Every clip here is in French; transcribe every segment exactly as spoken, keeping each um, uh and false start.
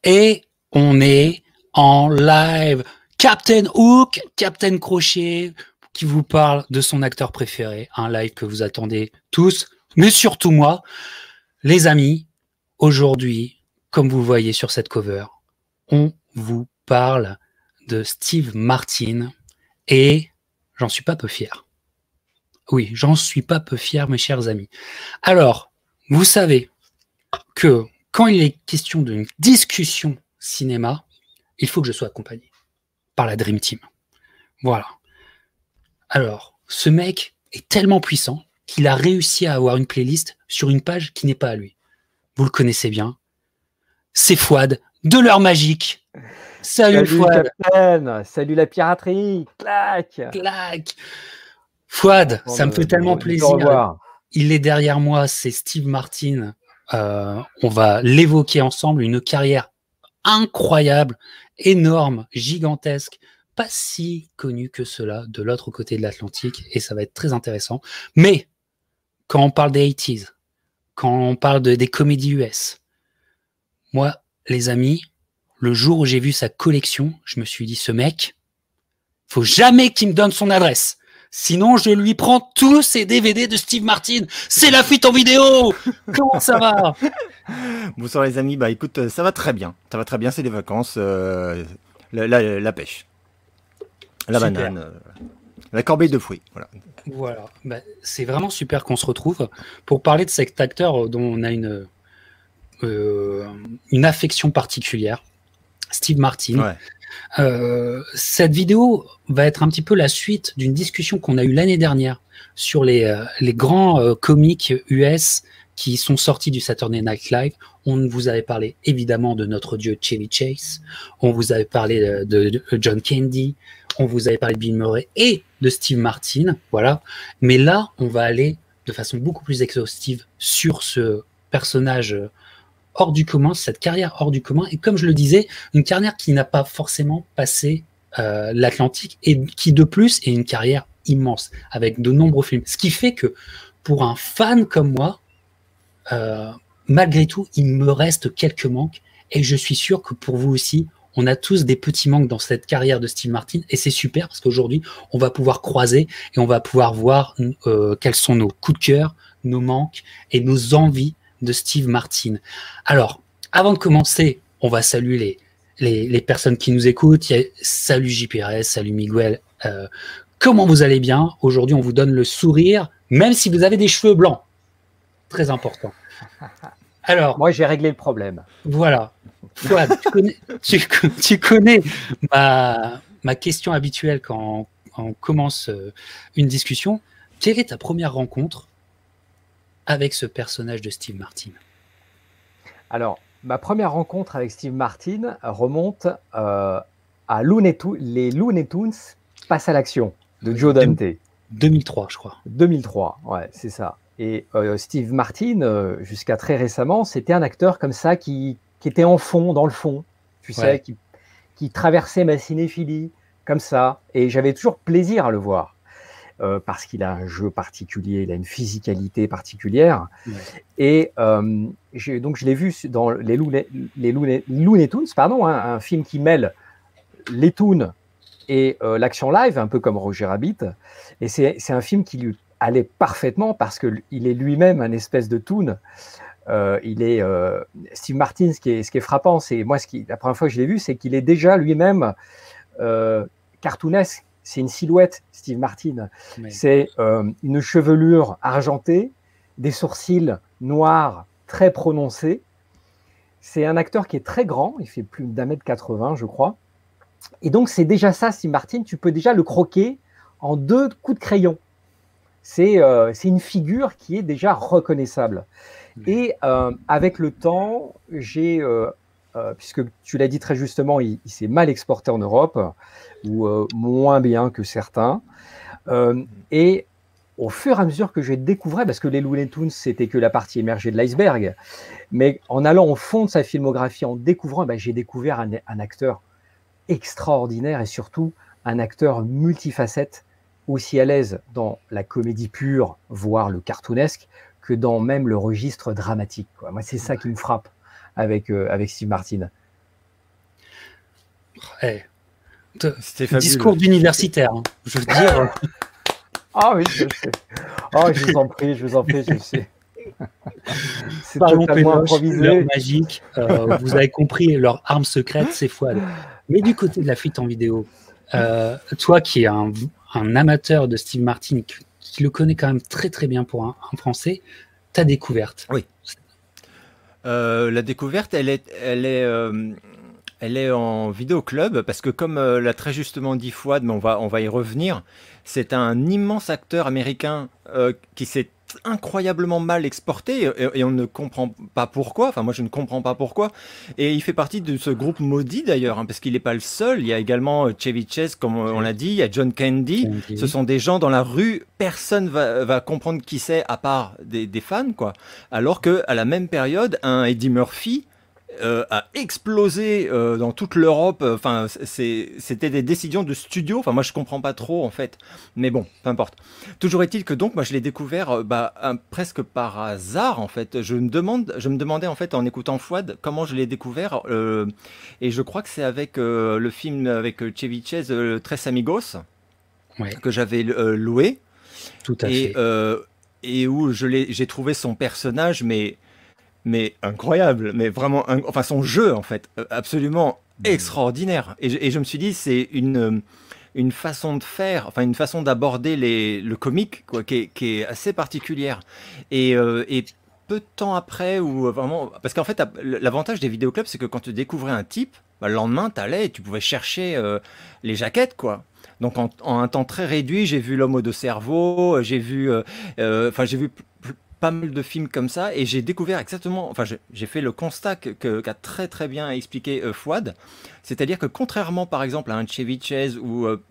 Et on est en live. Captain Hook, Captain Crochet, qui vous parle de son acteur préféré. Un live que vous attendez tous, mais surtout moi. Les amis, aujourd'hui, comme vous voyez sur cette cover, on vous parle de Steve Martin et j'en suis pas peu fier. Oui, j'en suis pas peu fier, mes chers amis. Alors, vous savez que quand il est question d'une discussion cinéma, il faut que je sois accompagné par la Dream Team. Voilà. Alors, ce mec est tellement puissant qu'il a réussi à avoir une playlist sur une page qui n'est pas à lui. Vous le connaissez bien. C'est Fouad de l'heure magique. Salut, Salut Fouad. Captain, salut la piraterie, clac. Clac. Fouad, Content ça me de- fait de- tellement de te plaisir. revoir. Il est derrière moi, c'est Steve Martin. Euh, on va l'évoquer ensemble, une carrière incroyable, énorme, gigantesque, pas si connu que cela de l'autre côté de l'Atlantique, et ça va être très intéressant. Mais quand on parle des eighties, quand on parle de, des comédies U S, moi, les amis, le jour où j'ai vu sa collection, je me suis dit, ce mec, faut jamais qu'il me donne son adresse. Sinon, je lui prends tous ses D V D de Steve Martin. C'est la fuite en vidéo. Comment ça va? Bonsoir les amis, bah écoute, ça va très bien. Ça va très bien, c'est les vacances, euh, la, la, la pêche, la Super. banane, euh, la corbeille de fruits. Voilà. Voilà, bah, c'est vraiment super qu'on se retrouve pour parler de cet acteur dont on a une, euh, une affection particulière, Steve Martin. Ouais. Euh, cette vidéo va être un petit peu la suite d'une discussion qu'on a eue l'année dernière sur les, euh, les grands euh, comiques U S qui sont sortis du Saturday Night Live. On vous avait parlé évidemment de notre dieu Chevy Chase, on vous avait parlé de, de, de John Candy, on vous avait parlé de Bill Murray et de Steve Martin, voilà. Mais là, on va aller de façon beaucoup plus exhaustive sur ce personnage hors du commun, cette carrière hors du commun. Et comme je le disais, une carrière qui n'a pas forcément passé euh, l'Atlantique et qui de plus est une carrière immense avec de nombreux films. Ce qui fait que pour un fan comme moi, euh, malgré tout, il me reste quelques manques et je suis sûr que pour vous aussi, on a tous des petits manques dans cette carrière de Steve Martin et c'est super parce qu'aujourd'hui, on va pouvoir croiser et on va pouvoir voir euh, quels sont nos coups de cœur, nos manques et nos envies de Steve Martin. Alors, avant de commencer, on va saluer les, les, les personnes qui nous écoutent. Il y a, salut J. Pérez, salut Miguel. Euh, comment vous allez bien? Aujourd'hui, on vous donne le sourire, même si vous avez des cheveux blancs. Très important. Alors, moi, j'ai réglé le problème. Voilà. Fouad, tu connais, tu, tu connais ma, ma question habituelle quand on, on commence une discussion. Quelle est ta première rencontre avec ce personnage de Steve Martin? Alors, ma première rencontre avec Steve Martin remonte euh, à Looney Tunes, les Looney Tunes passent à l'action de Joe Dante. deux mille trois, je crois. deux mille trois, ouais, c'est ça. Et euh, Steve Martin, euh, jusqu'à très récemment, c'était un acteur comme ça qui, qui était en fond, dans le fond, tu sais, Ouais. qui, qui traversait ma cinéphilie, comme ça. Et j'avais toujours plaisir à le voir. Euh, parce qu'il a un jeu particulier, il a une physicalité particulière. Ouais. Et euh, j'ai- donc je l'ai vu dans les Looney, les Looney, Looney Tunes, pardon, hein, un film qui mêle les toons et euh, l'action live, un peu comme Roger Rabbit. Et c'est c'est un film qui lui allait parfaitement parce qu'il est lui-même un espèce de toon. Euh, il est euh, Steve Martin, ce qui est, ce qui est frappant, c'est moi, ce qui, la première fois que je l'ai vu, c'est qu'il est déjà lui-même euh, cartoonesque. C'est une silhouette, Steve Martin. Ouais. C'est euh, une chevelure argentée, des sourcils noirs très prononcés. C'est un acteur qui est très grand, il fait plus d'un mètre quatre-vingts, je crois. Et donc, c'est déjà ça, Steve Martin, tu peux déjà le croquer en deux coups de crayon. C'est euh, c'est une figure qui est déjà reconnaissable. Et euh, avec le temps, j'ai, euh, euh, puisque tu l'as dit très justement, il, il s'est mal exporté en Europe, ou euh, moins bien que certains. Euh, et au fur et à mesure que je découvrais, parce que les Looney Tunes, c'était que la partie émergée de l'iceberg, mais en allant au fond de sa filmographie, en découvrant, ben, j'ai découvert un, un acteur extraordinaire et surtout un acteur multifacette, aussi à l'aise dans la comédie pure, voire le cartoonesque, que dans même le registre dramatique, quoi. Moi, c'est ça qui me frappe avec, euh, avec Steve Martin. Hey. C'était fabuleux. Discours d'universitaire, hein. Je veux dire. Ah oui, je sais. Oh, je vous en prie, je vous en prie, je sais. C'est Parlons totalement pénoche, improvisé. leur magique. Euh, vous avez compris, leur arme secrète, c'est Fouad. Mais du côté de la fuite en vidéo, euh, toi qui es un, un amateur de Steve Martin, qui, qui le connaît quand même très très bien pour un, un Français, ta découverte. Oui. Euh, la découverte, elle est, elle est, euh, elle est en vidéo club parce que comme euh, l'a très justement dit Fouad, mais on va, on va y revenir. C'est un immense acteur américain euh, qui s'est incroyablement mal exporté et, et on ne comprend pas pourquoi. Enfin, moi, je ne comprends pas pourquoi. Et il fait partie de ce groupe maudit d'ailleurs, hein, parce qu'il n'est pas le seul. Il y a également Chevy Chase, comme on l'a dit. Il y a John Candy. Candy. Ce sont des gens dans la rue. Personne va, va comprendre qui c'est à part des, des fans, quoi. Alors que à la même période, un Eddie Murphy Euh, a explosé euh, dans toute l'Europe. Enfin, c'est, c'était des décisions de studio. Enfin, moi, je comprends pas trop en fait. Mais bon, peu importe. Toujours est-il que donc, moi, je l'ai découvert euh, bah, un, presque par hasard en fait. Je me demande, je me demandais en fait en écoutant Fouad comment je l'ai découvert. Euh, et je crois que c'est avec euh, le film avec Chevy Chase, euh, Tres Amigos, Ouais. que j'avais euh, loué. Tout à et, fait. Euh, et où je l'ai, j'ai trouvé son personnage, mais mais incroyable, mais vraiment, un, enfin son jeu en fait, absolument extraordinaire. Et je, et je me suis dit, c'est une, une façon de faire, enfin une façon d'aborder les, le comique, quoi, qui est, qui est assez particulière. Et, euh, et peu de temps après, ou vraiment, parce qu'en fait, l'avantage des vidéoclubs, c'est que quand tu découvrais un type, bah, le lendemain, tu allais et tu pouvais chercher euh, les jaquettes, quoi. Donc en, en un temps très réduit, j'ai vu L'homme aux deux cerveaux, j'ai vu, enfin euh, euh, j'ai vu pas mal de films comme ça et j'ai découvert exactement, enfin j'ai fait le constat qu'a que, qu'a très très bien expliqué euh, Fouad, c'est-à-dire que contrairement par exemple à un Chevy Chase ou euh,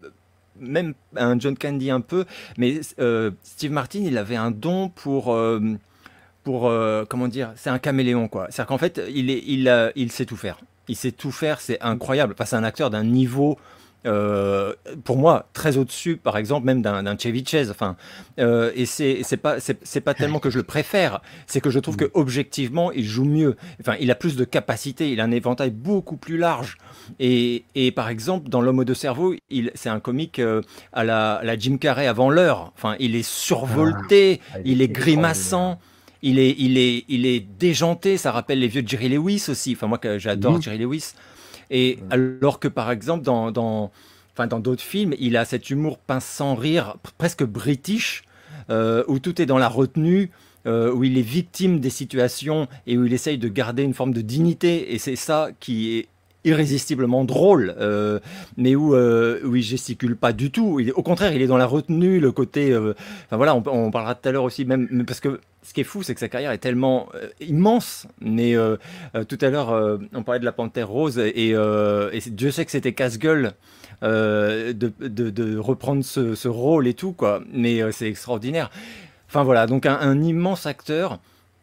même à un John Candy un peu, mais euh, Steve Martin il avait un don pour euh, pour euh, comment dire, c'est un caméléon quoi, c'est-à-dire qu'en fait il est il a, il sait tout faire, il sait tout faire, c'est incroyable, enfin c'est un acteur d'un niveau Euh, pour moi très au-dessus par exemple même d'un, d'un Chevy Chase, enfin euh, et c'est, c'est pas c'est, c'est pas tellement que je le préfère, c'est que je trouve que objectivement il joue mieux, enfin il a plus de capacité, il a un éventail beaucoup plus large et, et par exemple dans L'homme aux deux cerveaux il, c'est un comique euh, à, la, à la Jim Carrey avant l'heure, enfin il est survolté, ah, il, il est grimaçant, il est, il, est, il est déjanté, ça rappelle les vieux Jerry Lewis aussi, enfin moi que j'adore mmh. Jerry Lewis. Et alors que par exemple dans, dans, enfin, dans d'autres films, il a cet humour pince sans rire, presque british, euh, où tout est dans la retenue, euh, où il est victime des situations et où il essaye de garder une forme de dignité. Et c'est ça qui est irrésistiblement drôle, euh, mais où, euh, où il gesticule pas du tout. Il est, au contraire, il est dans la retenue, le côté... Euh, enfin voilà, on, on parlera tout à l'heure aussi, même parce que ce qui est fou, c'est que sa carrière est tellement euh, immense. Mais euh, euh, tout à l'heure, euh, on parlait de la Panthère Rose, et, euh, et Dieu sait que c'était casse-gueule euh, de, de, de reprendre ce, ce rôle et tout, quoi. Mais euh, c'est extraordinaire. Enfin voilà, donc un, un immense acteur.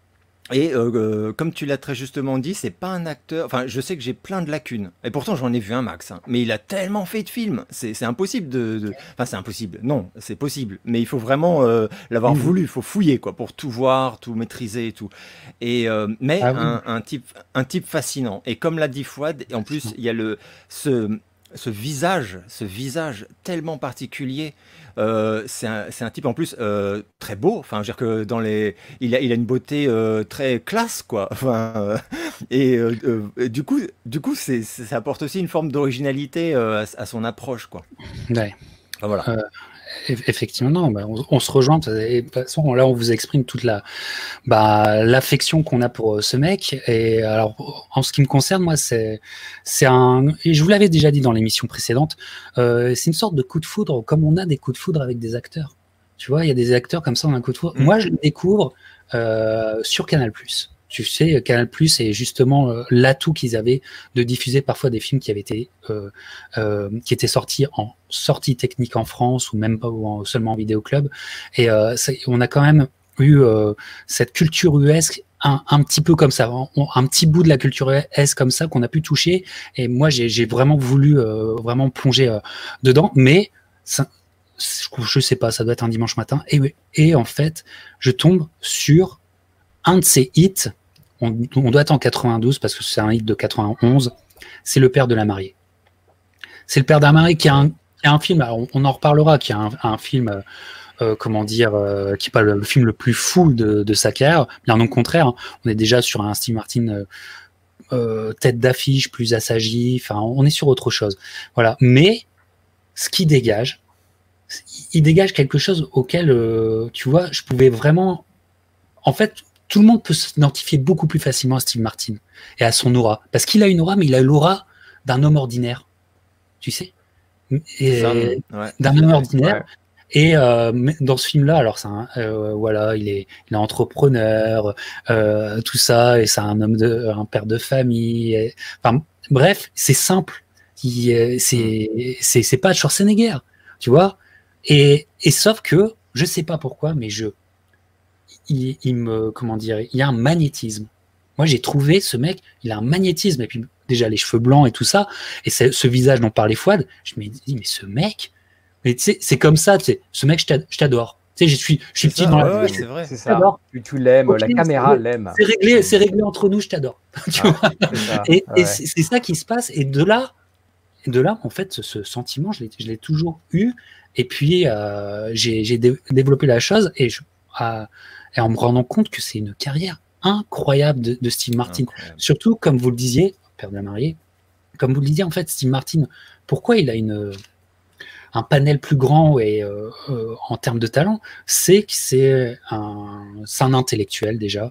Et euh, euh, comme tu l'as très justement dit, c'est pas un acteur. Enfin, je sais que j'ai plein de lacunes. Et pourtant, j'en ai vu un max. Hein. Mais il a tellement fait de films. C'est, c'est impossible de, de. Enfin, c'est impossible. Non, c'est possible. Mais il faut vraiment euh, l'avoir mmh. voulu. Il faut fouiller, quoi, pour tout voir, tout maîtriser et tout. Et euh, mais ah, oui. un, un type, un type fascinant. Et comme l'a dit Fouad, et en plus, il y a le ce ce visage, ce visage tellement particulier. Euh, c'est, un, c'est un type en plus euh, très beau, enfin, je veux dire que dans les, il a, il a une beauté euh, très classe, quoi. Enfin, euh, et euh, euh, du coup, du coup, c'est, c'est, ça apporte aussi une forme d'originalité euh, à, à son approche, quoi. Ouais. Enfin, voilà. Euh, effectivement, non, bah, on, on se rejoint. Et de toute façon, là, on vous exprime toute la, bah, l'affection qu'on a pour ce mec. Et alors, en ce qui me concerne, moi, c'est, c'est un. Et je vous l'avais déjà dit dans l'émission précédente, euh, c'est une sorte de coup de foudre, comme on a des coups de foudre avec des acteurs. Tu vois, il y a des acteurs comme ça, on a un coup de foudre. Mmh. Moi, je le découvre euh, sur Canal+. Tu sais, Canal+, est justement euh, l'atout qu'ils avaient de diffuser parfois des films qui avaient été, euh, euh, qui étaient sortis en sortie technique en France ou même pas ou en, seulement en vidéoclub. Et euh, ça, on a quand même eu euh, cette culture U S un, un petit peu comme ça, un, un petit bout de la culture U S comme ça qu'on a pu toucher. Et moi, j'ai, j'ai vraiment voulu euh, vraiment plonger euh, dedans, mais ça, je sais pas, ça doit être un dimanche matin. Et, et en fait, je tombe sur un de ses hits. On, on doit être en quatre-vingt-douze parce que c'est un hit de quatre-vingt-onze. C'est Le Père de la mariée. C'est le père d'Amari qui a un, qui a un film, alors on, on en reparlera, qui a un, un film, euh, euh, comment dire, euh, qui n'est pas le, le film le plus fou de, de sa carrière, bien au contraire, hein. On est déjà sur un Steve Martin euh, euh, tête d'affiche, plus assagi, enfin, on est sur autre chose. Voilà. Mais ce qui dégage, il dégage quelque chose auquel, euh, tu vois, je pouvais vraiment... En fait, tout le monde peut s'identifier beaucoup plus facilement à Steve Martin et à son aura. Parce qu'il a une aura, mais il a l'aura d'un homme ordinaire, tu sais, et, Ça, ouais. d'un homme ordinaire. Ouais. Et euh, dans ce film-là, alors c'est un, euh, voilà, il est, il est entrepreneur, euh, tout ça, et c'est un homme de, un père de famille. Et, enfin, bref, c'est simple. Il, c'est, c'est, c'est pas Schwarzenegger, tu vois. Et, et sauf que je sais pas pourquoi, mais je, il, il me, comment dire, il y a un magnétisme. Moi, j'ai trouvé ce mec, il a un magnétisme, et puis déjà les cheveux blancs et tout ça, et ce visage dont parlait Fouad, je me dis, mais ce mec, mais tu sais, c'est comme ça, tu sais, ce mec, je t'adore. Tu sais, je suis, je suis petit ça, dans ouais, la ouais, vie, c'est vrai. C'est ça. Tu, tu l'aimes, okay, la caméra l'aime. C'est réglé, c'est réglé entre nous, je t'adore. Tu ah, vois ça, et ouais. et c'est ça qui se passe, et de là, de là, en fait, ce, ce sentiment, je l'ai toujours eu, et puis euh, j'ai dé développé la chose, et, je, euh, et en me rendant compte que c'est une carrière incroyable de, de Steve Martin. Incroyable. Surtout, comme vous le disiez, père de la mariée, comme vous le disiez, en fait, Steve Martin, pourquoi il a une, un panel plus grand et euh, euh, en termes de talent, c'est que c'est un, un intellectuel déjà.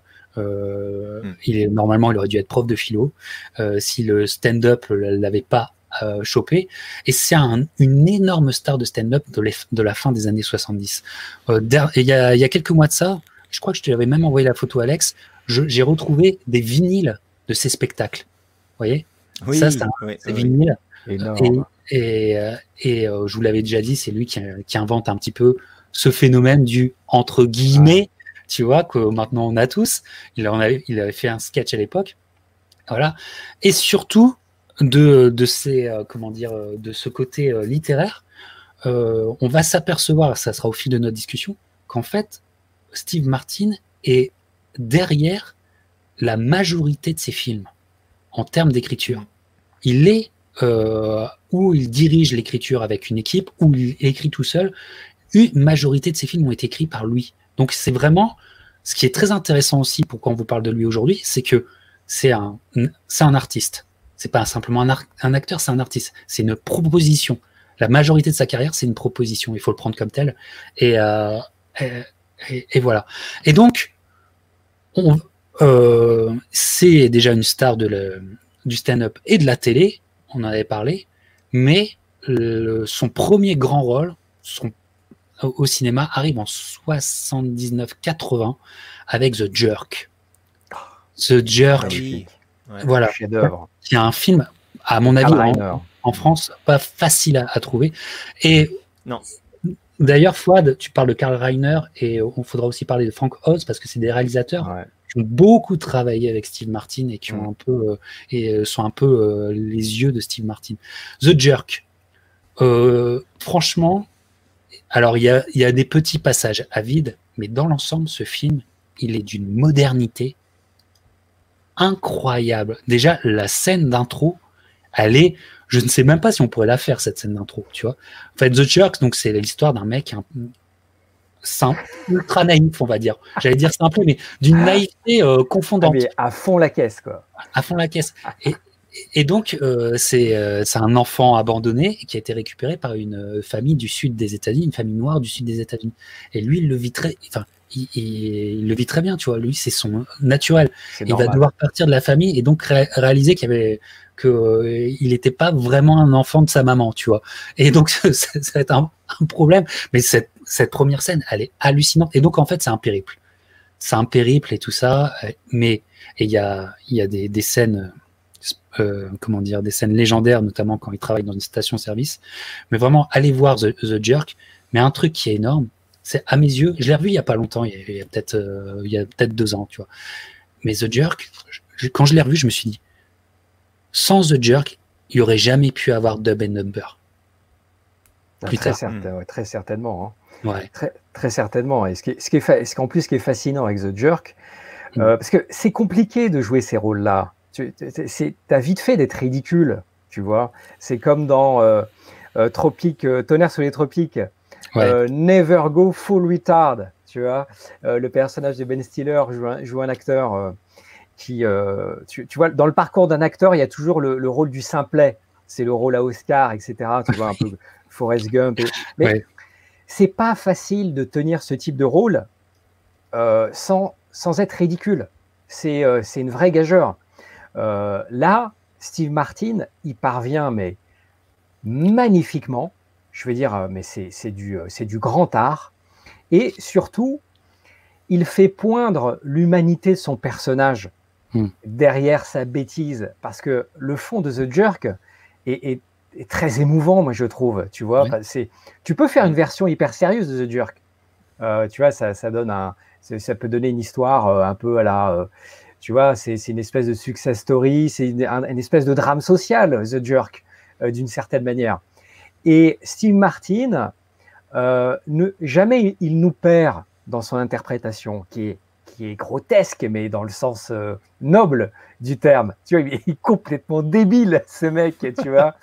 Euh, mm. Il est normalement, il aurait dû être prof de philo euh, si le stand-up l'avait pas euh, chopé. Et c'est un, une énorme star de stand-up de, de la fin des années soixante-dix. Euh, il y a, il y a quelques mois de ça, je crois que je te l'avais même envoyé la photo, Alex. J'ai retrouvé des vinyles de ces spectacles. Vous voyez, oui, ça, c'est oui, oui. vinyles. Énorme. Et, et, euh, et euh, je vous l'avais déjà dit, c'est lui qui, qui invente un petit peu ce phénomène du entre guillemets, ah. tu vois, que maintenant on a tous. Il, en avait, il avait fait un sketch à l'époque, voilà. Et surtout de, de ces, euh, comment dire, de ce côté euh, littéraire, euh, on va s'apercevoir, ça sera au fil de notre discussion, qu'en fait, Steve Martin est derrière la majorité de ses films en termes d'écriture. Il est euh, où il dirige l'écriture avec une équipe, où il écrit tout seul. Une majorité de ses films ont été écrits par lui. Donc c'est vraiment ce qui est très intéressant aussi pour quand on vous parle de lui aujourd'hui, c'est que c'est un, c'est un artiste. C'est pas simplement un, un acteur, c'est un artiste. C'est une proposition. La majorité de sa carrière, c'est une proposition. Il faut le prendre comme tel. Et, euh, et, et, et voilà. Et donc, on, euh, c'est déjà une star de le, du stand-up et de la télé. On en avait parlé, mais le, son premier grand rôle son, au cinéma arrive en soixante-dix-neuf quatre-vingts avec The Jerk. The Jerk, oui. ouais, voilà, qui est un film, à mon avis, en, en France, pas facile à, à trouver. Et non. D'ailleurs, Fouad, tu parles de Karl Reiner et on faudra aussi parler de Frank Oz parce que c'est des réalisateurs ouais. qui ont beaucoup travaillé avec Steve Martin et qui ont mmh. un peu euh, et sont un peu euh, les yeux de Steve Martin. The Jerk, euh, franchement, alors il y a, y a des petits passages à vide, mais dans l'ensemble, ce film, il est d'une modernité incroyable. Déjà, la scène d'intro, elle est, je ne sais même pas si on pourrait la faire cette scène d'intro, tu vois. En fait, The Jerk, donc c'est l'histoire d'un mec un, simple, ultra naïf, on va dire. J'allais dire simple, mais d'une naïveté euh, confondante. Ah, mais à fond la caisse, quoi. À fond la caisse. Et, et donc, euh, c'est euh, un enfant abandonné qui a été récupéré par une famille du sud des États-Unis, une famille noire du sud des États-Unis. Et lui, il le vit très, enfin, il, il, il le vit très bien, tu vois. Lui, c'est son naturel. Il normal. va devoir partir de la famille et donc ré réaliser qu'il y avait que euh, il n'était pas vraiment un enfant de sa maman, tu vois. Et donc, ça, ça va être un, un problème. Mais cette, cette première scène, elle est hallucinante. Et donc, en fait, c'est un périple. C'est un périple et tout ça. Mais il y a, y a des, des scènes, euh, comment dire, des scènes légendaires, notamment quand il travaille dans une station-service. Mais vraiment, allez voir The, The Jerk. Mais un truc qui est énorme, c'est à mes yeux, je l'ai revu il y a pas longtemps, il y a, a peut-être euh, il y a peut-être deux ans, tu vois. Mais The Jerk, je, quand je l'ai revu, je me suis dit, sans The Jerk, il n'y aurait jamais pu avoir Dub and Number. Ah, très, certain, mmh. ouais, très certainement. Hein. Ouais. Très, très certainement. Et ce qui est, ce qui est, ce qu'en plus, ce qui est fascinant avec The Jerk, mmh. euh, parce que c'est compliqué de jouer ces rôles-là. Tu as vite fait d'être ridicule. tu vois. C'est comme dans euh, euh, Tropique, euh, Tonnerre sur les tropiques, Ouais. euh, Never Go Full Retard, tu vois. Euh, le personnage de Ben Stiller joue un, joue un acteur euh, qui, euh, tu, tu vois, dans le parcours d'un acteur, il y a toujours le, le rôle du simplet. C'est le rôle à Oscar, et cetera. Tu vois, un peu Forrest Gump. Et... Mais Ouais. c'est pas facile de tenir ce type de rôle euh, sans, sans être ridicule. C'est euh, c'est une vraie gageure. Euh, là, Steve Martin, il parvient, mais magnifiquement. Je veux dire, euh, mais c'est c'est du, euh, c'est du grand art. Et surtout, il fait poindre l'humanité de son personnage Hmm. derrière sa bêtise. Parce que le fond de The Jerk est, est, est très émouvant, moi, je trouve. Tu vois, Ouais. Enfin, c'est, tu peux faire une version hyper sérieuse de The Jerk. Euh, tu vois, ça, ça donne un, ça, ça peut donner une histoire euh, un peu à la, euh, tu vois, c'est, c'est une espèce de success story, c'est une, un- une espèce de drame social, The Jerk, euh, d'une certaine manière. Et Steve Martin, euh, ne, jamais il nous perd dans son interprétation, qui est, qui est grotesque, mais dans le sens euh, noble du terme. Tu vois, il est complètement débile, ce mec, tu vois.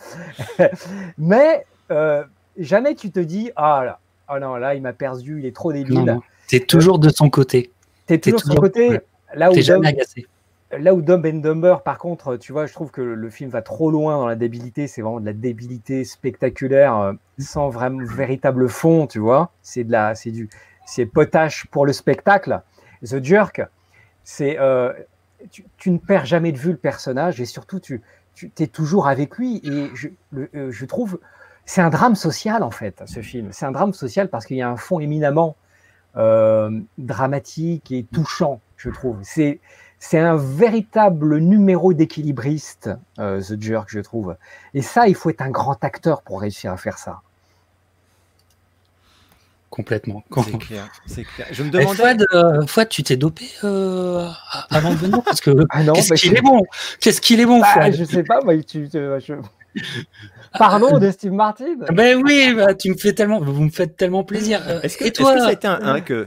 Mais euh, jamais tu te dis, ah là, oh non, là, il m'a perdu, il est trop Non, débile. non. T'es toujours de son côté. Tu es T'es toujours de son toujours- côté. ouais. Là où, T'es jamais Dumb, agacé. là où Dumb and Dumber, par contre, tu vois, je trouve que le film va trop loin dans la débilité. C'est vraiment de la débilité spectaculaire, euh, sans vraiment véritable fond, tu vois. C'est de la, c'est du, c'est potache pour le spectacle. The Jerk, c'est, euh, tu, tu ne perds jamais de vue le personnage et surtout tu, tu es toujours avec lui. Et je, le, euh, je trouve, c'est un drame social en fait, ce film. C'est un drame social parce qu'il y a un fond éminemment euh, dramatique et touchant, je trouve. C'est, c'est un véritable numéro d'équilibriste, euh, The Jerk, je trouve. Et ça, il faut être un grand acteur pour réussir à faire ça. Complètement. C'est clair, c'est clair. Je me Et demandais. Fouad, euh, Fouad, tu t'es dopé euh, avant de venir parce que Ah non, qu'est-ce bah, qu'il je- est bon, qu'est-ce qu'il est bon, Bah, Fouad. je sais pas, moi, tu, tu- je- Parlons de Steve Martin. Ben oui, bah, tu me fais tellement, vous me faites tellement plaisir. Euh, Est-ce que, et est-ce toi que ça a été un, un que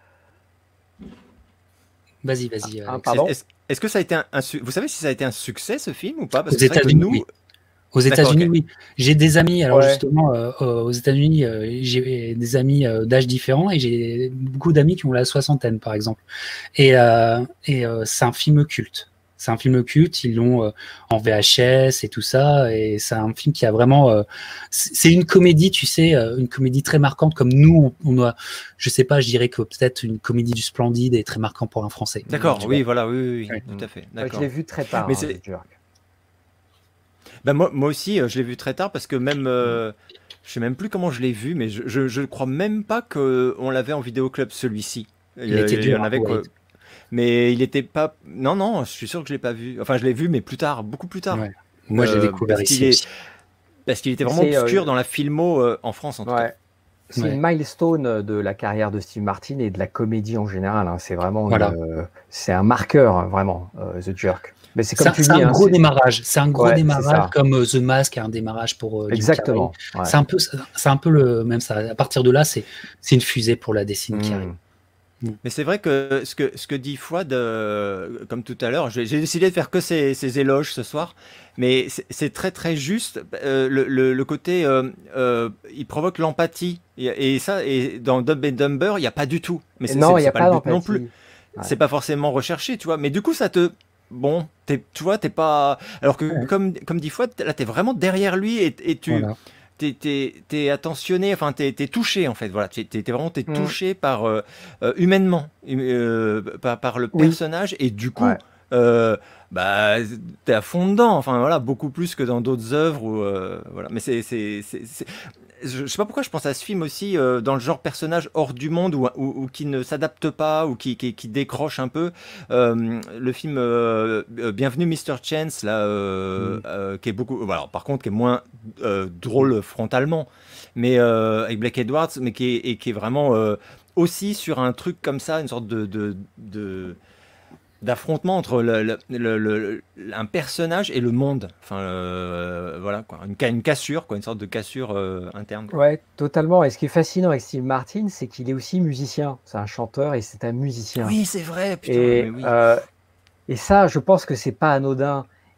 Vas-y, vas-y. Ah, Alex. pardon. est-ce, est-ce que ça a été un, un su- vous savez si ça a été un succès ce film ou pas? Parce Aux que c'est vrai que États-Unis, nous, oui. Aux D'accord, États-Unis, ok. oui. J'ai des amis, alors Ouais. justement, euh, euh, aux États-Unis, euh, j'ai des amis euh, d'âge différents et j'ai beaucoup d'amis qui ont la soixantaine, par exemple. Et, euh, et euh, c'est un film culte. C'est un film culte, ils l'ont euh, en V H S et tout ça, et c'est un film qui a vraiment... euh, c'est c'est une comédie, tu sais, euh, une comédie très marquante, comme nous, on, on a, je sais pas, je dirais que peut-être une comédie du Splendide est très marquante pour un Français. D'accord, Tu oui, vois. voilà, oui, oui, oui, Ouais. tout à fait. Ouais, je D'accord. l'ai vu très tard, Mais hein, c'est- The Jerk. Ben moi, moi aussi, euh, je l'ai vu très tard parce que même, euh, je sais même plus comment je l'ai vu, mais je, je, je crois même pas que on l'avait en vidéoclub celui-ci. Il, Il y- était il y dur en à avait trouver. quoi. Mais il était pas. Non, non, je suis sûr que je l'ai pas vu. Enfin, je l'ai vu, mais plus tard, beaucoup plus tard. Ouais. Moi, je l'ai Euh, découvert parce ici qu'il est, aussi. parce qu'il était vraiment C'est, euh, obscur dans la filmo euh, en France en tout Ouais. C'est Ouais. une milestone de la carrière de Steve Martin et de la comédie en général. hein. C'est vraiment Voilà. une, euh, c'est un marqueur, hein, vraiment, euh, The Jerk. Mais c'est C'est comme un, tu c'est dis. un hein, gros c'est- démarrage. C'est un gros Ouais, c'est démarrage ça. comme euh, The Mask a un démarrage pour euh, Jim Exactement. Carrey. ouais. C'est un peu, c'est un peu le même ça. À partir de là, c'est, c'est une fusée pour la décennie qui arrive. Mm. Mais c'est vrai que ce que, ce que dit Fouad, euh, comme tout à l'heure, j'ai j'ai décidé de faire que ces, ces éloges ce soir, mais c'est c'est très très juste. Euh, le, le, le côté, euh, euh, il provoque l'empathie, et, et ça, et dans Dumb and Dumber, il n'y a pas du tout. Mais c'est Non, c'est- il n'y c'est a pas pas le but non plus. d'empathie. Ouais. C'est pas forcément recherché, tu vois. Mais du coup, ça te, bon, t'es, tu vois, t'es pas. Alors que Ouais. comme comme dit Fouad, là, t'es vraiment derrière lui et, et tu. Voilà. T'es, t'es, t'es attentionné, enfin t'es, t'es touché en fait, voilà, t'es, t'es vraiment t'es Mm. touché par euh, euh, humainement, hum- euh, par, par le Oui. personnage et du coup, Ouais. euh, bah t'es à fond dedans, enfin voilà, beaucoup plus que dans d'autres œuvres où, euh, voilà. Mais c'est, c'est, c'est, c'est- je, je sais pas pourquoi je pense à ce film aussi euh, dans le genre personnage hors du monde ou, ou, ou qui ne s'adapte pas ou qui, qui, qui décroche un peu. Euh, le film euh, euh, Bienvenue Mister Chance là, euh, Mm. euh, qui est beaucoup, voilà, par contre qui est moins euh, drôle frontalement, mais euh, avec Blake Edwards, mais qui est, et qui est vraiment euh, aussi sur un truc comme ça, une sorte de, de, de- d'affrontement entre le, le- le- le- un personnage et le monde. Enfin, euh, voilà, quoi. Une, ca- une cassure, quoi, une sorte de cassure euh, interne. quoi. Ouais, totalement. Et ce qui est fascinant avec Steve Martin, c'est qu'il est aussi musicien. C'est un chanteur et c'est un musicien. Oui, c'est vrai, putain, Et, mais oui. euh, et ça, je pense que c'est pas anodin.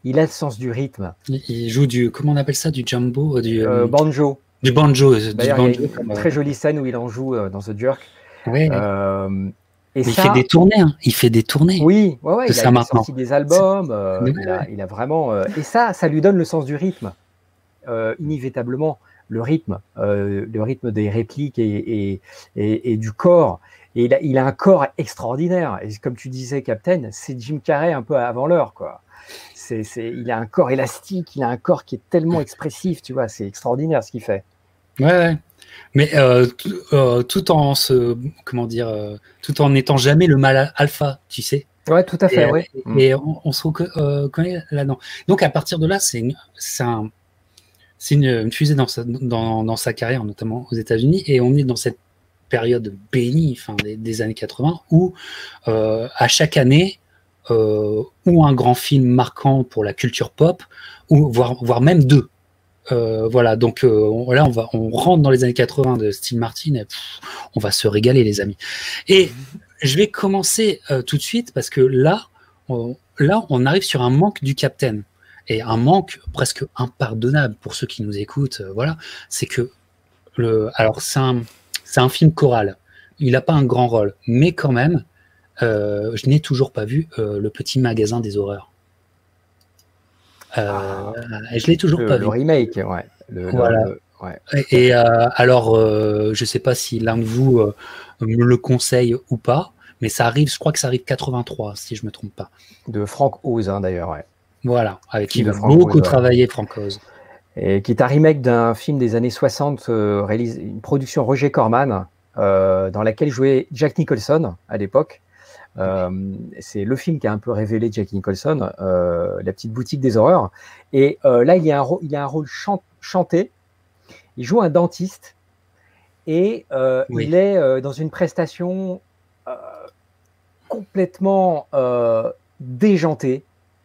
il a le sens du rythme. Il, il joue du, comment on appelle ça, du jumbo, du euh, banjo. Du banjo. Du D'ailleurs, banjo il y a une comme, très jolie scène où il en joue euh, dans The Jerk. Ouais. Euh, et il ça, fait des tournées. Hein. Il fait des tournées. Oui, ouais, ouais, il, ça a, il a maintenant. sorti des albums. Euh, ouais, il, a, il a vraiment. Euh, et ça, ça lui donne le sens du rythme, euh, inévitablement. Le rythme, euh, le rythme des répliques et, et, et, et du corps. Et il a, il a un corps extraordinaire. Et comme tu disais, Captain, c'est Jim Carrey un peu avant l'heure, quoi. C'est, c'est, il a un corps élastique, il a un corps qui est tellement expressif, tu vois. C'est extraordinaire ce qu'il fait. Ouais, ouais. Mais euh, t- euh, tout en se, comment dire, euh, tout en n'étant jamais le mal alpha, tu sais. Ouais, tout à fait, Et, oui. et on, on se reconnaît là-dedans. Donc à partir de là, c'est une, c'est un, c'est une, une fusée dans sa, dans, dans sa carrière, notamment aux États-Unis, et on est dans cette période bénie, fin des, des années quatre-vingts, où euh, à chaque année, euh, ou un grand film marquant pour la culture pop, ou voire, voire même deux. Euh, voilà, donc euh, on, là on va, on rentre dans les années quatre-vingts de Steve Martin, et pff, on va se régaler, les amis. Et je vais commencer euh, tout de suite parce que là, on, là, on arrive sur un manque du Captain. Et un manque presque impardonnable pour ceux qui nous écoutent, euh, voilà, c'est que le, alors c'est un, c'est un film choral. Il n'a pas un grand rôle, mais quand même, euh, je n'ai toujours pas vu euh, Le Petit Magasin des Horreurs. Euh, Ah, je l'ai toujours le, pas le vu. remake, ouais. Le, Voilà. le, ouais. Et, et euh, alors, euh, je ne sais pas si l'un de vous euh, me le conseille ou pas, mais ça arrive, je crois que ça arrive quatre-vingt-trois, si je ne me trompe pas. De Frank Oz, hein, d'ailleurs, ouais. Voilà, avec qui Film il de va Frank beaucoup Oz, ouais. travailler, Frank Oz. Et qui est un remake d'un film des années soixante, euh, réalisé, une production Roger Corman, euh, dans laquelle jouait Jack Nicholson à l'époque. Euh, c'est le film qui a un peu révélé Jack Nicholson, euh, La Petite Boutique des Horreurs. Et euh, là, il y a un, ro- il y a un rôle chan- chanté. Il joue un dentiste et euh, Oui. il est euh, dans une prestation euh, complètement euh, déjantée,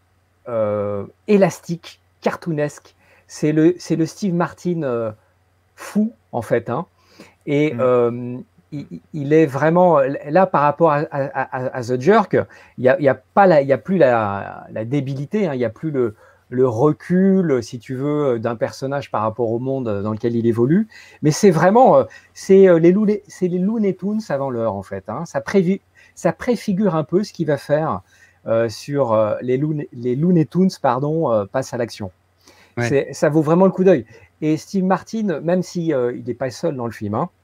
euh, élastique, cartoonesque. C'est le, c'est le Steve Martin euh, fou, en fait. Hein. Et mmh. euh, il, il est vraiment là par rapport à, à, à, à The Jerk. Il n'y a, il y a, pas la, il y a plus la, la débilité, hein, il n'y a plus le, le recul, si tu veux, d'un personnage par rapport au monde dans lequel il évolue. Mais c'est vraiment, c'est les, Looney, c'est les Looney Tunes avant l'heure, en fait. Hein. Ça, prévu, ça préfigure un peu ce qu'il va faire euh, sur euh, les, Looney, les Looney Tunes, pardon, euh, passe à l'action. Ouais. C'est, ça vaut vraiment le coup d'œil. Et Steve Martin, même si euh, il n'est pas seul dans le film, hein,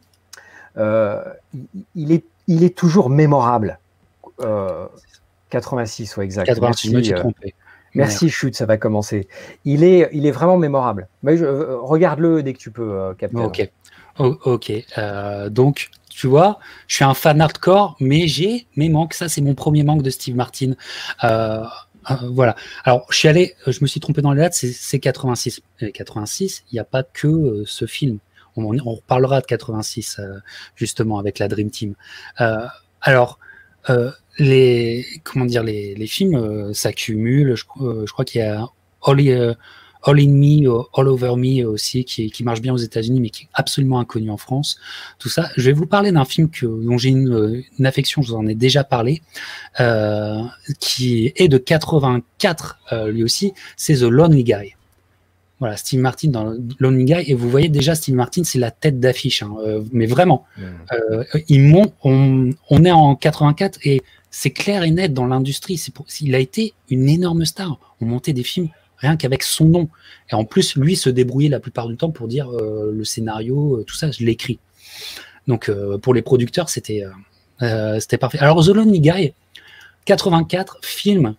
euh, il, il, est, il est toujours mémorable. Euh, quatre-vingt-six, ouais, exact. quatre-vingt-six, je me suis trompé. Euh, merci, chute, ça va commencer. Il est, il est vraiment mémorable. Mais je, euh, regarde-le dès que tu peux, euh, Captain. Ok, oh, ok. Euh, donc, tu vois, je suis un fan hardcore, mais j'ai mes manques. Ça, c'est mon premier manque de Steve Martin. Euh, Euh, voilà. Alors, je suis allé, je me suis trompé dans les dates, c'est, c'est quatre-vingt-six. Et quatre-vingt-six, il n'y a pas que euh, ce film. On, on reparlera de quatre-vingt-six, euh, justement, avec la Dream Team. Euh, alors, euh, les, comment dire, les, les films euh, s'accumulent. Je, euh, je crois qu'il y a All, euh, All in Me, euh, All Over Me aussi, qui, qui marche bien aux États-Unis, mais qui est absolument inconnu en France. Tout ça. Je vais vous parler d'un film que, dont j'ai une, une affection, je vous en ai déjà parlé, euh, qui est de quatre-vingt-quatre, euh, lui aussi, c'est The Lonely Guy. Voilà, Steve Martin dans Lonely Guy, et vous voyez déjà, Steve Martin, c'est la tête d'affiche, hein, euh, mais vraiment. Mmh. Euh, ils m'ont, on, on est en quatre-vingt-quatre, et c'est clair et net dans l'industrie. C'est pour, il a été une énorme star. On montait des films rien qu'avec son nom. Et en plus, lui se débrouillait la plupart du temps pour dire euh, le scénario, euh, tout ça, je l'écris. Donc, euh, pour les producteurs, c'était, euh, euh, c'était parfait. Alors, The Lonely Guy, quatre-vingt-quatre, film,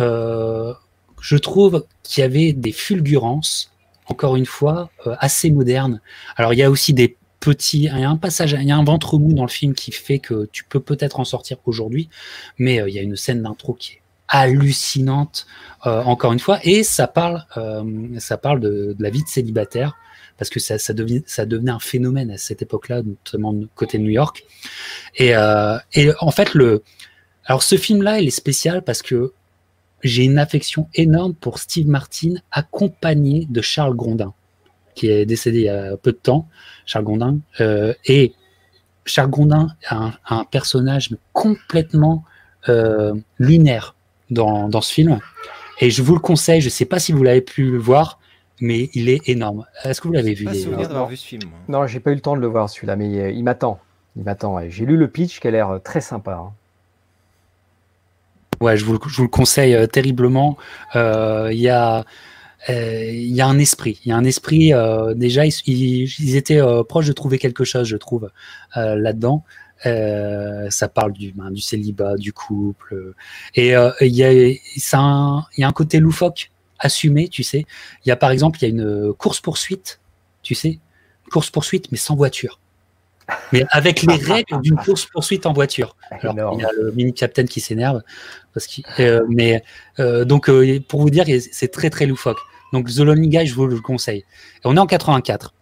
euh, je trouve qu'il y avait des fulgurances, encore une fois, euh, assez modernes. Alors, il y a aussi des petits, il y a un passage, il y a un ventre mou dans le film qui fait que tu peux peut-être en sortir aujourd'hui, mais euh, il y a une scène d'intro qui est hallucinante, euh, encore une fois, et ça parle, euh, ça parle de, de la vie de célibataire, parce que ça, ça, devenait, ça devenait un phénomène à cette époque-là, notamment côté de New York. Et, euh, et en fait, le, alors ce film-là, il est spécial parce que j'ai une affection énorme pour Steve Martin, accompagné de Charles Grondin, qui est décédé il y a peu de temps, Charles Grondin, euh, et Charles Grondin a un, a un personnage complètement euh, lunaire dans, dans ce film. Et je vous le conseille, je ne sais pas si vous l'avez pu le voir, mais il est énorme. Est-ce que vous l'avez vu? Pas les... souvenir d'avoir vu ce film. Moi. Non, j'ai pas eu le temps de le voir celui-là, mais euh, il m'attend. Il m'attend. Ouais. J'ai lu le pitch qui a l'air très sympa. Hein. Ouais, je vous, le, je vous le conseille euh, terriblement. Il euh, y a... Il euh, y a un esprit, il y a un esprit. Euh, déjà, ils, ils, ils étaient euh, proches de trouver quelque chose, je trouve, euh, là-dedans. Euh, ça parle du, ben, du célibat, du couple, et il euh, y a, ça un, y a un côté loufoque assumé, tu sais. Il y a par exemple, il y a une course poursuite, tu sais, course poursuite mais sans voiture, mais avec les règles d'une course poursuite en voiture. Alors il y a le mini capitaine qui s'énerve parce qu'il, euh, mais euh, donc euh, pour vous dire, c'est très très loufoque. Donc The Lonely Guy, je vous le conseille. Et on est en quatre-vingt-quatre.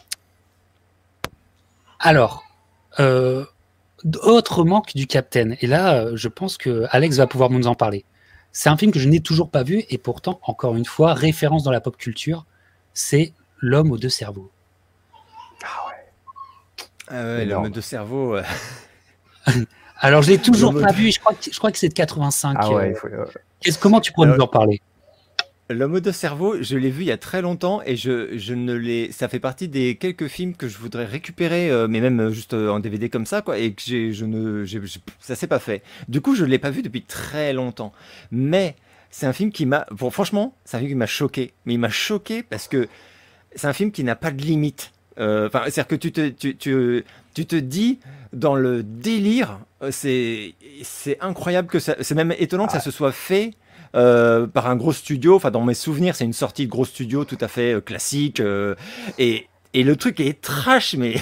Alors, euh, autre manque du Captain. Et là, je pense que Alex va pouvoir nous en parler. C'est un film que je n'ai toujours pas vu et pourtant, encore une fois, référence dans la pop culture, c'est L'homme aux deux cerveaux. Ah ouais. Ah ouais, L'homme aux deux cerveaux. Alors, je l'ai toujours pas vu. Je crois que, je crois que c'est de quatre-vingt-cinq. Ah ouais, euh, faut, euh... Comment tu pourrais Alors... nous en parler? L'homme aux deux cerveaux, je l'ai vu il y a très longtemps et je, je ne l'ai. Ça fait partie des quelques films que je voudrais récupérer, euh, mais même juste euh, en D V D comme ça, quoi. Et que j'ai, je ne, j'ai, ça s'est pas fait. Du coup, je l'ai pas vu depuis très longtemps. Mais c'est un film qui m'a. Bon, franchement, c'est un film qui m'a choqué. Mais il m'a choqué parce que c'est un film qui n'a pas de limite. Euh, enfin, c'est-à-dire que tu te, tu, tu, tu te dis dans le délire, c'est, c'est incroyable que ça. C'est même étonnant que ça se soit fait. Euh, par un gros studio, enfin dans mes souvenirs c'est une sortie de gros studio tout à fait euh, classique euh, et, et le truc est trash mais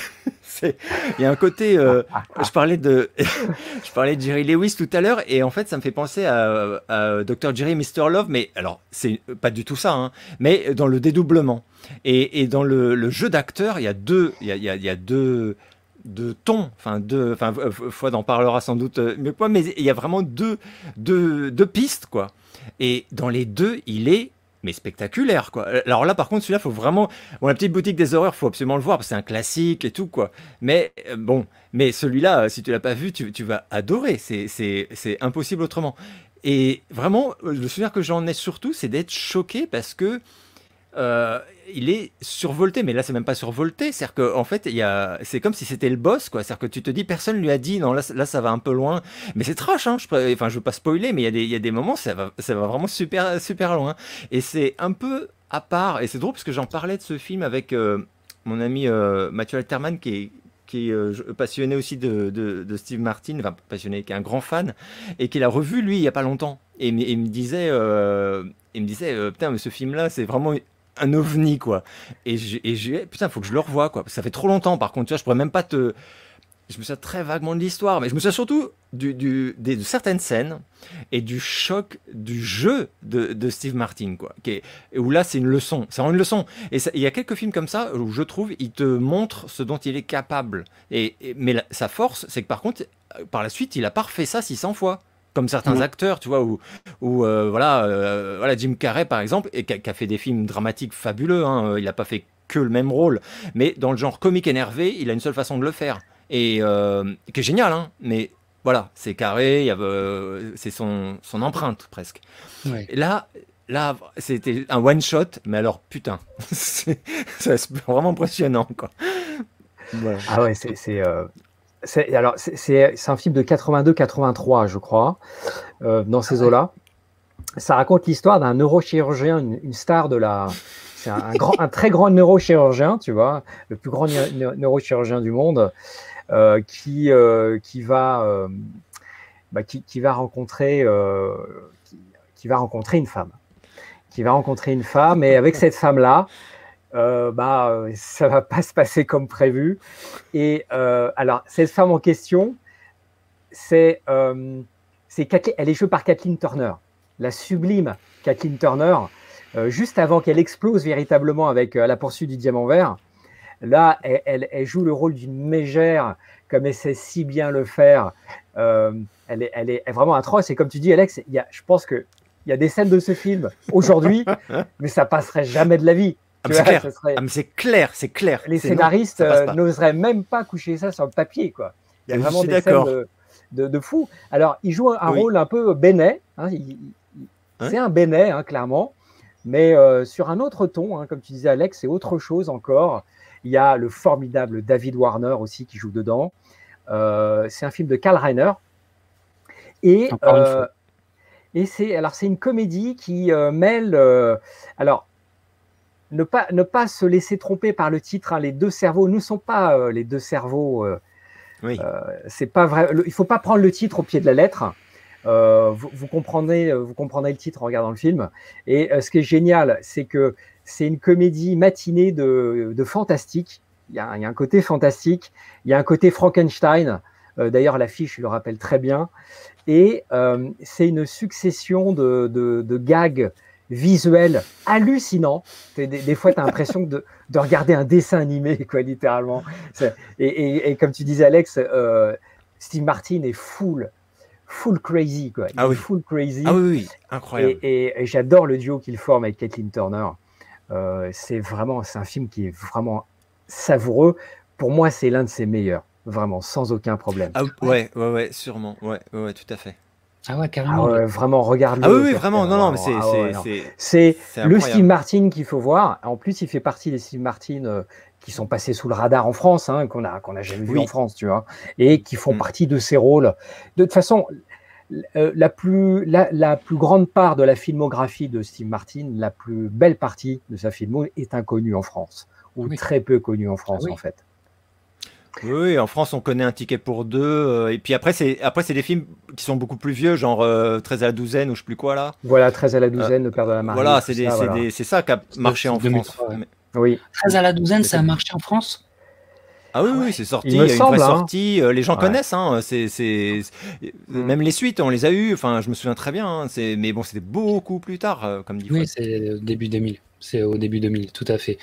il y a un côté euh, je parlais de je parlais de Jerry Lewis tout à l'heure et en fait ça me fait penser à, à docteur Jerry mister Love mais alors c'est pas du tout ça hein, mais dans le dédoublement et, et dans le, le jeu d'acteur il y a deux il y a, il y a, il y a deux de ton, enfin deux, enfin Fouad en parlera sans doute mais quoi, mais il y a vraiment deux, deux, deux pistes quoi. Et dans les deux, il est mais spectaculaire quoi. Alors là par contre celui-là faut vraiment bon, la petite boutique des horreurs faut absolument le voir parce que c'est un classique et tout quoi. Mais euh, bon, mais celui-là si tu l'as pas vu tu, tu vas adorer. C'est c'est c'est impossible autrement. Et vraiment le souvenir que j'en ai surtout c'est d'être choqué parce que Euh, il est survolté, mais là c'est même pas survolté, c'est-à-dire que en fait il y a, c'est comme si c'était le boss quoi, c'est-à-dire que tu te dis personne lui a dit non là, là ça va un peu loin, mais c'est trash hein, je, enfin je veux pas spoiler, mais il y a des il y a des moments ça va ça va vraiment super super loin et c'est un peu à part et c'est drôle parce que j'en parlais de ce film avec euh, mon ami euh, Mathieu Alterman qui est qui est euh, passionné aussi de, de, de Steve Martin, enfin passionné, qui est un grand fan et qui l'a revu lui il y a pas longtemps et, et il me disait euh, il me disait euh, putain mais ce film là c'est vraiment un ovni quoi et j'ai, et j'ai putain faut que je le revoie quoi ça fait trop longtemps par contre tu vois je pourrais même pas te je me souviens très vaguement de l'histoire mais je me souviens surtout du, du, des, de certaines scènes et du choc du jeu de, de Steve Martin quoi qui est, où là c'est une leçon c'est vraiment une leçon et il y a quelques films comme ça où je trouve il te montre ce dont il est capable et, et mais la, sa force c'est que par contre par la suite il a pas refait ça six cents fois comme certains mmh. acteurs, tu vois, ou ou euh, voilà, euh, voilà, Jim Carrey par exemple, et qui a, qui a fait des films dramatiques fabuleux. Hein, il n'a pas fait que le même rôle, mais dans le genre comique énervé, il a une seule façon de le faire, et euh, qui est génial. Hein, mais voilà, c'est carré, il y a, euh, c'est son son empreinte presque. Ouais. Et là, là, c'était un one shot, mais alors putain, c'est, c'est vraiment impressionnant, quoi. Voilà. Ah ouais, c'est c'est. Euh... C'est, alors, c'est, c'est, c'est un film de quatre-vingt-deux quatre-vingt-trois, je crois, euh, dans ces eaux-là. Ça raconte l'histoire d'un neurochirurgien, une, une star de la... C'est un, un, grand, un très grand neurochirurgien, tu vois, le plus grand ne- neurochirurgien du monde, euh, qui, euh, qui, va, euh, bah, qui, qui, va rencontrer, euh, qui, qui va rencontrer une femme. Qui va rencontrer une femme, et avec cette femme-là, Euh, bah, ça va pas se passer comme prévu. Et euh, alors, cette femme en question, c'est, euh, c'est Kathleen, elle est jouée par Kathleen Turner, la sublime Kathleen Turner, euh, juste avant qu'elle explose véritablement avec euh, La poursuite du diamant vert. Là, elle, elle, elle joue le rôle d'une mégère, comme elle sait si bien le faire. Euh, elle, est, elle est vraiment atroce. Et comme tu dis, Alex, il y a, je pense qu'il y a des scènes de ce film aujourd'hui, mais ça passerait jamais de la vie. Ah, mais, vois, c'est serait... ah, mais c'est clair, c'est clair. Les c'est scénaristes euh, n'oseraient même pas coucher ça sur le papier, quoi. Il y a vraiment des d'accord. scènes de, de, de fou. Alors, il joue un oui. rôle un peu bénet. Hein, il, Hein c'est un Bénet, hein, clairement, mais euh, sur un autre ton, hein, comme tu disais, Alex, c'est autre chose encore. Il y a le formidable David Warner aussi qui joue dedans. Euh, c'est un film de Karl Reiner. Et, Encore une euh, fois. et c'est, alors c'est une comédie qui euh, mêle. euh, alors, ne pas, ne pas se laisser tromper par le titre, hein, les deux cerveaux ne sont pas euh, les deux cerveaux. Euh, Oui. euh, c'est pas vrai. Le- il faut pas prendre le titre au pied de la lettre. Euh, vous, vous comprenez, vous comprendrez le titre en regardant le film. Et euh, ce qui est génial, c'est que c'est une comédie matinée de, de fantastique. Il y, a, il y a un côté fantastique, il y a un côté Frankenstein. Euh, D'ailleurs, l'affiche le rappelle très bien. Et euh, c'est une succession de, de, de gags visuels hallucinants. Des, des fois, tu as l'impression de, de regarder un dessin animé, quoi, littéralement. C'est- Et, et, et comme tu disais, Alex, euh, Steve Martin est full, full crazy, quoi. Il Ah est oui. full crazy. Ah oui, oui, Et, incroyable. et- et j'adore le duo qu'il forme avec Caitlin Turner. Euh, c'est vraiment, c'est un film qui est vraiment savoureux. Pour moi, c'est l'un de ses meilleurs, vraiment, sans aucun problème. Ah ouais, ouais, ouais, sûrement. Ouais, ouais, ouais, tout à fait. Ah ouais, Ah carrément. ouais, vraiment, regarde-le. Ah oui, oui, Pierre, vraiment. Non, non, mais c'est, vraiment. Ah ouais, c'est, non. c'est, C'est c'est le Steve incroyable. Martin qu'il faut voir. En plus, il fait partie des Steve Martin euh, qui sont passés sous le radar en France, hein, qu'on a, qu'on a jamais vu en Oui. France, tu vois, et qui font Mm. partie de ces rôles. De toute façon, euh, la plus, la, la plus grande part de la filmographie de Steve Martin, la plus belle partie de sa filmo est inconnue en France, ou Oui. très peu connue en France, Ah oui. en fait. Oui, oui, en France, on connaît Un ticket pour deux. euh, et puis après, c'est après c'est des films qui sont beaucoup plus vieux, genre euh, treize à la douzaine ou je sais plus quoi là. Voilà, treize à la Euh, douzaine, Le Père de la Mariée, voilà, tout c'est des, ça, c'est voilà. des, c'est ça qui a marché en deux mille France. trois, ouais. Mais- Oui. treize à la douzaine, C'est ça a ça. marché en France? Ah oui, Ah oui, ouais. c'est sorti. Il Il me y a une semble, vraie hein. sortie. euh, les gens Ouais. connaissent. Hein, c'est, c'est, c'est- Mm. Même les suites, on les a eues. Enfin, je me souviens très bien. Hein, c'est, mais bon, c'était beaucoup plus tard, euh, comme dit Oui, Fouad. c'est au début deux mille. C'est au début deux mille, tout à fait.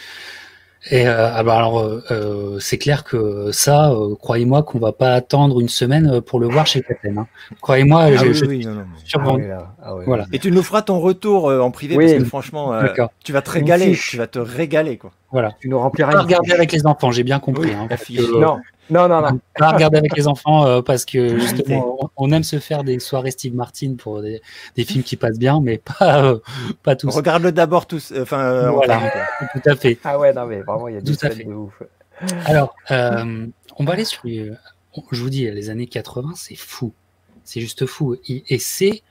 Et euh, ah bah alors, euh, euh, c'est clair que ça, euh, croyez-moi qu'on va pas attendre une semaine pour le voir chez Captain. Hein. Croyez-moi, Ah je, oui, je oui, suis non, non. mais- Ah survendu. oui, là. Ah oui, Voilà. vas-y. Et tu nous feras ton retour euh, en privé Oui. parce que franchement, euh, D'accord. tu vas te Une régaler. fiche. Tu vas te régaler, quoi. Voilà. Tu nous rempliras Pas une regarder fiche. avec les enfants, j'ai bien compris. Oui, Hein, la parce fiche. que, Non, non, non, non. pas regarder avec les enfants euh, parce que Éviter. justement, on, on aime se faire des soirées Steve Martin pour des, des films qui passent bien, mais pas, euh, pas tous. Regarde-le d'abord tous, euh, enfin euh, entre Voilà, amis, quoi. tout à fait. Ah ouais, non, mais vraiment, il y a des Tout à scènes fait. de ouf. Alors, euh, on va aller sur les. Je vous dis, les années quatre-vingts, c'est fou. C'est juste fou. Et, et c'est.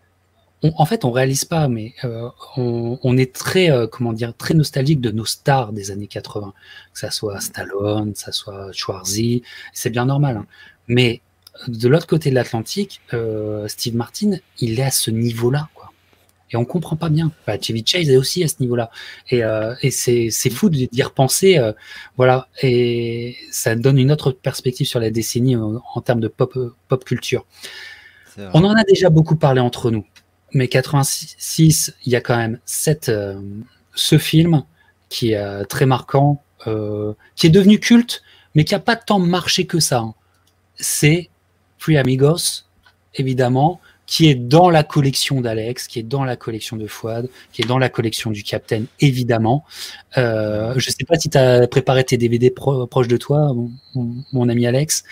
on- en fait, on réalise pas, mais euh, on, on est très, euh, comment dire, très nostalgique de nos stars des années quatre-vingts. Que ça soit Stallone, que ça soit Schwarzy, c'est bien normal. Hein. Mais de l'autre côté de l'Atlantique, euh, Steve Martin, il est à ce niveau-là, quoi. Et on comprend pas bien. Enfin, Chevy Chase est aussi à ce niveau-là. Et, euh, et c'est, c'est fou d'y d'y repenser. Euh, voilà. Et ça donne une autre perspective sur la décennie en, en termes de pop, pop culture. C'est vrai. On en a déjà beaucoup parlé entre nous. Mais quatre-vingt-six, il y a quand même cette, euh, ce film qui est euh, très marquant, euh, qui est devenu culte, mais qui n'a pas tant marché que ça. Hein. C'est Three Amigos, évidemment, qui est dans la collection d'Alex, qui est dans la collection de Fouad, qui est dans la collection du Captain, évidemment. Euh, je ne sais pas si tu as préparé tes D V D pro- proches de toi, mon, mon, mon ami Alex.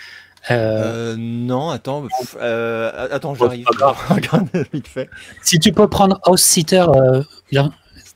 Euh, non, attends, pff, euh, attends, Bon, j'arrive. c'est pas grave. Je regarde vite fait. Si tu peux prendre House Sitter, euh, bien.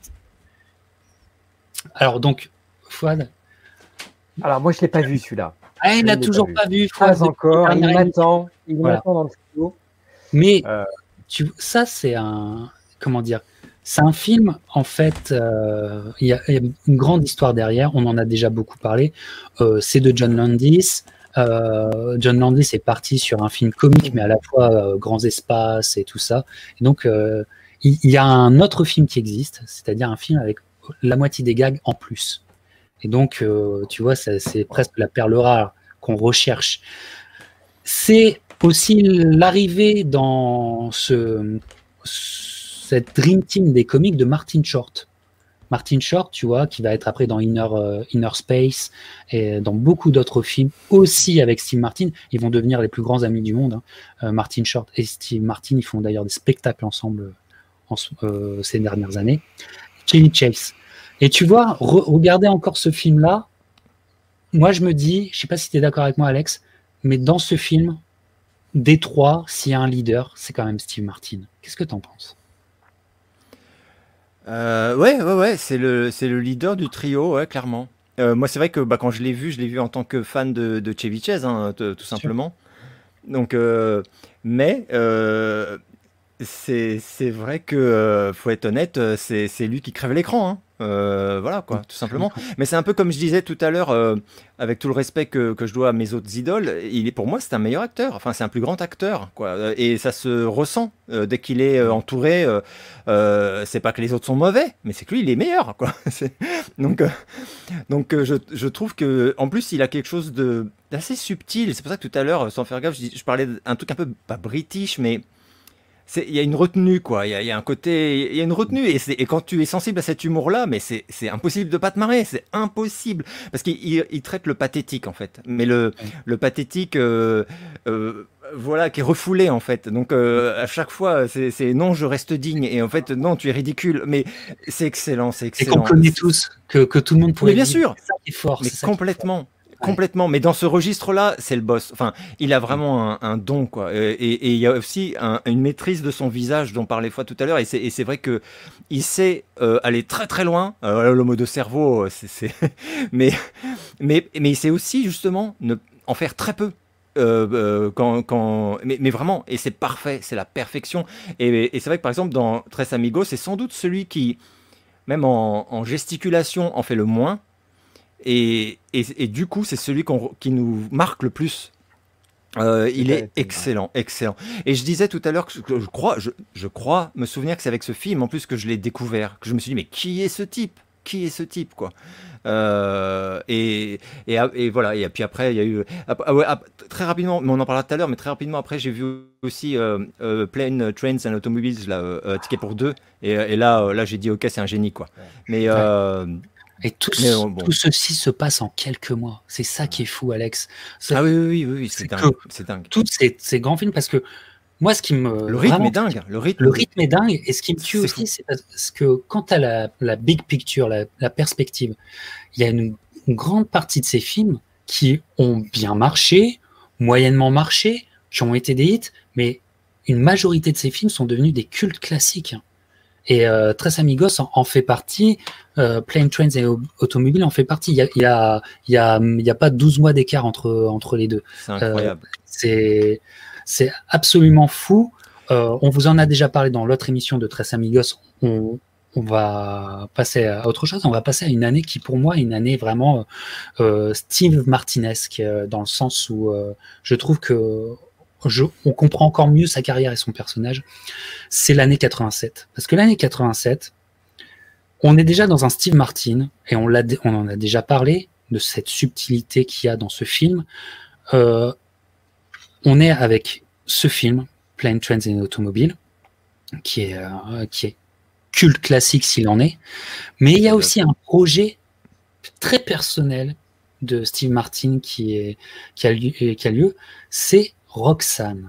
Alors donc, Fouad. Alors, moi, je ne l'ai pas vu, celui-là. Ah, il Je n'a ne l'ai toujours pas vu. pas vu. Fouad, Pas depuis encore. la Il dernière m'attend. Il Voilà. m'attend dans le studio. Mais Euh. tu, ça, c'est un. Comment dire? C'est un film, en fait, euh, il y a, il y a une grande histoire derrière. On en a déjà beaucoup parlé. Euh, c'est de John Landis. Euh, John Landis est parti sur un film comique, mais à la fois euh, grands espaces et tout ça. Et donc, euh, il, il y a un autre film qui existe, c'est-à-dire un film avec la moitié des gags en plus. Et donc, euh, tu vois, ça, c'est presque la perle rare qu'on recherche. C'est aussi l'arrivée dans ce, cette Dream Team des comics de Martin Short. Martin Short, tu vois, qui va être après dans Inner, euh, Inner Space et dans beaucoup d'autres films, aussi avec Steve Martin. Ils vont devenir les plus grands amis du monde. Hein. Euh, Martin Short et Steve Martin, ils font d'ailleurs des spectacles ensemble en, euh, ces dernières années. Chevy Chase. Et tu vois, re- regarder encore ce film-là, moi je me dis, je sais pas si tu es d'accord avec moi Alex, mais dans ce film, des trois, s'il y a un leader, c'est quand même Steve Martin. Qu'est-ce que tu en penses? Euh, ouais, ouais, ouais, c'est le, c'est le leader du trio, ouais, clairement. Euh, moi, c'est vrai que bah, quand je l'ai vu, je l'ai vu en tant que fan de, de Chevy Chase, hein, t- tout Sûr. simplement. Donc, euh, mais euh, c'est c'est vrai que euh, faut être honnête, euh, c'est c'est lui qui crève l'écran, hein. Euh, voilà quoi, tout simplement. Mais c'est un peu comme je disais tout à l'heure, euh, avec tout le respect que, que je dois à mes autres idoles, il est pour moi c'est un meilleur acteur. Enfin c'est un plus grand acteur quoi. Euh, Et ça se ressent euh, dès qu'il est euh, entouré. Euh, euh, c'est pas que les autres sont mauvais, mais c'est que lui il est meilleur quoi. C'est- Donc euh, donc euh, je, je trouve que en plus il a quelque chose de d'assez subtil. C'est pour ça que tout à l'heure, sans faire gaffe, je, dis- je parlais d'un truc un peu pas british, mais c'est, il y a une retenue, quoi. Il y a, il y a un côté, il y a une retenue. Et, c'est- et quand tu es sensible à cet humour-là, mais c'est, c'est impossible de pas te marrer. C'est impossible. Parce qu'il il- il traite le pathétique, en fait. Mais le, Ouais. le pathétique, euh, euh, voilà, qui est refoulé, en fait. Donc, euh, à chaque fois, c'est, c'est non, je reste digne. Et en fait, non, tu es ridicule. Mais c'est excellent, c'est Et qu'on excellent. connaît C'est- tous, que, que tout le monde Mais pourrait bien vivre. sûr, C'est ça qui est fort, mais c'est ça qui est fort. complètement. Ouais. Complètement, mais dans ce registre-là, c'est le boss. Enfin, il a vraiment un, un don, quoi. Et, et- et il y a aussi un- une maîtrise de son visage dont parlait fois tout à l'heure. Et c'est et c'est vrai que il sait euh, aller très très loin. Euh, voilà, le mot de cerveau, c'est, c'est- mais, mais, mais il sait aussi justement ne, en faire très peu. Euh, euh, quand, quand, mais, mais vraiment, et c'est parfait, c'est la perfection. Et, et c'est vrai que par exemple, dans Tres Amigos, c'est sans doute celui qui, même en, en gesticulation, en fait le moins. Et, et, et du coup, c'est celui qu'on- qui nous marque le plus. Euh, C'est il est terrible, ouais. excellent, excellent. Et je disais tout à l'heure que, je, que je crois, je, je crois me souvenir que c'est avec ce film en plus que je l'ai découvert, que je me suis dit mais qui est ce type? Qui est ce type quoi? Euh, et, et, et voilà. Et puis après, il y a eu ah, ah ouais, ah, très rapidement, mais on en parlera tout à l'heure, mais très rapidement après, j'ai vu aussi euh, euh, Plane, Trains and Automobiles, là, euh, euh, Ticket pour deux. Et, et là, euh, là, j'ai dit ok, c'est un génie quoi. Ouais. Mais Ouais. euh, Et tout, mais ce- euh, bon. tout ceci se passe en quelques mois. C'est ça qui est fou, Alex. C'est Ah oui, oui, oui, oui, oui, c'est c'est dingue, que c'est dingue. tous ces, ces grands films, parce que moi, ce qui me Le rythme vraiment, est dingue, le le rythme, rythme est dingue, et ce qui me tue c'est aussi, fou. c'est parce que quand tu as la, la big picture, la, la perspective, il y a une, une grande partie de ces films qui ont bien marché, moyennement marché, qui ont été des hits, mais une majorité de ces films sont devenus des cultes classiques. Et euh, Tres Amigos en, en fait partie, euh, Plane, Trains et Au- Automobiles en fait partie. Il y a, il y a, il y a, il y a pas douze mois d'écart entre, entre les deux. C'est Euh, incroyable. c'est, c'est absolument fou. Euh, on vous en a déjà parlé dans l'autre émission de Tres Amigos. On, on va passer à autre chose. On va passer à une année qui, pour moi, est une année vraiment euh, Steve Martinesque, euh, dans le sens où euh, je trouve que je, on comprend encore mieux sa carrière et son personnage. C'est l'année quatre-vingt-sept. Parce que l'année quatre-vingt-sept, on est déjà dans un Steve Martin, et on, l'a, on en a déjà parlé, de cette subtilité qu'il y a dans ce film. Euh, on est avec ce film, Plane, Trains and Automobiles, qui est, euh, qui est culte classique s'il en est, mais il y a aussi un projet très personnel de Steve Martin qui, est, qui, a, lieu, qui a lieu, c'est Roxanne.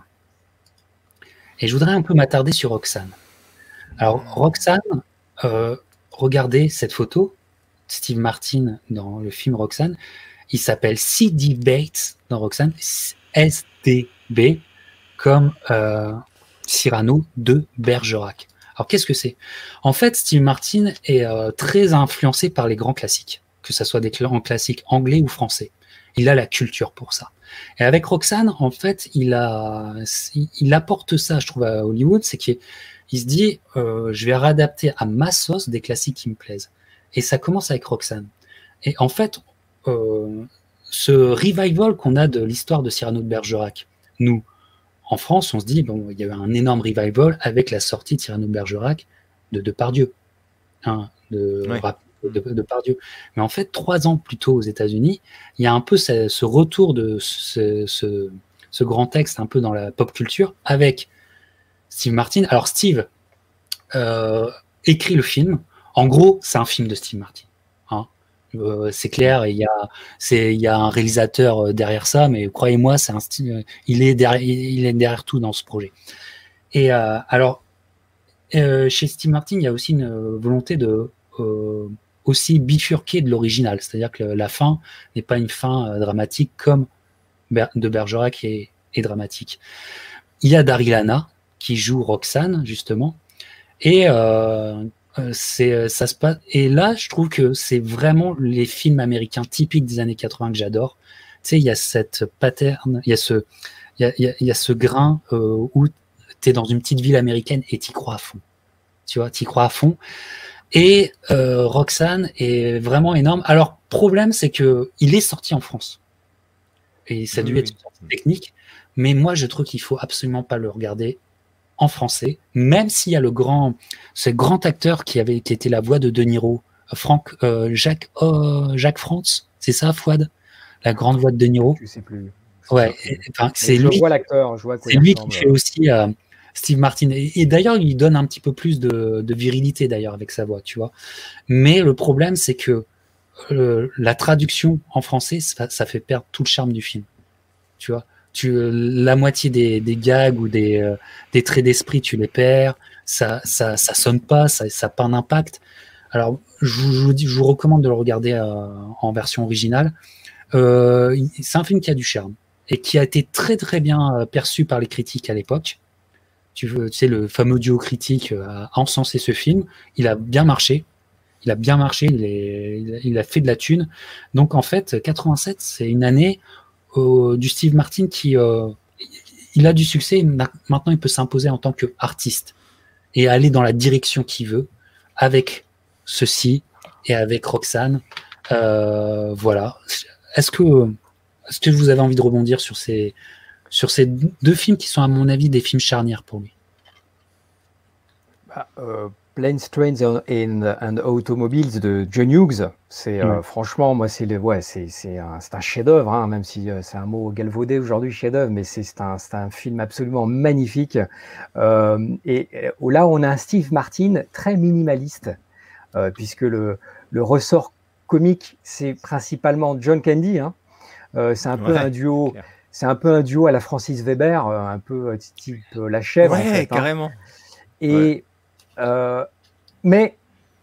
Et je voudrais un peu m'attarder sur Roxanne. Alors, Roxanne, euh, regardez cette photo, Steve Martin dans le film Roxanne, il s'appelle C D Bates dans Roxanne, S D B, comme euh, Cyrano de Bergerac. Alors, qu'est-ce que c'est? En fait, Steve Martin est euh, très influencé par les grands classiques, que ce soit des grands classiques anglais ou français. Il a la culture pour ça. Et avec Roxanne, en fait, il, a, il apporte ça, je trouve, à Hollywood, c'est qu'il il se dit, euh, je vais réadapter à ma sauce des classiques qui me plaisent. Et ça commence avec Roxanne. Et en fait, euh, ce revival qu'on a de l'histoire de Cyrano de Bergerac, nous, en France, on se dit, bon, il y a eu un énorme revival avec la sortie de Cyrano de Bergerac de Depardieu, hein, de, Ouais. de, de Depardieu. Mais en fait, trois ans plus tôt aux États-Unis, il y a un peu ce, ce retour de ce, ce, ce grand texte un peu dans la pop culture avec Steve Martin. Alors Steve euh, écrit le film. En gros, c'est un film de Steve Martin. Hein. Euh, c'est clair, il y a, c'est, il y a un réalisateur derrière ça, mais croyez-moi, c'est un style, il est derrière, il est derrière tout dans ce projet. Et euh, alors, euh, chez Steve Martin, il y a aussi une volonté de euh, aussi bifurquer de l'original, c'est-à-dire que la fin n'est pas une fin euh, dramatique comme de Bergerac est, est dramatique. Il y a Daryl Hannah qui joue Roxanne, justement. Et euh, Euh, c'est, euh, ça se passe. Et là, je trouve que c'est vraiment les films américains typiques des années quatre-vingts que j'adore. Tu sais, il y a cette pattern, il y a ce, il y a, il y a, il y a ce grain euh, où tu es dans une petite ville américaine et tu crois à fond. Tu vois, tu crois à fond. Et euh, Roxane est vraiment énorme. Alors, problème, c'est que il est sorti en France. Et ça a dû Oui, être oui. une sortie technique. Mais moi, je trouve qu'il faut absolument pas le regarder en français, même s'il y a le grand, ce grand acteur qui avait, qui était la voix de De Niro, Franck, euh, Jacques, oh, Jacques Frantz, c'est ça, Fouad, la grande voix de De Niro. Je sais plus. Je Ouais, sais plus. enfin, Mais c'est je lui, vois l'acteur, je vois à quoi c'est il lui qui ressemble. fait aussi euh, Steve Martin. Et, et d'ailleurs, il donne un petit peu plus de, de virilité d'ailleurs avec sa voix, tu vois. Mais le problème, c'est que euh, la traduction en français, ça, ça fait perdre tout le charme du film, tu vois. Tu, la moitié des, des gags ou des, euh, des traits d'esprit, tu les perds. Ça, ça, ça sonne pas, ça n'a pas d'impact. Alors, je vous, je vous dis, je vous recommande de le regarder euh, en version originale. Euh, c'est un film qui a du charme et qui a été très très bien euh, perçu par les critiques à l'époque. Tu, veux, tu sais, le fameux duo critique euh, a encensé ce film. Il a bien marché. Il a bien marché. Il, est, il a fait de la thune. Donc en fait, quatre-vingt-sept, c'est une année euh, du Steve Martin qui euh, il a du succès. Maintenant, il peut s'imposer en tant qu'artiste et aller dans la direction qu'il veut avec ceci et avec Roxane. Euh, voilà. Est-ce que, est-ce que vous avez envie de rebondir sur ces, sur ces deux films qui sont, à mon avis, des films charnières pour lui? Bah, euh, Planes, Trains and, and Automobiles de John Hughes, c'est euh, Ouais. franchement, moi, c'est le, ouais, c'est, c'est un, c'est un chef-d'œuvre, hein, même si euh, c'est un mot galvaudé aujourd'hui, chef-d'œuvre, mais c'est, c'est un, c'est un film absolument magnifique. Euh, et, et là, on a un Steve Martin très minimaliste, euh, puisque le, le ressort comique, c'est principalement John Candy. Hein. Euh, c'est un peu Ouais, un duo. clair. C'est un peu un duo à la Francis Weber, euh, un peu euh, type euh, La Chèvre, Ouais, en fait. Hein. carrément. Et, Ouais. euh, mais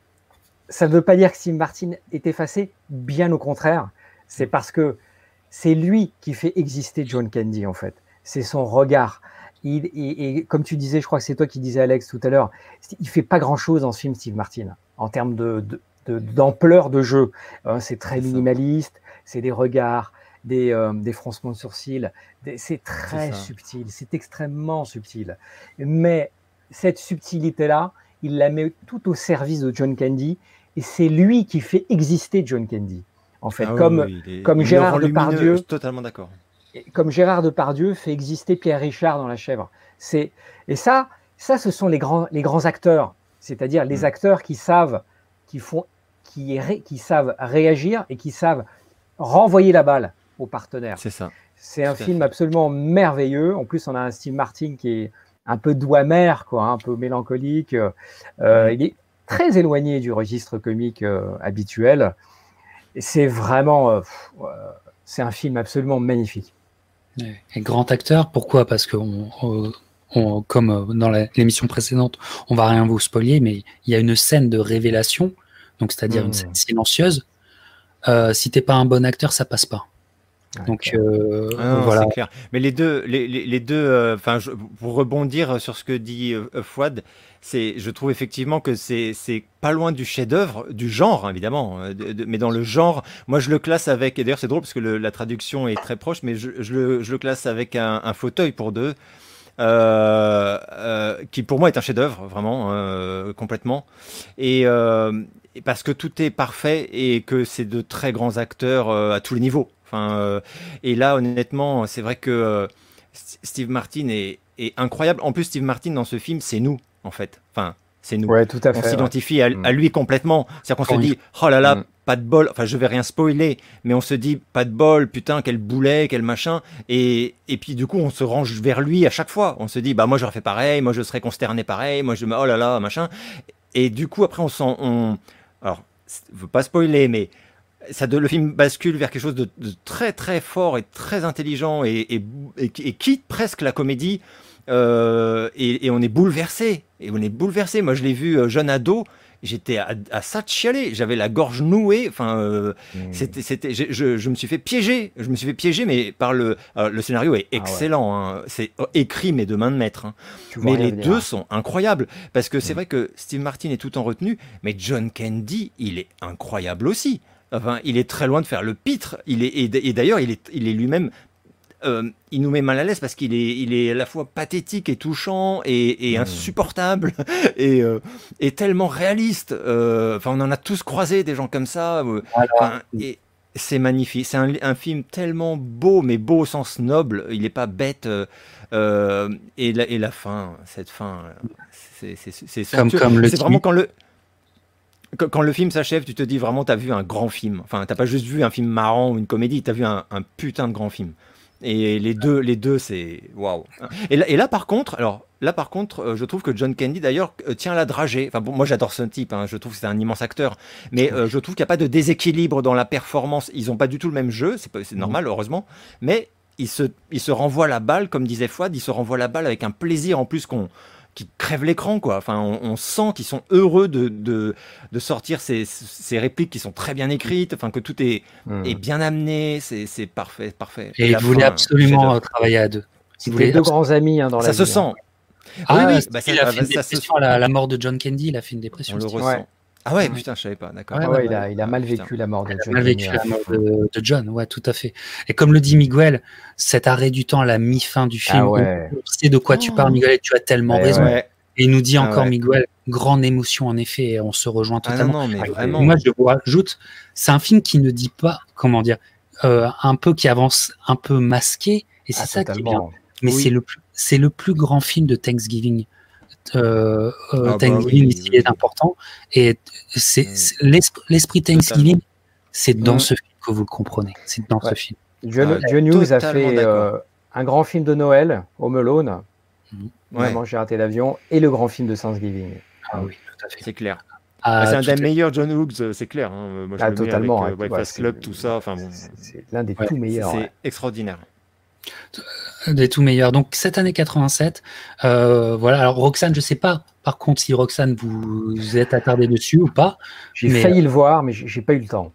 ça ne veut pas dire que Steve Martin est effacé, bien au contraire. C'est parce que c'est lui qui fait exister John Candy, en fait. C'est son regard. Il, et, et comme tu disais, je crois que c'est toi qui disais, Alex, tout à l'heure, il fait pas grand-chose dans ce film, Steve Martin, en termes de, de, de, d'ampleur de jeu. Hein, c'est très C'est ça. minimaliste, c'est des regards, des, euh, des froncements de sourcils. Des, c'est C'est très ça. subtil, c'est extrêmement subtil. Mais cette subtilité-là, il la met tout au service de John Candy, et c'est lui qui fait exister John Candy. En fait, Ah oui, comme, oui, il est- comme il le Gérard rend lumineux, je Depardieu, suis totalement d'accord. comme Gérard Depardieu fait exister Pierre Richard dans La Chèvre. C'est, et ça, ça, ce sont les grands, les grands acteurs, c'est-à-dire les Mm. acteurs qui savent, qui font, qui, ré- qui savent réagir et qui savent renvoyer la balle aux partenaires. C'est ça. C'est un Tout à film fait. absolument merveilleux. En plus, on a un Steve Martin qui est un peu doux amer, quoi, hein, un peu mélancolique. Euh, Mm. Il est très éloigné du registre comique euh, habituel. Et c'est vraiment, euh, pff, euh, c'est un film absolument magnifique. Et grand acteur, pourquoi? Parce que, on, on- on- comme euh, dans la- l'émission précédente, on va rien vous spoiler, mais il y a une scène de révélation, donc c'est-à-dire une Mmh. scène silencieuse. Euh, si t'es pas un bon acteur, ça passe pas. Ouais, Donc clair. euh, Ah non, voilà. c'est clair. Mais les deux, les, les, les deux, euh, enfin, je- pour rebondir sur ce que dit euh, euh, Fouad, c'est, je trouve effectivement que c'est, c'est pas loin du chef-d'œuvre, du genre évidemment, euh, de- de- mais dans le genre, moi je le classe avec, et d'ailleurs c'est drôle parce que le- la traduction est très proche, mais je, je le, je le classe avec un, un fauteuil pour deux, euh, euh, qui pour moi est un chef-d'œuvre vraiment euh, complètement, et, euh, et parce que tout est parfait et que c'est de très grands acteurs euh, à tous les niveaux. Enfin, euh, et là, honnêtement, c'est vrai que euh, S- Steve Martin est, est incroyable. En plus, Steve Martin dans ce film, c'est nous, en fait. Enfin, c'est nous. Ouais, tout à On fait. Ouais. s'identifie à, Mm. à lui complètement. C'est-à-dire qu'on se Encore une dit, oh là là, Mm. pas de bol. Enfin, je vais rien spoiler, mais on se dit, pas de bol, putain, quel boulet, quel machin. Et, et puis, du coup, on se range vers lui à chaque fois. On se dit, bah, moi, j'aurais fait pareil, moi, je serais consterné pareil, moi, je me, oh là là, machin. Et du coup, après, on s'en. On... Alors, je veux pas spoiler, mais ça de, le film bascule vers quelque chose de, de très très fort et très intelligent et, et, et, et quitte presque la comédie euh, et, et on est bouleversé et on est bouleversé. Moi je l'ai vu euh, jeune ado j'étais à, à ça de chialer. J'avais la gorge nouée. Enfin, euh, Mmh. c'était, c'était, je, je, je me suis fait piéger. Je me suis fait piéger, mais par le, euh, le scénario est Ah ouais. excellent. Hein. C'est écrit, mais de main de maître. Hein. Tu vois Mais rien les venir, deux hein. sont incroyables. Parce que c'est Mmh. vrai que Steve Martin est tout en retenue, mais John Candy, il est incroyable aussi. Enfin, il est très loin de faire le pitre. Il est, et, d- et d'ailleurs, il est, il est lui-même. euh, il nous met mal à l'aise parce qu'il est, il est à la fois pathétique et touchant et, et Mmh. insupportable et, euh, et tellement réaliste. Euh, Enfin, on en a tous croisé des gens comme ça. euh, Alors, Enfin, et c'est magnifique. C'est un, un film tellement beau, mais beau au sens noble. Il n'est pas bête. euh, euh, et, la, et la fin, cette fin, euh, c'est c'est- c'est comme, somptueux. comme le C'est vraiment dit. quand le, quand, quand le film s'achève, tu te dis vraiment, t'as vu un grand film. Enfin, t'as pas juste vu un film marrant ou une comédie, t'as vu un, un putain de grand film. Et les deux, les deux, c'est waouh. Et là, et là, par contre, alors là, par contre, euh, je trouve que John Candy, d'ailleurs, euh, tient la dragée. Enfin, bon, moi, j'adore ce type. Hein, je trouve que c'est un immense acteur. Mais euh, je trouve qu'il n'y a pas de déséquilibre dans la performance. Ils n'ont pas du tout le même jeu. C'est pas- c'est normal, heureusement. Mais ils se, ils se renvoient la balle, comme disait Fouad. Ils se renvoient la balle avec un plaisir en plus qu'on qui crève l'écran, quoi. Enfin, on, on sent qu'ils sont heureux de, de, de sortir ces, ces répliques qui sont très bien écrites, enfin, que tout est, est Mmh. bien amené, c'est c'est parfait, parfait. Et la il voulait fin, absolument chef-d'œuvre. euh, travailler à deux. Il C'était voulait deux absolument. grands amis hein, dans la Ça se vie. hein. sent. Ah, Oui, oui, bah, ça, il a ah, fait bah, une ça se dépression à la, la mort de John Candy. Il a fait une on dépression. le Steve. ressent. Ouais. Ah ouais, Ouais. putain, je savais pas, d'accord. Ouais, Ah ouais, ouais, il ouais. a, il a Ah, mal putain. vécu la mort de Il a John mal Candy. vécu ouais. la mort de, de John, ouais, tout à fait. Et comme le dit Miguel, cet arrêt du temps à la mi-fin du film, Ah on, ouais. on sait de quoi tu parles, Oh. Miguel, et tu as tellement Ouais, raison. ouais. Ouais. Et il nous dit Ah encore, ouais. Miguel, grande émotion en effet, et on se rejoint Ah non, totalement. non, mais Ah, il Et vraiment. moi, je vous rajoute, c'est un film qui ne dit pas, comment dire, euh, un peu qui avance un peu masqué, et c'est Ah, ça qui est bien. totalement. Mais Oui. c'est le plus, c'est le plus grand film de Thanksgiving. Euh, euh, Ah bah Thanksgiving oui, ici oui, est oui. important, et c'est Mm. c'est- l'esprit l'esprit Thanksgiving, Totalement. c'est dans Mm. ce film que vous le comprenez. C'est dans Ouais. ce film. John, Ah, John Hughes a totalement fait d'accord. euh, un grand film de Noël, Home Alone, Mhm. Ouais, Maman, j'ai raté l'avion, et le grand film de Thanksgiving. Ah Mm. oui, tout à fait. c'est clair. Ah, Bah, c'est un tout des à fait. meilleurs John Hughes, euh, c'est clair. Hein. Moi, je Ah, le mets avec totalement. euh, hein. Ouais, Breakfast c'est Club, tout ça. Enfin bon, c'est- c'est l'un des Ouais. tout c'est meilleurs. c'est ouais. extraordinaire. Des tout meilleurs. Donc cette année quatre-vingt-sept, euh, voilà. Alors Roxane, je sais pas. Par contre, si Roxane vous, vous êtes attardé dessus ou pas. J'ai Mais, failli le voir, mais j'ai j'ai pas eu le temps.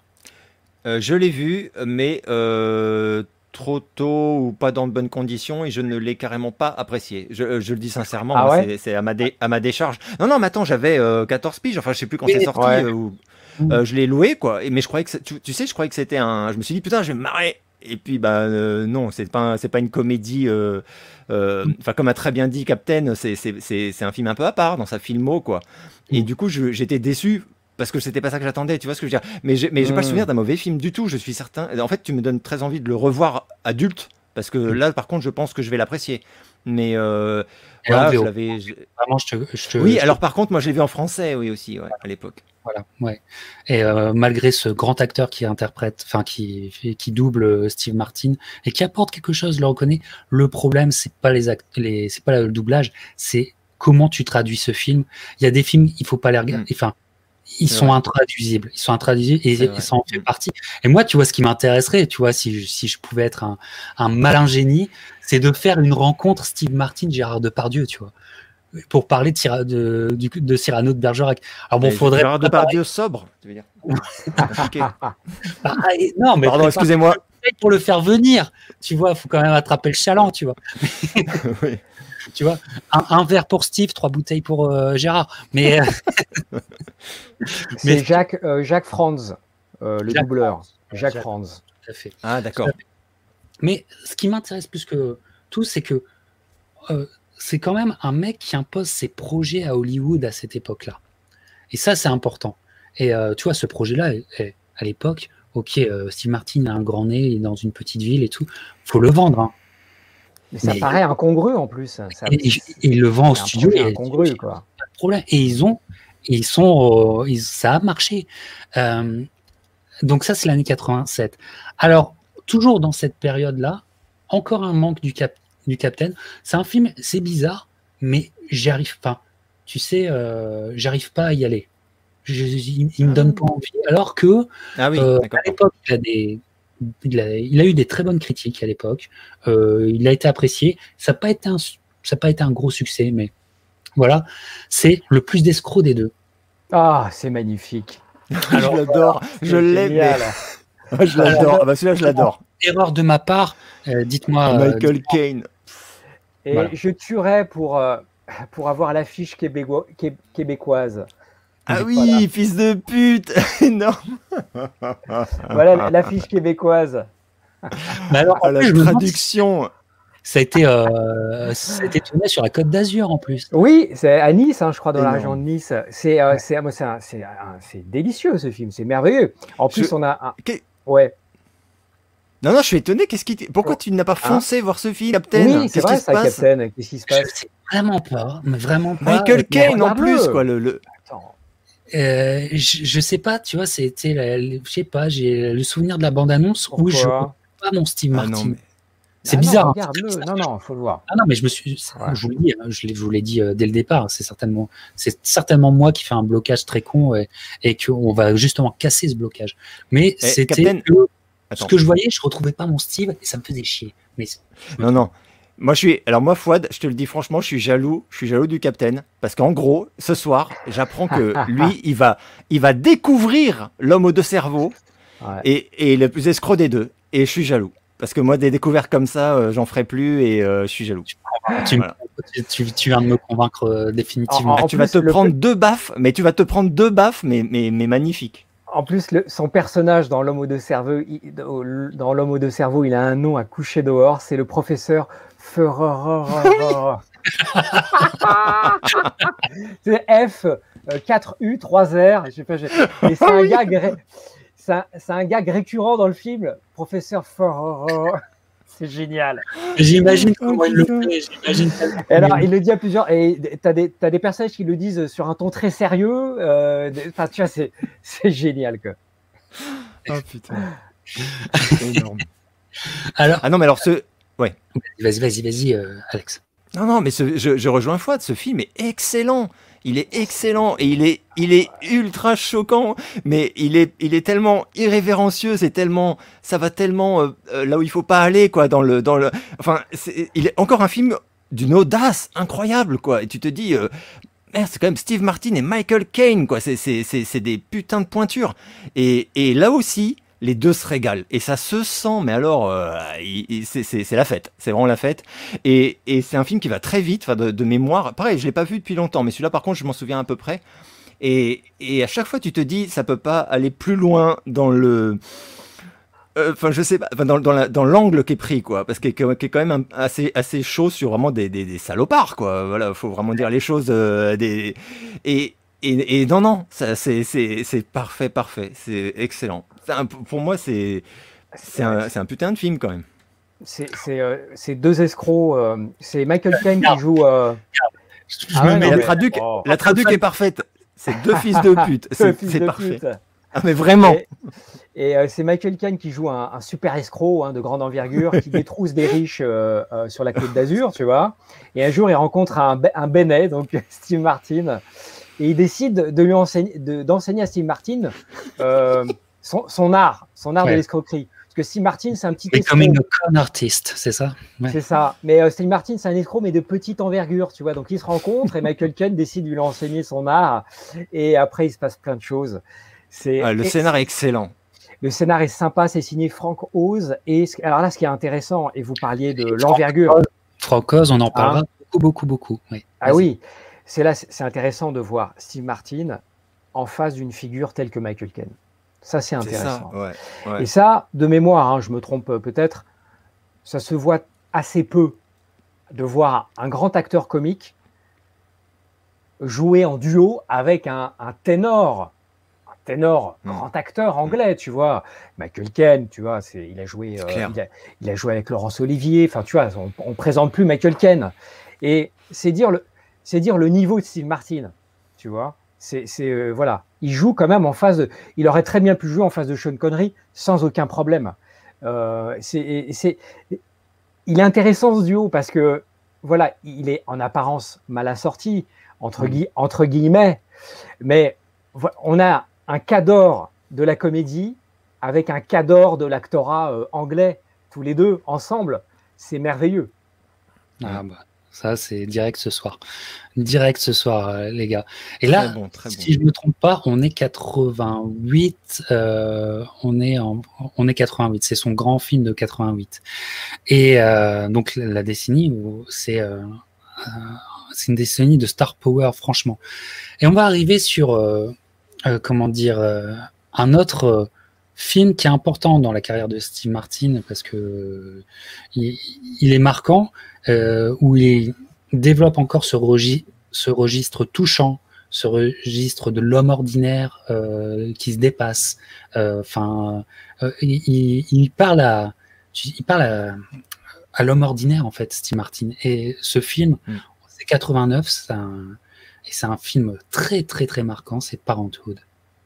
Euh, je l'ai vu, mais euh, trop tôt ou pas dans de bonnes conditions, et je ne l'ai carrément pas apprécié. Je, euh, je le dis sincèrement, Ah moi, ouais c'est c'est à ma, dé- à ma décharge. Non, non, mais attends, j'avais euh, quatorze piges, enfin, je sais plus quand Oui, c'est sorti. ouais. euh, ou- Mm. euh, je l'ai loué, quoi. Et, mais je croyais que, c'est- tu, tu sais, je croyais que c'était un. Je me suis dit, putain, je vais me marrer. Et puis, bah, euh, non, c'est pas, un- c'est pas une comédie. euh, euh, Enfin, comme a très bien dit Captain, c'est c'est- c'est- c'est un film un peu à part dans sa filmo, quoi. Et Mm. du coup, je- j'étais déçu. Parce que c'était pas ça que j'attendais, tu vois ce que je veux dire. Mais j'ai mais j'ai pas le Mm. souvenir d'un mauvais film du tout, je suis certain. En fait, tu me donnes très envie de le revoir adulte, parce que Mm. là, par contre, je pense que je vais l'apprécier. Mais euh, Et en voilà, je V O. l'avais. je- Vraiment, je te, je te- Oui, je te- alors par contre, moi, je l'ai vu en français, oui aussi, ouais, à l'époque. Voilà, ouais. Et euh, malgré ce grand acteur qui interprète, enfin qui qui double euh, Steve Martin et qui apporte quelque chose, je le reconnais. Le problème, c'est pas les act les, c'est pas le doublage, c'est comment tu traduis ce film. Il y a des films, il faut pas les regarder. Mm. Enfin, ils C'est sont vrai. intraduisibles, ils sont intraduisibles et, C'est et vrai. ça en fait Mm. partie. Et moi, tu vois, ce qui m'intéresserait, tu vois, si je, si je pouvais être un, un malin génie, c'est de faire une rencontre Steve Martin, Gérard Depardieu, tu vois, pour parler de, Cyra- de, du- de Cyrano de Bergerac. Alors bon, Mais faudrait Gérard préparer- Depardieu sobre, tu veux dire. C'est compliqué. Ah, et- non, mais Pardon, prépare- excusez-moi. pour le faire venir, tu vois, faut quand même attraper le chaland, tu vois. Oui. Tu vois, un, un verre pour Steve, trois bouteilles pour euh, Gérard. Mais euh, C'est Mais- Jacques, euh, Jacques Franz, euh, le Jacques doubleur. Franz. Jacques Jacques- Franz. tout à fait. Ah, d'accord. Mais ce qui m'intéresse plus que tout, c'est que euh, c'est quand même un mec qui impose ses projets à Hollywood à cette époque-là. Et ça, c'est important. Et euh, tu vois, ce projet-là, eh, eh, à l'époque, ok, euh, Steve Martin a un grand nez, il est dans une petite ville et tout, faut le vendre. Hein. Mais ça Mais- paraît incongru en plus. Ça, Et, et- et il le vend au c'est un studio. projet Et, incongru, quoi. pas de problème. Et ils ont, et ils sont, euh, ils- ça a marché. Euh, donc ça, c'est l'année quatre-vingt-sept. Alors, toujours dans cette période-là, encore un manque du, cap, du Captain. C'est un film, c'est bizarre, mais j'y arrive pas. Tu sais, euh, j'arrive pas à y aller. Je, je- il, il me donne pas envie. Alors que Ah oui, euh, d'accord. à l'époque, il a des il a, il a eu des très bonnes critiques à l'époque. Euh, il a été apprécié. Ça n'a pas été un, ça a pas été un gros succès, mais voilà, c'est le plus d'escrocs des deux. Ah, c'est magnifique. Alors, je l'adore, je l'aime. Mais... je l'adore. Ah bah celui-là, je l'adore. Erreur de ma part, euh, dites-moi. Michael euh, dites Caine. Et Voilà. je tuerais pour, euh, pour avoir l'affiche québécois, québécoise. Ah oui, voilà. Fils de pute. Non. Voilà l'affiche québécoise. Mais alors, à la plus, traduction. Ça a été, euh, ça a été tourné sur la Côte d'Azur en plus. Oui, c'est à Nice, hein, je crois, dans Énorme. la région de Nice. C'est euh, ouais. délicieux ce film, c'est merveilleux. En plus, je... on a un... Qu ouais. Non, non, je suis étonné. Qu'est-ce qui Pourquoi oh. tu n'as pas foncé hein voir ce film, Captain? Oui, c'est vrai, ça, Captain. Qu'est-ce qui se passe? Je sais vraiment pas, mais vraiment pas. Michael Caine en plus, quoi. Le, le... Attends. Euh, je, je sais pas, tu vois, c'était, je sais pas, j'ai le souvenir de la bande-annonce où je vois pas mon Steve Martin. Ah non, mais... C'est ah bizarre. Non, regarde-le. Non, non, faut le voir. Ah non, mais je me suis, ouais. je vous le dis, je, je vous l'ai dit euh, dès le départ. C'est certainement, c'est certainement moi qui fais un blocage très con et, et qu'on va justement casser ce blocage. Mais eh, c'était Captain... que Attends. Ce que je voyais, je retrouvais pas mon Steve et ça me faisait chier. Mais non, non. Moi, je suis. Alors moi, Fouad, je te le dis franchement, je suis jaloux. Je suis jaloux du Captain parce qu'en gros, ce soir, j'apprends que lui, il va, il va découvrir l'homme aux deux cerveaux ouais. et, et le plus escroc des deux. Et je suis jaloux. Parce que moi, des découvertes comme ça, euh, j'en ferai plus et euh, je suis jaloux. Tu, voilà. tu, tu, tu viens de me convaincre euh, définitivement. En, en tu vas te prendre fait... deux baffes, mais tu vas te prendre deux baffes, mais, mais, mais magnifiques. En plus, le, son personnage dans L'Homme aux deux cerveaux, il, dans L'Homme aux deux cerveaux, il a un nom à coucher dehors. C'est le professeur Ferrara. C'est F, quatre U, trois R. Je sais pas, je... Et c'est un gars. C'est un gag récurrent dans le film, professeur Ferrara. C'est génial. J'imagine comment il le fait. J'imagine. Et alors, il le dit à plusieurs. Et t'as des, t'as des personnages qui le disent sur un ton très sérieux. Euh, enfin, tu vois, c'est, c'est génial, quoi. Oh putain. C'est énorme. Alors. Ah non, mais alors ce. Ouais. Vas-y, vas-y, vas-y, euh, Alex. Non, non, mais ce, je, je rejoins Fouad. Ce film est excellent. Il est excellent et il est, il est ultra choquant, mais il est, il est tellement irrévérencieux, c'est tellement, ça va tellement euh, là où il faut pas aller, quoi, dans le, dans le, enfin, c'est, il est encore un film d'une audace incroyable, quoi. Et tu te dis, euh, merde, c'est quand même Steve Martin et Michael Caine, quoi. C'est, c'est, c'est, c'est des putains de pointures. Et, et là aussi, les deux se régalent et ça se sent, mais alors euh, il, c'est, c'est, c'est la fête, c'est vraiment la fête. Et, et c'est un film qui va très vite, enfin de, de mémoire. Pareil, je l'ai pas vu depuis longtemps, mais celui-là par contre, je m'en souviens à peu près. Et, et à chaque fois, tu te dis, ça peut pas aller plus loin dans le, enfin euh, je sais pas, enfin, dans, dans, la, dans l'angle qui est pris, quoi, parce qu'il est, est quand même un, assez, assez chaud sur vraiment des, des, des salopards, quoi. Voilà, faut vraiment dire les choses. Euh, des et Et, et non, non, ça, c'est, c'est, c'est parfait, parfait. C'est excellent. C'est un, pour moi, c'est, c'est, un, c'est un putain de film quand même. C'est, c'est, euh, c'est deux escrocs. Euh, c'est Michael Caine qui joue. Euh... Ah ouais, mais la traduc, oh. la traduc est parfaite. C'est deux fils de pute. C'est, c'est parfait. Pute. Ah, mais vraiment. Et, et euh, c'est Michael Caine qui joue un, un super escroc hein, de grande envergure qui détrousse des riches euh, euh, sur la Côte d'Azur, tu vois. Et un jour, il rencontre un, un Benet, donc Steve Martin. Et il décide de lui enseigner, de, d'enseigner à Steve Martin euh, son, son art, son art ouais. de l'escroquerie. Parce que Steve Martin, c'est un petit escroc. Becoming a con artist, c'est ça ouais. C'est ça. Mais euh, Steve Martin, c'est un escroc, mais de petite envergure, tu vois. Donc, ils se rencontrent et Michael Caine décide de lui enseigner son art. Et après, il se passe plein de choses. C'est ah, le ex- scénar est excellent. Le scénar est sympa, c'est signé Frank Oz. Et alors là, ce qui est intéressant, et vous parliez de et l'envergure. Frank Oz, on en parlera hein beaucoup, beaucoup, beaucoup. Oui. Ah oui. C'est là, c'est intéressant de voir Steve Martin en face d'une figure telle que Michael Caine. Ça, c'est intéressant. C'est ça, ouais, ouais. Et ça, de mémoire, hein, je me trompe peut-être, ça se voit assez peu de voir un grand acteur comique jouer en duo avec un, un ténor, un ténor mmh. grand acteur anglais, tu vois. Michael Caine, tu vois, c'est, il a joué, euh, il, a, il a joué avec Laurence Olivier. Enfin, tu vois, on ne présente plus Michael Caine. Et c'est dire le C'est dire le niveau de Steve Martin, tu vois. C'est, c'est euh, voilà, il joue quand même en face de. Il aurait très bien pu jouer en face de Sean Connery sans aucun problème. Euh, c'est, c'est, il est intéressant ce duo parce que voilà, il est en apparence mal assorti entre, gui- entre guillemets, mais on a un cador de la comédie avec un cador de l'actorat euh, anglais, tous les deux ensemble, c'est merveilleux. Ah bah. Ça, c'est direct ce soir. Direct ce soir, euh, les gars. Et là, Très bon, très si bon. je ne me trompe pas, on est quatre-vingt-huit. euh, on, est en, on est quatre-vingt-huit. C'est son grand film de quatre-vingt-huit. Et euh, donc, la décennie, où c'est euh, euh, c'est une décennie de star power, franchement. Et on va arriver sur, euh, euh, comment dire, euh, un autre euh, film qui est important dans la carrière de Steve Martin, parce que euh, il, il est marquant, euh, où il développe encore ce, regi- ce registre touchant, ce registre de l'homme ordinaire euh, qui se dépasse. Enfin, euh, euh, il, il- il parle à, il parle à, à l'homme ordinaire, en fait, Steve Martin. Et ce film, Mm. c'est quatre-vingt-neuf, c'est un, et c'est un film très, très, très marquant, c'est Parenthood.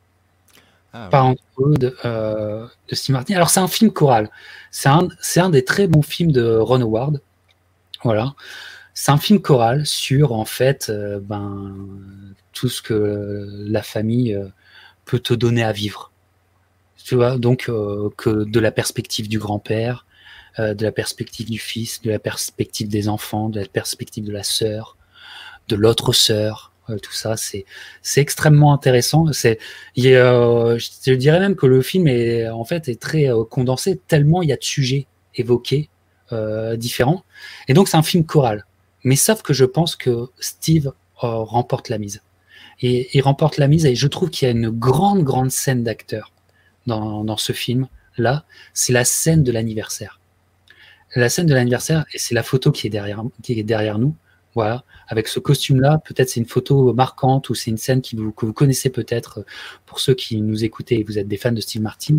Ah, oui. Parenthood euh, de Steve Martin. Alors, c'est un film choral. C'est un, c'est un des très bons films de Ron Howard. Voilà. C'est un film choral sur, en fait, euh, ben, tout ce que la famille euh, peut te donner à vivre. Tu vois, donc, euh, que de la perspective du grand-père, euh, de la perspective du fils, de la perspective des enfants, de la perspective de la sœur, de l'autre sœur, euh, tout ça, c'est c'est extrêmement intéressant. C'est, il y a, euh, je te dirais même que le film est en fait est très euh, condensé tellement il y a de sujets évoqués euh, différents. Et donc c'est un film choral. Mais sauf que je pense que Steve euh, remporte la mise. Et il remporte la mise et je trouve qu'il y a une grande grande scène d'acteur dans dans ce film là. C'est la scène de l'anniversaire. La scène de l'anniversaire, et c'est la photo qui est derrière, qui est derrière nous, voilà, avec ce costume-là, peut-être c'est une photo marquante ou c'est une scène qui vous, que vous connaissez peut-être pour ceux qui nous écoutez et vous êtes des fans de Steve Martin.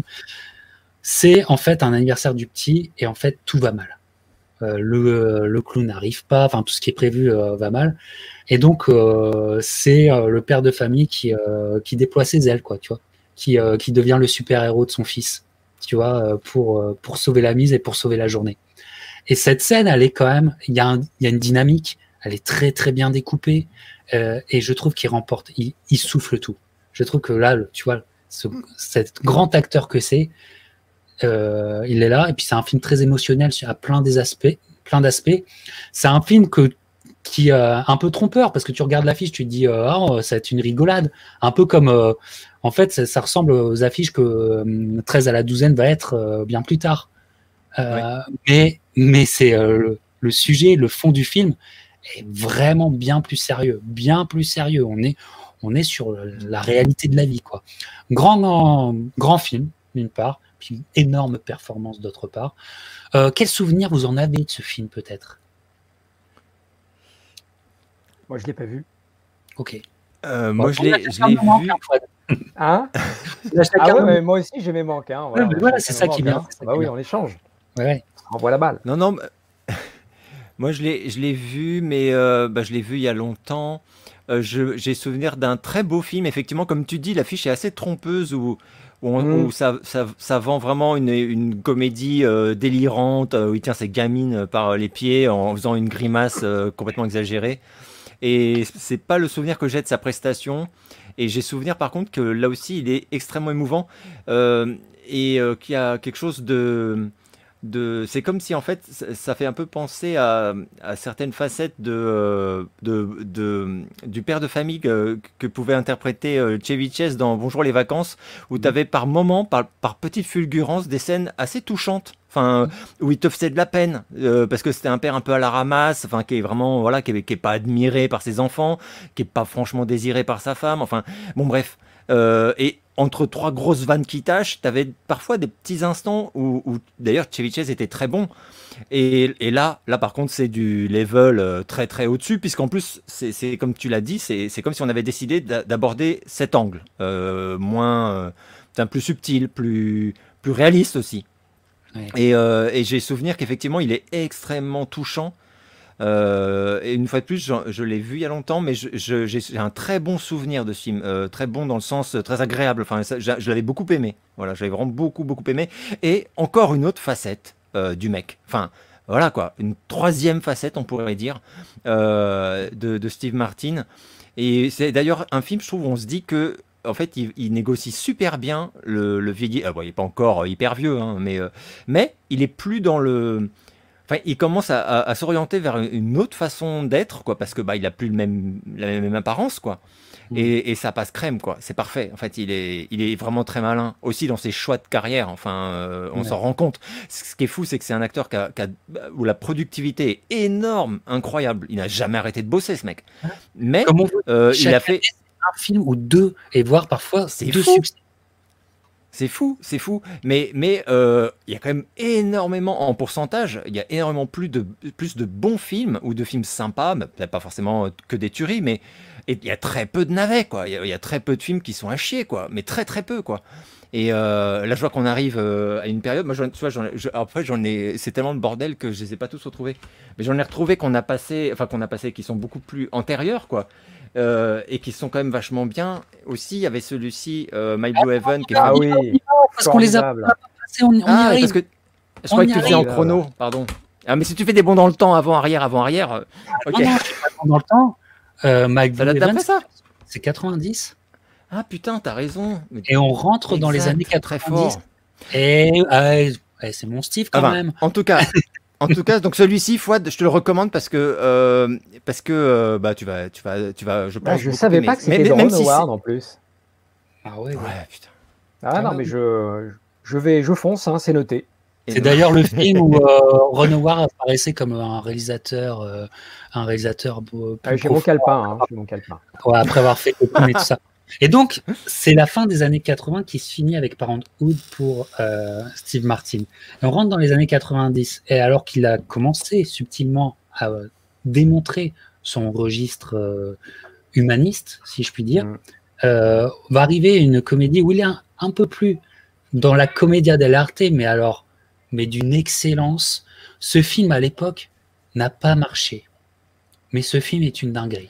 C'est en fait un anniversaire du petit et en fait tout va mal. Euh, le, le clown n'arrive pas, enfin tout ce qui est prévu euh, va mal. Et donc euh, c'est euh, le père de famille qui, euh, qui déploie ses ailes, quoi, tu vois, qui, euh, qui devient le super-héros de son fils, tu vois, pour, euh, pour sauver la mise et pour sauver la journée. Et cette scène, elle est quand même, il y a, un, il y a une dynamique, elle est très très bien découpée, euh, et je trouve qu'il remporte, il, il souffle tout. Je trouve que là, le, tu vois, ce, cet grand acteur que c'est, euh, il est là, et puis c'est un film très émotionnel à plein des aspects, plein d'aspects. C'est un film que qui est euh, un peu trompeur parce que tu regardes l'affiche, tu te dis euh, oh, ça va être une rigolade, un peu comme euh, en fait ça, ça ressemble aux affiches que euh, treize à la douzaine va être euh, bien plus tard. Euh, oui. Mais, mais c'est euh, le, le sujet, le fond du film est vraiment bien plus sérieux, bien plus sérieux. On est, on est sur la réalité de la vie, quoi. Grand, grand, grand film, d'une part, puis énorme performance d'autre part. Euh, quel souvenir vous en avez de ce film, peut-être? Moi, je l'ai pas vu. Ok. Euh, moi, bon, je l'ai, je l'ai vu. Hein ah ouais, ouais, moi aussi, j'ai mes manques. Hein. Voilà, ouais, voilà c'est ça qui est bien. Bah oui, on échange. Ouais. On envoie la balle. Non, non. Moi, je l'ai, je l'ai vu, mais euh, bah, je l'ai vu il y a longtemps. Euh, je, j'ai souvenir d'un très beau film. Effectivement, comme tu dis, l'affiche est assez trompeuse où, où, on, mmh. où ça, ça, ça vend vraiment une, une comédie euh, délirante où il tient ses gamines par les pieds en faisant une grimace euh, complètement exagérée. Et c'est pas le souvenir que j'ai de sa prestation. Et j'ai souvenir par contre que là aussi, il est extrêmement émouvant euh, et euh, qu'il y a quelque chose de... De, c'est comme si en fait ça fait un peu penser à, à certaines facettes de, de, de, du père de famille que, que pouvait interpréter euh, Chevy Chase dans Bonjour les vacances, où tu avais par moments, par, par petites fulgurances, des scènes assez touchantes. Enfin, où il te faisait de la peine euh, parce que c'était un père un peu à la ramasse, enfin qui est vraiment voilà, qui est, qui est pas admiré par ses enfants, qui est pas franchement désiré par sa femme. Enfin, bon bref. Euh, et entre trois grosses vannes qui tâchent, tu avais parfois des petits instants où, où d'ailleurs Chevy Chase était très bon. Et, et là, là par contre, c'est du level euh, très très au-dessus, puisqu'en plus, c'est, c'est comme tu l'as dit, c'est, c'est comme si on avait décidé d'aborder cet angle, euh, moins, euh, plus subtil, plus, plus réaliste aussi. Ouais. Et, euh, et j'ai souvenir qu'effectivement, il est extrêmement touchant. Euh, et une fois de plus, je, je l'ai vu il y a longtemps, mais je, je, j'ai un très bon souvenir de ce film, euh, très bon dans le sens euh, très agréable. Enfin, ça, je, je l'avais beaucoup aimé. Voilà, je l'avais vraiment beaucoup beaucoup aimé. Et encore une autre facette euh, du mec. Enfin, voilà quoi, une troisième facette, on pourrait dire, euh, de, de Steve Martin. Et c'est d'ailleurs un film, je trouve, où on se dit que en fait, il, il négocie super bien le, le vieillir. Ah bon, il n'est pas encore hyper vieux, hein, mais euh, mais il est plus dans le enfin, il commence à, à, à s'orienter vers une autre façon d'être, quoi, parce que bah, il a plus le même, la même apparence, quoi. Et, et ça passe crème, quoi. C'est parfait. En fait, il est, il est vraiment très malin. Aussi dans ses choix de carrière. Enfin, euh, on ouais. s'en rend compte. Ce qui est fou, c'est que c'est un acteur qui a, qui a, où la productivité est énorme, incroyable. Il n'a jamais arrêté de bosser, ce mec. Mais euh, il a fait un film ou deux, et voire parfois c'est deux fou. succès. C'est fou, c'est fou. Mais mais euh, il y a quand même énormément en pourcentage. Il y a énormément plus de plus de bons films ou de films sympas, peut-être pas forcément que des tueries, mais et il y a très peu de navets, quoi. Il y, a, il y a très peu de films qui sont à chier, quoi. Mais très très peu, quoi. Et euh, là, je vois qu'on arrive euh, à une période. Moi, je, tu vois, j'en, je, après, j'en ai. C'est tellement de bordel que je les ai pas tous retrouvés. Mais j'en ai retrouvé qu'on a passé, enfin qu'on a passé, qui sont beaucoup plus antérieurs, quoi. Euh, et qui sont quand même vachement bien. Aussi, il y avait celui-ci, euh, My Blue Heaven, qui est ah oui, parce qu'on les a pas passés, on, on ah, y arrive. Parce que je croyais que tu faisais en chrono, pardon. Ah, mais si tu fais des bons dans le temps, avant, arrière, avant, arrière. Euh, ok. Non, non, je suis pas bon dans le temps. Euh, My Blue Ça date Heaven, d'après ça. C'est quatre-vingt-dix. Ah putain, t'as raison. Mais... Et on rentre exact, dans les années quatre-vingt-dix. Très fort. Et euh, c'est mon Steve quand enfin, même. En tout cas. En tout cas, donc celui-ci, Fouad, je te le recommande parce que euh, parce que euh, bah tu vas tu vas tu vas je pense. Bah, je savais aimer. pas que c'était de Ron Howard en plus. Ah ouais, ouais. ouais putain. Ah, ah non, mais je je vais je fonce, hein, c'est noté. C'est d'ailleurs le film où euh, Ron Howard apparaissait comme un réalisateur, euh, un réalisateur. Plus ah, j'ai mon calepin, hein, j'ai mon calepin. Ouais, après avoir fait le film et tout ça. Et donc, c'est la fin des années quatre-vingts qui se finit avec Parenthood pour euh, Steve Martin. Et on rentre dans les années quatre-vingt-dix. Et alors qu'il a commencé subtilement à euh, démontrer son registre euh, humaniste, si je puis dire, mm. euh, va arriver une comédie où il est un, un peu plus dans la commedia dell'arte, mais alors, mais d'une excellence. Ce film, à l'époque, n'a pas marché. Mais ce film est une dinguerie.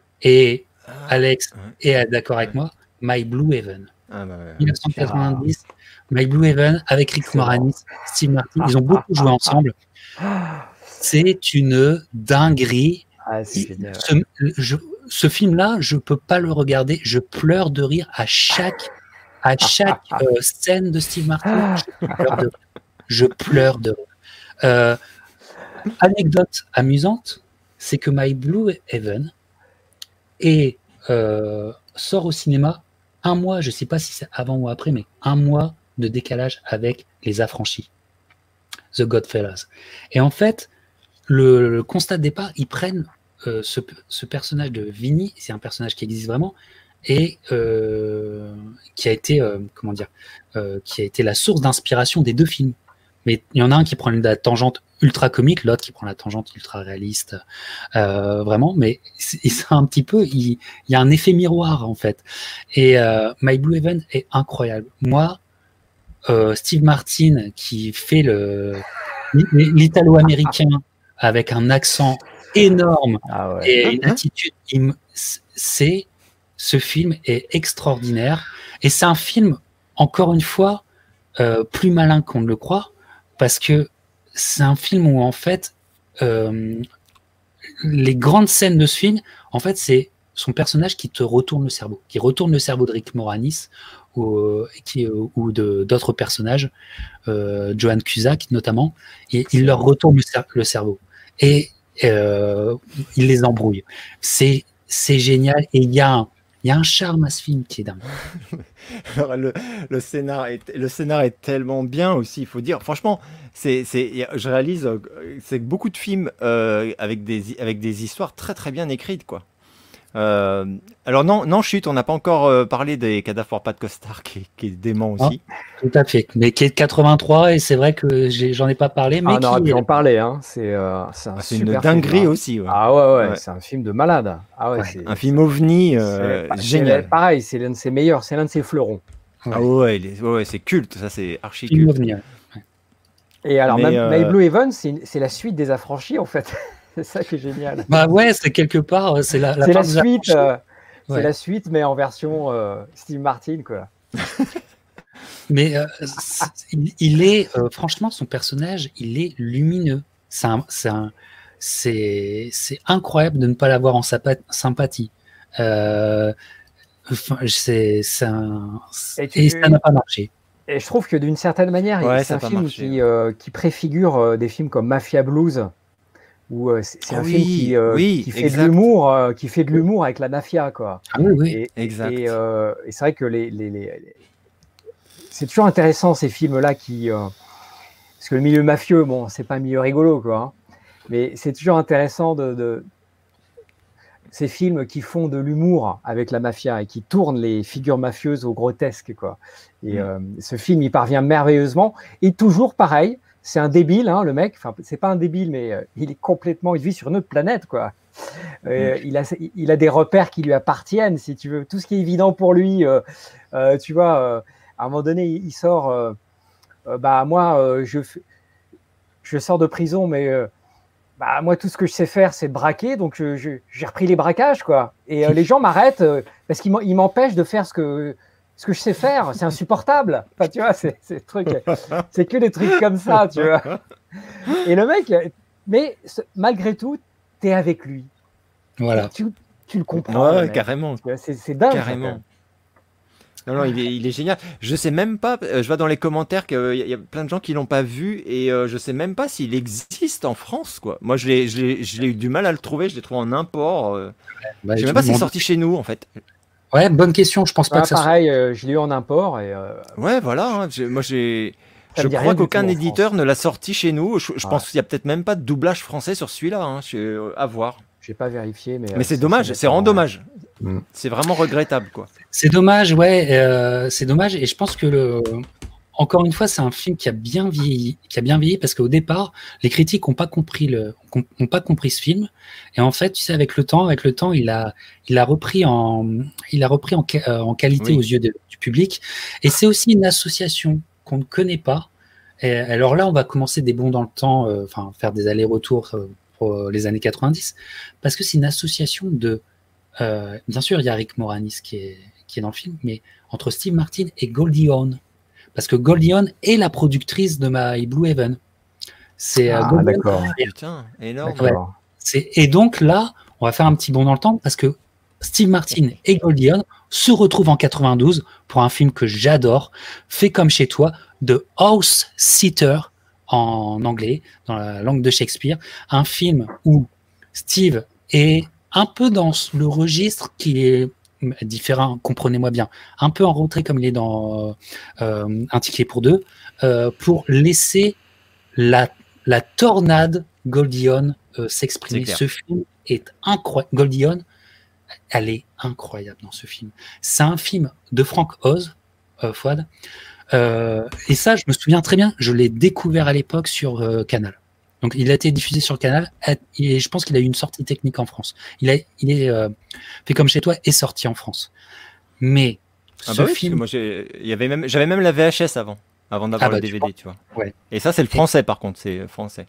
Et Alex ouais. est d'accord avec moi, My Blue Heaven. Ah bah ouais, dix-neuf cent quatre-vingt-dix, ah. My Blue Heaven avec Rick Moranis, Steve Martin, ils ont beaucoup joué ensemble. C'est une dinguerie. Ah, c'est ce, je, ce film-là, je peux pas le regarder. Je pleure de rire à chaque, à chaque euh, scène de Steve Martin. Je pleure de rire. Je pleure de rire. Euh, anecdote amusante, c'est que My Blue Heaven et euh, sort au cinéma un mois, je ne sais pas si c'est avant ou après, mais un mois de décalage avec Les Affranchis, The Godfellas. Et en fait, le, le constat de départ, ils prennent euh, ce, ce personnage de Vinny, c'est un personnage qui existe vraiment, et euh, qui a été, euh, comment dire, euh, qui a été la source d'inspiration des deux films. Mais il y en a un qui prend la tangente ultra comique, l'autre qui prend la tangente ultra réaliste, euh, vraiment. Mais c'est, c'est un petit peu, il, il y a un effet miroir en fait. Et euh, My Blue Heaven est incroyable. Moi, euh, Steve Martin qui fait le l'italo-américain avec un accent énorme ah ouais. et une attitude, il, c'est ce film est extraordinaire. Et c'est un film, encore une fois, euh, plus malin qu'on ne le croit. Parce que c'est un film où, en fait, euh, les grandes scènes de ce film, en fait, c'est son personnage qui te retourne le cerveau, qui retourne le cerveau de Rick Moranis ou, qui, ou de, d'autres personnages, euh, Joan Cusack notamment, et il leur retourne le, cer- le cerveau. Et euh, il les embrouille. C'est, c'est génial. Et il y a un Il y a un charme à ce film qui est dingue. Alors, le, le, scénar est, le scénar est tellement bien aussi, il faut dire. Franchement, c'est, c'est, je réalise c'est beaucoup de films euh, avec, des, avec des histoires très très bien écrites, quoi. Euh, alors non, non, chut, on n'a pas encore euh, parlé des Cadavres pour Pat Costard, qui, qui est dément aussi. Ah, tout à fait, mais qui est de quatre-vingt-trois, et c'est vrai que j'ai, j'en ai pas parlé. Mais ah, on aurait qui... pu en parler, hein. c'est, euh, c'est, un ah, c'est une dinguerie film, hein. aussi. Ouais. Ah ouais, ouais, ouais, c'est un film de malade. Ah ouais, ouais, c'est, un film ovni euh, c'est, génial. C'est, pareil, c'est l'un de ses meilleurs, c'est l'un de ses fleurons. Ouais. Ah ouais, il est, ouais, c'est culte, ça c'est archi culte. Ovni, ouais. Et alors, même, euh... My Blue Heaven, c'est, c'est la suite des Affranchis, en fait. C'est ça qui est génial. Bah ouais, c'est quelque part, c'est la, la, c'est la suite. Euh, c'est ouais. la suite, mais en version euh, Steve Martin, quoi. Mais euh, il, il est, euh, franchement, son personnage, il est lumineux. C'est, un, c'est, un, c'est, c'est incroyable de ne pas l'avoir en sympathie. Euh, c'est, c'est un, et, tu, et ça n'a pas marché. et je trouve que d'une certaine manière, Ouais, c'est ça a un pas film marché. qui, euh, qui préfigure euh, des films comme Mafia Blues, où euh, c'est c'est Ah un film oui, qui, euh, oui, qui fait de exact, l'humour, euh, qui fait de l'humour avec la mafia, quoi. Ah oui, oui. Et, et, exact. et, euh, et c'est vrai que les, les, les- les- c'est toujours intéressant ces films-là qui, euh, parce que le milieu mafieux, bon, c'est pas un milieu rigolo, quoi, hein, mais c'est toujours intéressant de, de ces films qui font de l'humour avec la mafia et qui tournent les figures mafieuses au grotesque, quoi. Et Mm. euh, ce film, il parvient merveilleusement. Et toujours pareil, c'est un débile, hein, le mec. Enfin, c'est pas un débile, mais euh, il est complètement, il vit sur une autre planète, quoi. Euh, Mm. il a, il a des repères qui lui appartiennent, si tu veux. Tout ce qui est évident pour lui, euh, euh, tu vois. Euh, à un moment donné, il, il sort. Euh, euh, bah moi, euh, je, je sors de prison, mais euh, bah, moi, tout ce que je sais faire, c'est braquer. Donc, euh, je- j'ai repris les braquages, quoi. Et euh, les gens m'arrêtent euh, parce qu'ils m'en- ils m'empêchent de faire ce que, ce que je sais faire. C'est insupportable. Enfin, tu vois, c'est c'est des trucs- c'est que des trucs comme ça, tu vois. Et le mec, euh, mais ce- malgré tout, tu es avec lui. Voilà. Et tu, tu le comprends, le Ouais, mec. carrément, Tu vois, C'est c'est dingue, ça, quand carrément. même. Non, non, il est, il est génial. Je sais même pas, euh, je vois dans les commentaires qu'il y, a- y a plein de gens qui l'ont pas vu et euh, je sais même pas s'il existe en France, quoi. Moi, je l'ai, je l'ai, je l'ai eu du mal à le trouver, je l'ai trouvé en import. euh. Bah, Je sais je même pas me s'il est demande- sorti chez nous, en fait. Ouais, bonne question. Je pense pas Ouais, que ça soit. pareil, euh, je l'ai eu en import et euh, Ouais, voilà. hein, j'ai- moi, j'ai. Ça Je me dit rien crois du qu'aucun tout en éditeur ne l'a sorti chez nous. Je, je Ouais. pense qu'il y a peut-être même pas de doublage français sur celui-là. Hein. Je- euh, à voir. j'ai pas vérifié, mais. Mais euh, c'est ça- dommage, ça c'est vraiment m'étonnerait. dommage. Mm. C'est vraiment regrettable, quoi. C'est dommage, ouais, euh, c'est dommage. Et je pense que le, encore une fois, c'est un film qui a bien vieilli, qui a bien vieilli parce qu'au départ, les critiques n'ont pas compris le, ont pas compris ce film. Et en fait, tu sais, avec le temps, avec le temps, il a, il a repris en, il a repris en, euh, en qualité Oui. aux yeux de- du public. Et c'est aussi une association qu'on ne connaît pas. Et alors là, on va commencer des bons dans le temps, euh, enfin faire des allers-retours euh, pour les années quatre-vingt-dix, parce que c'est une association de, euh, bien sûr, il y a Rick Moranis qui est qui est dans le film, mais entre Steve Martin et Goldie Hawn. Parce que Goldie Hawn est la productrice de My Blue Heaven. C'est euh, Ah, Goldie Hawn. d'accord. Ah, putain, énorme. Ouais. D'accord. C'est- Et donc là, on va faire un petit bond dans le temps parce que Steve Martin et Goldie Hawn se retrouvent en quatre-vingt-douze pour un film que j'adore, Fait comme chez toi, de House Sitter en anglais, dans la langue de Shakespeare. Un film où Steve est un peu dans le registre qui est différent, comprenez-moi bien, un peu en retrait comme il est dans euh, Un ticket pour deux, euh, pour laisser la, la tornade Goldie Hawn euh, s'exprimer. C'est clair. Ce film est incroyable. Goldie Hawn, elle est incroyable dans ce film. C'est un film de Frank Oz, euh, Fouad. Euh, et ça, je me souviens très bien, je l'ai découvert à l'époque sur euh, Canal. Donc, il a été diffusé sur Canal et je pense qu'il a eu une sortie technique en France. Il, a, il est euh, Fait comme chez toi est sorti en France. Mais Ah ce bah oui, parce que film, moi, j'ai- il y avait même, j'avais même la V H S avant, avant d'avoir Ah bah, le tu D V D, tu vois. Ouais. Et ça, c'est le français, par contre, c'est français.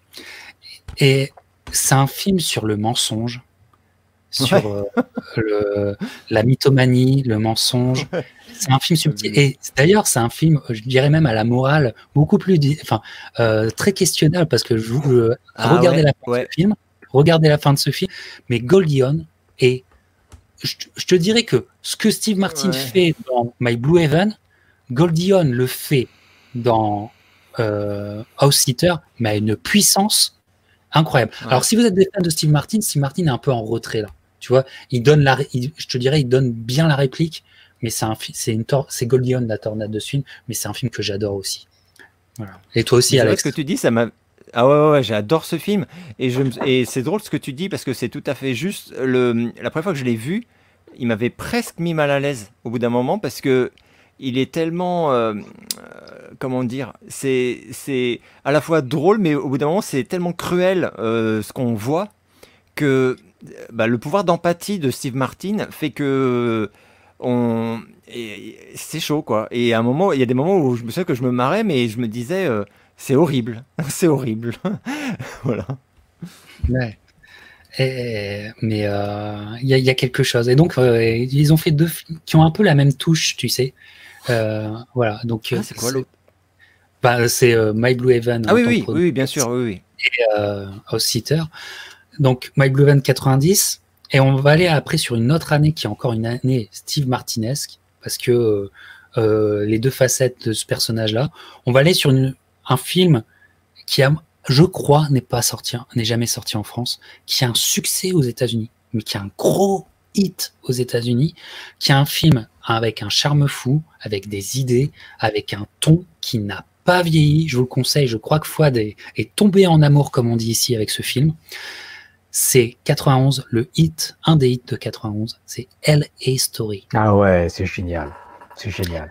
et c'est un film sur le mensonge, sur euh, le, la mythomanie, le mensonge. C'est un film subtil. Et d'ailleurs, c'est un film, je dirais même à la morale, beaucoup plus, di- enfin, euh, très questionnable parce que je vous euh, Ah regardez ouais, la fin ouais. de ce film, regardez la fin de ce film, mais Goldie Hawn est, je, te- je te dirais que ce que Steve Martin Ouais. fait dans My Blue Heaven, Goldie Hawn le fait dans euh, House Sitter, mais à une puissance incroyable. Ouais. Alors, si vous êtes des fans de Steve Martin, Steve Martin est un peu en retrait là. Tu vois, il donne la, ré- il- je te dirais, il donne bien la réplique, mais c'est un, fi- c'est une tor- c'est Goldie Hawn la tornade de ce film, mais c'est un film que j'adore aussi. Voilà. Et toi aussi, C'est vrai Alex. ce que tu dis, ça m'a. Ah ouais, ouais, ouais, j'adore ce film. Et, je me- et c'est drôle ce que tu dis parce que c'est tout à fait juste. Le... La première fois que je l'ai vu, il m'avait presque mis mal à l'aise au bout d'un moment parce que il est tellement. euh, euh, comment dire c'est, c'est à la fois drôle, mais au bout d'un moment, c'est tellement cruel euh, ce qu'on voit que bah, le pouvoir d'empathie de Steve Martin fait que. On... et- c'est chaud, quoi. Et à un moment, il y a des moments où je me souviens que je me marrais, mais je me disais. euh, c'est horrible, c'est horrible. Voilà. Ouais. Et- mais euh, il y, a- il y a quelque chose. Et donc, euh, ils ont fait deux films qui ont un peu la même touche, tu sais. Euh, voilà. Donc, Ah, c'est quoi l'autre bah, c'est euh, My Blue Heaven. Ah en oui, tant oui, que oui, oui, bien sûr, oui, oui. euh, House Sitter. Donc, My Blue Heaven quatre-vingt-dix. Et on va aller après sur une autre année qui est encore une année Steve Martinesque, parce que euh, les deux facettes de ce personnage-là. On va aller sur une, un film qui a, je crois, n'est pas sorti, n'est jamais sorti en France, qui a un succès aux États-Unis, mais qui a un gros hit aux États-Unis, qui a un film avec un charme fou, avec des idées, avec un ton qui n'a pas vieilli. Je vous le conseille. Je crois que Fouad est, est tombé en amour, comme on dit ici, avec ce film. C'est quatre-vingt-onze, le hit, un des hits de quatre-vingt-onze, c'est L A Story. Ah ouais, c'est génial, c'est génial.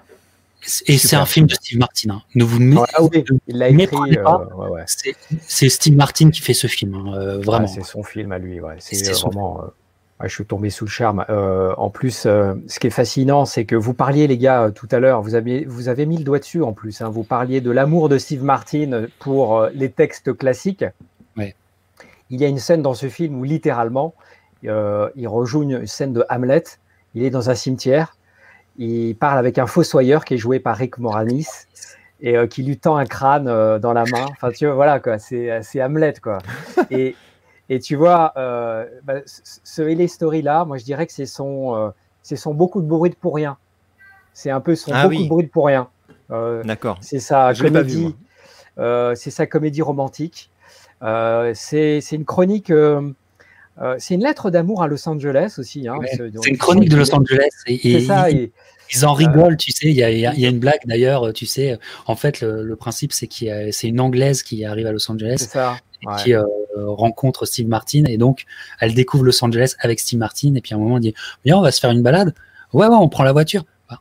Et c'est un film de Steve Martin. Hein. Ne vous ouais, ah oui, il l'a écrit. Pas. Euh, ouais, ouais. C'est Steve Martin qui fait ce film, hein, euh, vraiment. Ouais, c'est son film à lui. Ouais. C'est vraiment. Euh, ouais, je suis tombé sous le charme. Euh, en plus, euh, ce qui est fascinant, c'est que vous parliez, les gars, tout à l'heure, vous avez, vous avez mis le doigt dessus en plus. Hein, vous parliez de l'amour de Steve Martin pour euh, les textes classiques. Ouais. Il y a une scène dans ce film où littéralement, euh, il rejoue une, une scène de Hamlet. Il est dans un cimetière. Il parle avec un fossoyeur qui est joué par Rick Moranis et euh, qui lui tend un crâne euh, dans la main. Enfin, tu vois, voilà, quoi. C'est, c'est Hamlet, quoi. Et, et tu vois, euh, bah, ce L A Story là, moi je dirais que c'est son, euh, c'est son beaucoup de bruit de pour rien. C'est un peu son ah, beaucoup oui. de bruit de pour rien. Euh, D'accord. C'est sa je comédie. Vu, euh, c'est sa comédie romantique. Euh, c'est, c'est une chronique. Euh, euh, c'est une lettre d'amour à Los Angeles aussi. Hein, ouais, ce, c'est une chronique de Los Angeles. Et, c'est ça. Ils, et, ils en rigolent, euh, tu sais. Il y a, il y a, il y a une blague d'ailleurs, tu sais. En fait, le, le principe, c'est qu'il y a, c'est une Anglaise qui arrive à Los Angeles. C'est ça. Et ouais. qui euh, rencontre Steve Martin. Et donc, elle découvre Los Angeles avec Steve Martin. Et puis à un moment, elle dit viens, on va se faire une balade. Ouais, ouais, on prend la voiture.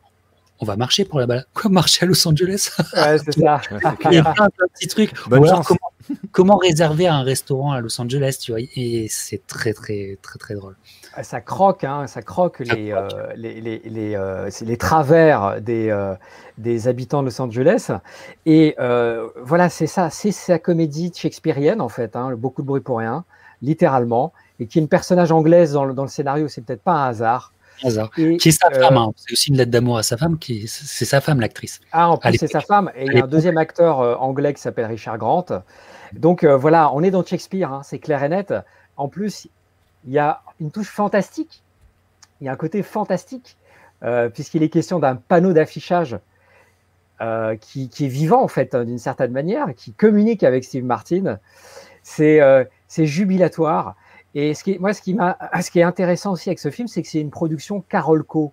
On va marcher pour la balade. Quoi, marcher à Los Angeles? Ouais, c'est ça. Il y a plein de petits trucs. Bonne Ou alors, chance. comment, comment réserver un restaurant à Los Angeles, tu vois? Et c'est très, très, très, très drôle. Ça croque, hein, ça croque ça les, croque. Euh, les, les, les, euh, les travers des, euh, des habitants de Los Angeles. Et euh, voilà, c'est ça. C'est sa comédie shakespearienne, en fait. Hein, beaucoup de bruit pour rien, littéralement. Et qui est une personnage anglaise dans le, dans le scénario, c'est peut-être pas un hasard. Hasard. Et, qui est sa euh, femme, hein. C'est aussi une lettre d'amour à sa femme, qui c'est sa femme l'actrice. Ah, en plus c'est sa femme, et il y a un deuxième acteur euh, anglais qui s'appelle Richard Grant. Donc euh, voilà, on est dans Shakespeare, hein, c'est clair et net. En plus, il y a une touche fantastique, il y a un côté fantastique, euh, puisqu'il est question d'un panneau d'affichage euh, qui, qui est vivant en fait, d'une certaine manière, qui communique avec Steve Martin. C'est euh, c'est jubilatoire. Et ce qui est, moi, ce qui, m'a, ce qui est intéressant aussi avec ce film, c'est que c'est une production Carolco.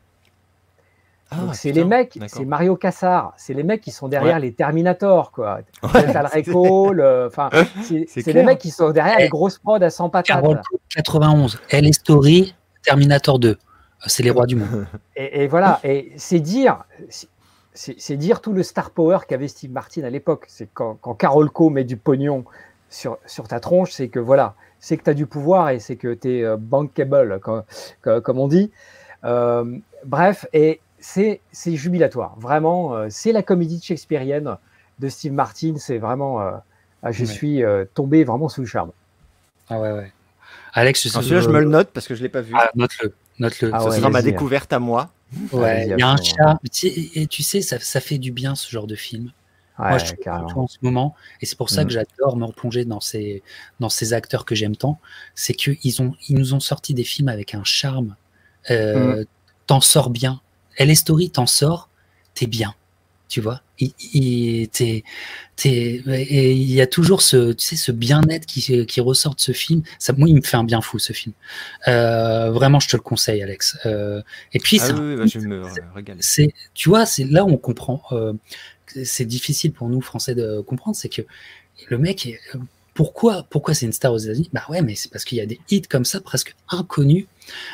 Ah, donc c'est putain, les mecs, d'accord. C'est Mario Casar, c'est les mecs qui sont derrière ouais. les Terminator, quoi. Ouais, Total Recall, enfin, euh, c'est, c'est, c'est les mecs qui sont derrière et les grosses prods à cent patates. Carolco quatre-vingt-onze, L A Story, Terminator deux, c'est les rois du monde. Et, et voilà, et c'est dire, c'est, c'est dire tout le star power qu'avait Steve Martin à l'époque. C'est quand, quand Carolco met du pognon sur, sur ta tronche, c'est que voilà. C'est que tu as du pouvoir et c'est que tu es euh, bankable, comme, comme on dit. Euh, bref, et c'est, c'est jubilatoire. Vraiment, euh, c'est la comédie shakespearienne de Steve Martin. C'est vraiment... Euh, je ouais. suis euh, tombé vraiment sous le charme. Ah ouais, ouais. Alex, je, celui-là, je me le note parce que je ne l'ai pas vu. Ah, note-le. Note-le. Ah, Ce ouais, sera ma découverte à moi. Ouais, il y a un chat. Et tu sais, ça, ça fait du bien, ce genre de film. Ouais, moi, je trouve en ce moment, et c'est pour ça mmh. que j'adore me replonger dans ces, dans ces acteurs que j'aime tant, c'est qu'ils ont, ils nous ont sorti des films avec un charme. Euh, mmh. T'en sors bien. L A Story, t'en sors, t'es bien. Tu vois, il, il, t'es, t'es, et il y a toujours ce, tu sais, ce bien-être qui, qui ressort de ce film. Ça, moi, il me fait un bien fou, ce film. Euh, vraiment, je te le conseille, Alex. Euh, et puis, ah c'est, oui, bah, je vais me régaler. C'est, tu vois, c'est là où on comprend. Euh, c'est difficile pour nous Français de comprendre, c'est que le mec, pourquoi, pourquoi c'est une star aux États-Unis? Bah ouais, mais c'est parce qu'il y a des hits comme ça, presque inconnus,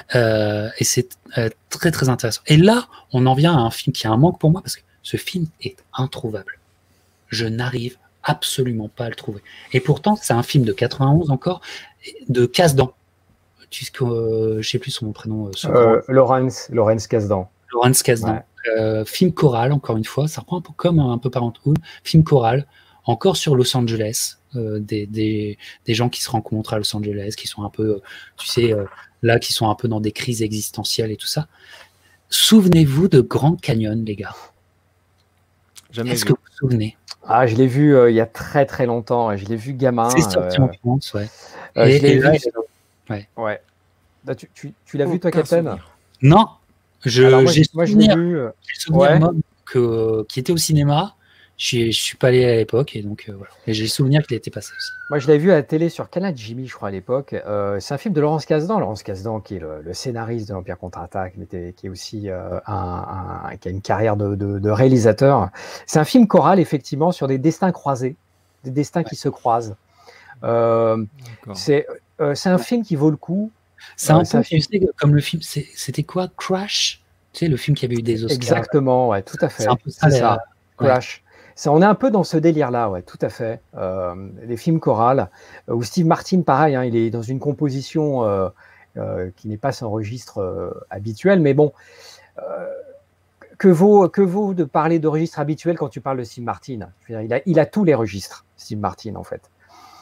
euh, et c'est euh, très très intéressant. Et là, on en vient à un film qui a un manque pour moi parce que ce film est introuvable. Je n'arrive absolument pas à le trouver. Et pourtant, c'est un film de quatre-vingt-onze encore, de Kasdan. Tu sais que euh, je sais plus son prénom. Son euh, Lawrence, Lawrence Kasdan. Lawrence Kasdan. Ouais. Euh, film choral, encore une fois, ça reprend un peu comme un, un peu Parenthood, film choral, encore sur Los Angeles, euh, des, des, des gens qui se rencontrent à Los Angeles, qui sont un peu, tu sais, euh, là, qui sont un peu dans des crises existentielles et tout ça. Souvenez-vous de Grand Canyon, les gars. Jamais Est-ce vu. que vous vous souvenez? Ah, je l'ai vu euh, il y a très très longtemps, je l'ai vu gamin. C'est sorti euh, en France, ouais. Euh, et, je l'ai et vu. là, ouais. ouais. Là, tu, tu, tu l'as vu, toi, Captain? Non. Je, Alors, moi, j'ai moi souvenir, je l'ai vu. J'ai souvenir ouais. moi, que, qui était au cinéma. Je ne suis pas allé à l'époque et donc euh, voilà. Et j'ai le souvenir qu'il était passé aussi. Moi, je l'avais vu à la télé sur Canal Jimmy, je crois, à l'époque. Euh, c'est un film de Laurence Kasdan. Laurence Kasdan, qui est le, le scénariste de l'Empire contre-attaque, mais qui est, qui est aussi euh, un, un, qui a une carrière de, de, de réalisateur. C'est un film choral, effectivement, sur des destins croisés, des destins ouais. qui se croisent. Euh, c'est euh, c'est un ouais. film qui vaut le coup. C'est un euh, peu, un film... tu sais, comme le film, c'était quoi, Crash? Tu sais, le film qui avait eu des Oscars. Exactement, ouais, tout à fait. C'est un peu ça, ça. Ouais. Crash. Ça, on est un peu dans ce délire-là, ouais, tout à fait. Euh, les films chorales, euh, où Steve Martin, pareil, hein, il est dans une composition euh, euh, qui n'est pas son registre euh, habituel, mais bon, euh, que, vaut, que vaut de parler de registre habituel quand tu parles de Steve Martin? Je veux dire, il, a, il a tous les registres, Steve Martin, en fait.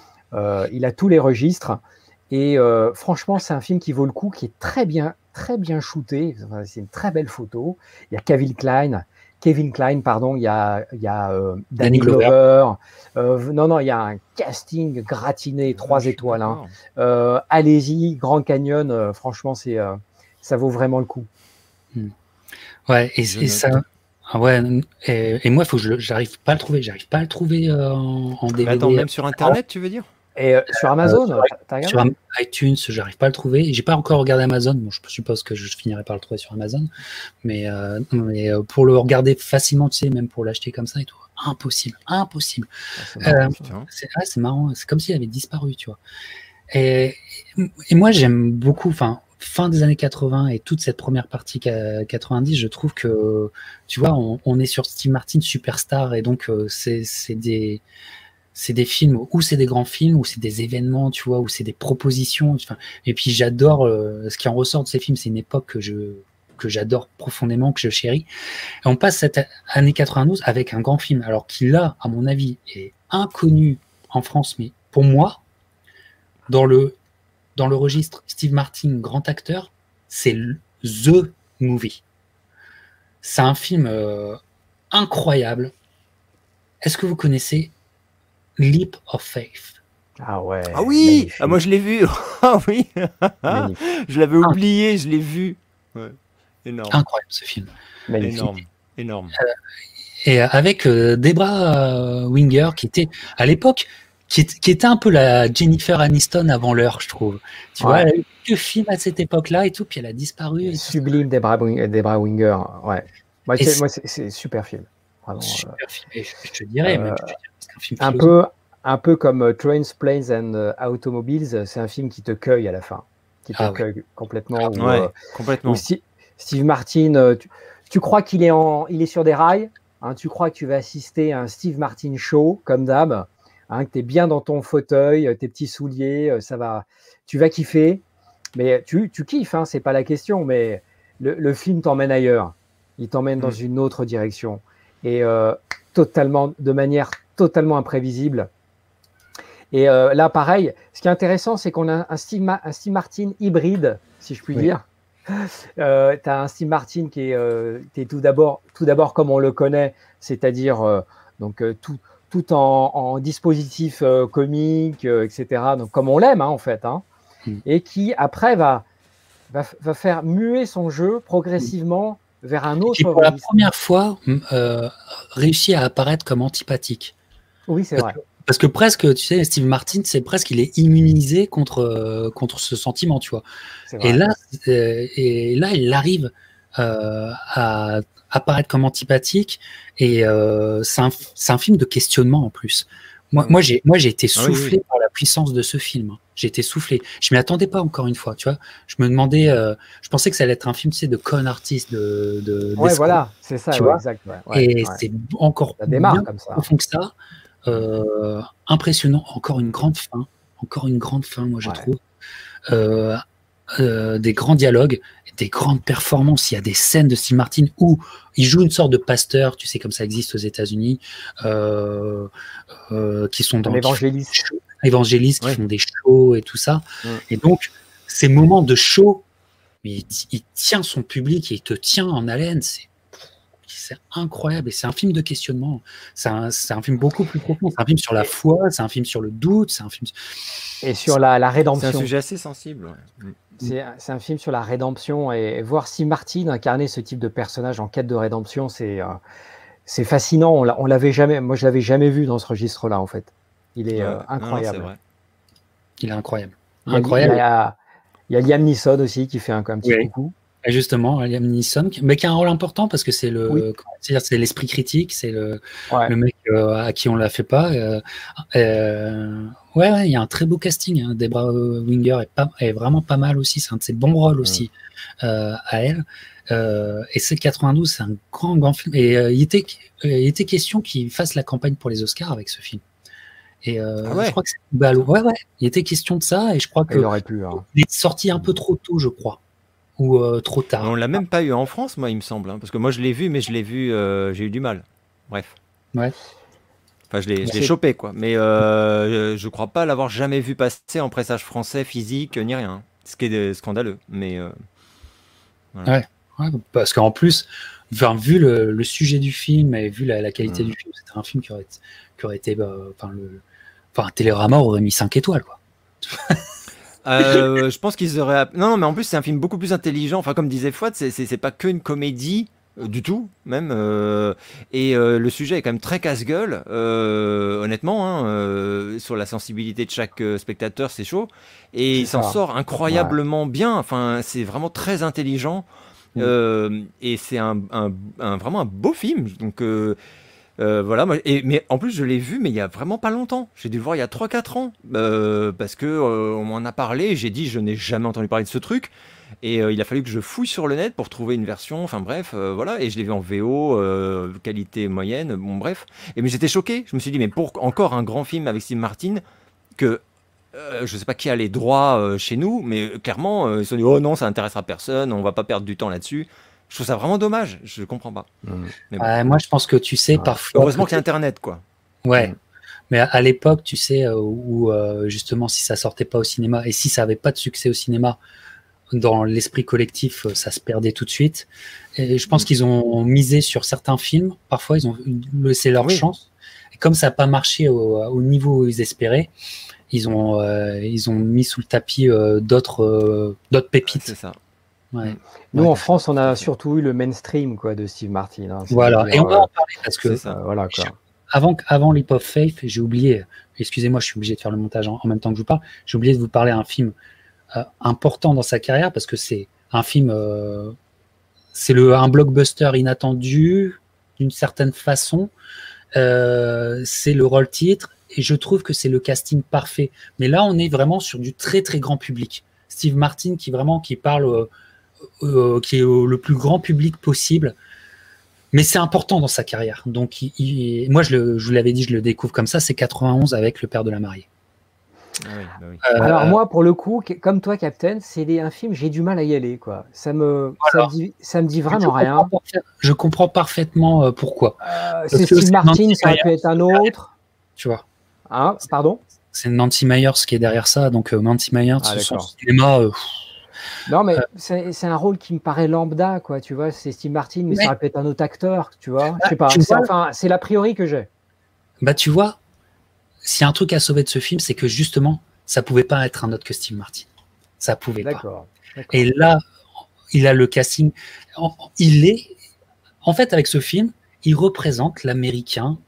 Euh, il a tous les registres, et euh, franchement, c'est un film qui vaut le coup, qui est très bien, très bien shooté. Enfin, c'est une très belle photo. Il y a Kevin Kline. Kevin Kline, pardon, il y a, il y a euh, Danny, Danny Glover. Glover. Euh, non, non, il y a un casting gratiné, trois ah, étoiles. Hein. Euh, Allez-y, Grand Canyon, euh, franchement, c'est, euh, ça vaut vraiment le coup. Hmm. Ouais, et, et ça. Ah ouais, et, et moi, faut que je j'arrive pas à le trouver. J'arrive pas à le trouver euh, en, en D V D. Mais attends, même sur Internet, ah. tu veux dire? Et euh, sur Amazon, euh, sur, sur iTunes, j'arrive pas à le trouver. J'ai pas encore regardé Amazon. Bon, je suppose que je finirai par le trouver sur Amazon. Mais, euh, mais euh, pour le regarder facilement, tu sais, même pour l'acheter comme ça et tout, impossible, impossible. Ah, c'est marrant, euh, marrant. C'est comme s'il avait disparu, tu vois. Et, et moi, j'aime beaucoup. Enfin, fin des années quatre-vingts et toute cette première partie quatre-vingt-dix, je trouve que, tu vois, on, on est sur Steve Martin superstar et donc euh, c'est des c'est des films où c'est des grands films, où c'est des événements, tu vois, où c'est des propositions. Enfin, et puis j'adore euh, ce qui en ressort de ces films, c'est une époque que je que j'adore profondément, que je chéris. Et on passe cette année quatre-vingt-douze avec un grand film, alors qui là, à mon avis, est inconnu en France, mais pour moi, dans le dans le registre Steve Martin, grand acteur, c'est The Movie. C'est un film euh, incroyable. Est-ce que vous connaissez Leap of Faith? Ah ouais. Ah oui, ah, moi je l'ai vu. Ah oui. Je l'avais oublié, je l'ai vu. Ouais. Énorme. Incroyable ce film. Magnifique. Énorme. Énorme. Euh, et avec euh, Debra Winger, qui était à l'époque, qui, qui était un peu la Jennifer Aniston avant l'heure, je trouve. Tu ouais. vois, elle a eu que film à cette époque-là et tout, puis elle a disparu. Sublime Debra, Debra Winger. Ouais. Moi, c'est super film. Vraiment, super euh, film. Et je, je te dirais, euh, même, je te dirais un, film un peu, un peu comme uh, Trains, Planes and uh, Automobiles, c'est un film qui te cueille à la fin, qui te ah, cueille ouais. complètement. Ah, où, ouais, euh, complètement. Où si, Steve Martin, euh, tu, tu crois qu'il est en, il est sur des rails, hein, tu crois que tu vas assister à un Steve Martin show comme d'hab, hein, que tu es bien dans ton fauteuil, tes petits souliers, ça va, tu vas kiffer, mais tu, tu kiffes, hein, c'est pas la question, mais le, le film t'emmène ailleurs, il t'emmène mmh. dans une autre direction et euh, totalement, de manière totalement imprévisible. Et euh, là, pareil, ce qui est intéressant, c'est qu'on a un Steve, un Steve Martin hybride, si je puis oui. dire. Euh, tu as un Steve Martin qui est, euh, qui est tout d'abord tout d'abord comme on le connaît, c'est-à-dire euh, donc euh, tout, tout en, en dispositif euh, comique, euh, et cetera. Donc comme on l'aime hein, en fait, hein, mm. et qui après va, va va faire muer son jeu progressivement mm. vers un autre. Et qui pour la première fois euh, réussit à apparaître comme antipathique. Oui, c'est vrai. Que, parce que presque, tu sais, Steve Martin, c'est presque, il est immunisé contre, euh, contre ce sentiment, tu vois. Et là, euh, et là, il arrive euh, à apparaître comme antipathique, et euh, c'est un, un film de questionnement en plus. Moi, moi, j'ai, moi, j'ai été soufflé ah oui, oui. par la puissance de ce film. J'ai été soufflé. Je m'y attendais pas encore une fois, tu vois. Je me demandais, euh, je pensais que ça allait être un film, tu sais, de con artiste, de, de. Ouais, voilà, c'est ça, tu ouais, vois exact. Ouais, ouais, et ouais. c'est encore ça démarre bien comme ça. profond que ça. Euh, impressionnant, encore une grande fin, encore une grande fin, moi je ouais. trouve. Euh, euh, des grands dialogues, des grandes performances. Il y a des scènes de Steve Martin où il joue une sorte de pasteur, tu sais, comme ça existe aux États-Unis, euh, euh, qui sont dans l'évangéliste, évangélistes qui ouais. font des shows et tout ça. Ouais. Et donc, ces moments de show, il, il tient son public et il te tient en haleine. C'est C'est incroyable et c'est un film de questionnement. C'est un, un film beaucoup plus profond. C'est un film sur la foi, c'est un film sur le doute, c'est un film et sur la, la rédemption. C'est un sujet assez sensible. Ouais. C'est un film sur la rédemption et voir si Martin incarner ce type de personnage en quête de rédemption, c'est euh, c'est fascinant. On, l'a, on l'avait jamais, moi, je l'avais jamais vu dans ce registre-là, en fait. Il est euh, incroyable. Non, non, il est incroyable. Il y a, incroyable. Il y a, il y a Liam Neeson aussi qui fait un, un petit oui. coucou. Et justement, Liam Neeson, mais qui a un rôle important parce que c'est le, oui. c'est-à-dire c'est l'esprit critique, c'est le, ouais. le mec euh, à qui on la fait pas. Euh, euh, ouais, ouais, il y a un très beau casting. Hein. Debra Winger est, pas, est vraiment pas mal aussi. C'est un de ses bons rôles aussi ouais. euh, à elle. Euh, et c'est quatre-vingt-douze, c'est un grand, grand film. Et euh, il était, euh, il était question qu'il fasse la campagne pour les Oscars avec ce film. Et euh, ah ouais. je crois que c'est ballot. Ouais, ouais. Il était question de ça, et je crois que il aurait pu. Hein. Il est sorti un peu trop tôt, je crois, ou euh, trop tard. On l'a même pas eu en France, moi, il me semble, hein, parce que moi je l'ai vu, mais je l'ai vu, euh, j'ai eu du mal. Bref. Ouais. Enfin, je l'ai, je l'ai chopé, quoi. Mais euh, je crois pas l'avoir jamais vu passer en pressage français, physique, ni rien. Ce qui est scandaleux. Mais euh, voilà. ouais. ouais. Parce qu'en plus, enfin, vu le, le sujet du film et vu la, la qualité mmh. du film, c'était un film qui aurait, qui aurait été, bah, enfin, le, enfin, Télérama aurait mis cinq étoiles, quoi. euh, je pense qu'ils auraient. Non, non, mais en plus, c'est un film beaucoup plus intelligent. Enfin, comme disait Fouad, c'est, c'est, c'est pas qu'une comédie. Du tout, même. Euh, et euh, le sujet est quand même très casse-gueule, euh, honnêtement. Hein, euh, sur la sensibilité de chaque euh, spectateur, c'est chaud. Et c'est il s'en ça. sort incroyablement ouais. bien. Enfin, c'est vraiment très intelligent. Mmh. Euh, et c'est un, un, un, vraiment un beau film. Donc, euh, euh, voilà. Moi, et, mais en plus, je l'ai vu, mais il y a vraiment pas longtemps. J'ai dû le voir il y a trois quatre ans. Euh, parce que euh, on m'en a parlé. Et j'ai dit, je n'ai jamais entendu parler de ce truc. Et euh, il a fallu que je fouille sur le net pour trouver une version, enfin bref, euh, voilà, et je l'ai vu en V O, euh, qualité moyenne, bon bref. Et mais j'étais choqué, je me suis dit, mais pour encore un grand film avec Steve Martin, que euh, je sais pas qui a les droits euh, chez nous, mais clairement, euh, ils se sont dit, oh non, ça intéressera personne, on va pas perdre du temps là-dessus. Je trouve ça vraiment dommage, je comprends pas. Mmh. Mais bon. euh, moi, je pense que tu sais, ouais. parfois. Heureusement qu'il y a Internet, quoi. Ouais. Mmh. Mais à l'époque, tu sais, où euh, justement, si ça sortait pas au cinéma, et si ça avait pas de succès au cinéma, dans l'esprit collectif, ça se perdait tout de suite. Et je pense mmh. qu'ils ont misé sur certains films. Parfois, ils ont laissé leur oui. chance. Et comme ça n'a pas marché au, au niveau où ils espéraient, ils ont, euh, ils ont mis sous le tapis euh, d'autres, euh, d'autres pépites. C'est ça. Ouais. Nous, ouais. en France, on a surtout eu le mainstream quoi, de Steve Martin. Hein, voilà. dire, et on va euh, en parler parce que ça, voilà, quoi. avant, avant Leap of Faith, j'ai oublié, excusez-moi, je suis obligé de faire le montage en, en même temps que je vous parle, j'ai oublié de vous parler d'un film Euh, important dans sa carrière parce que c'est un film, euh, c'est le un blockbuster inattendu d'une certaine façon. Euh, c'est le rôle titre et je trouve que c'est le casting parfait. Mais là, on est vraiment sur du très très grand public. Steve Martin qui vraiment qui parle, euh, euh, qui est au, le plus grand public possible. Mais c'est important dans sa carrière. Donc, il, il, moi, je, le, je vous l'avais dit, je le découvre comme ça. C'est quatre-vingt-onze avec Le Père de la Mariée. Ah oui, bah oui. Euh, Alors moi, pour le coup, comme toi, Captain, c'est un film, j'ai du mal à y aller, quoi. Ça me, ça me dit, ça me dit vraiment je rien. Je comprends parfaitement pourquoi. Euh, c'est Steve Martin, ça aurait pu être un autre. Tu vois. Hein, pardon. C'est Nancy Meyers qui est derrière ça, donc euh, Nancy Meyers, ah, son cinéma. Euh, non, mais euh, c'est un rôle qui me paraît lambda, quoi. Tu vois, c'est Steve Martin, mais, mais ça aurait pu être un autre acteur, tu vois. Bah, je sais pas. C'est enfin, c'est l'a priori que j'ai. Bah, tu vois. S'il y a un truc à sauver de ce film, c'est que justement, ça pouvait pas être un autre que Steve Martin. Ça pouvait pas. Et là, il a le casting. Il est, en fait, avec ce film, il représente l'Américain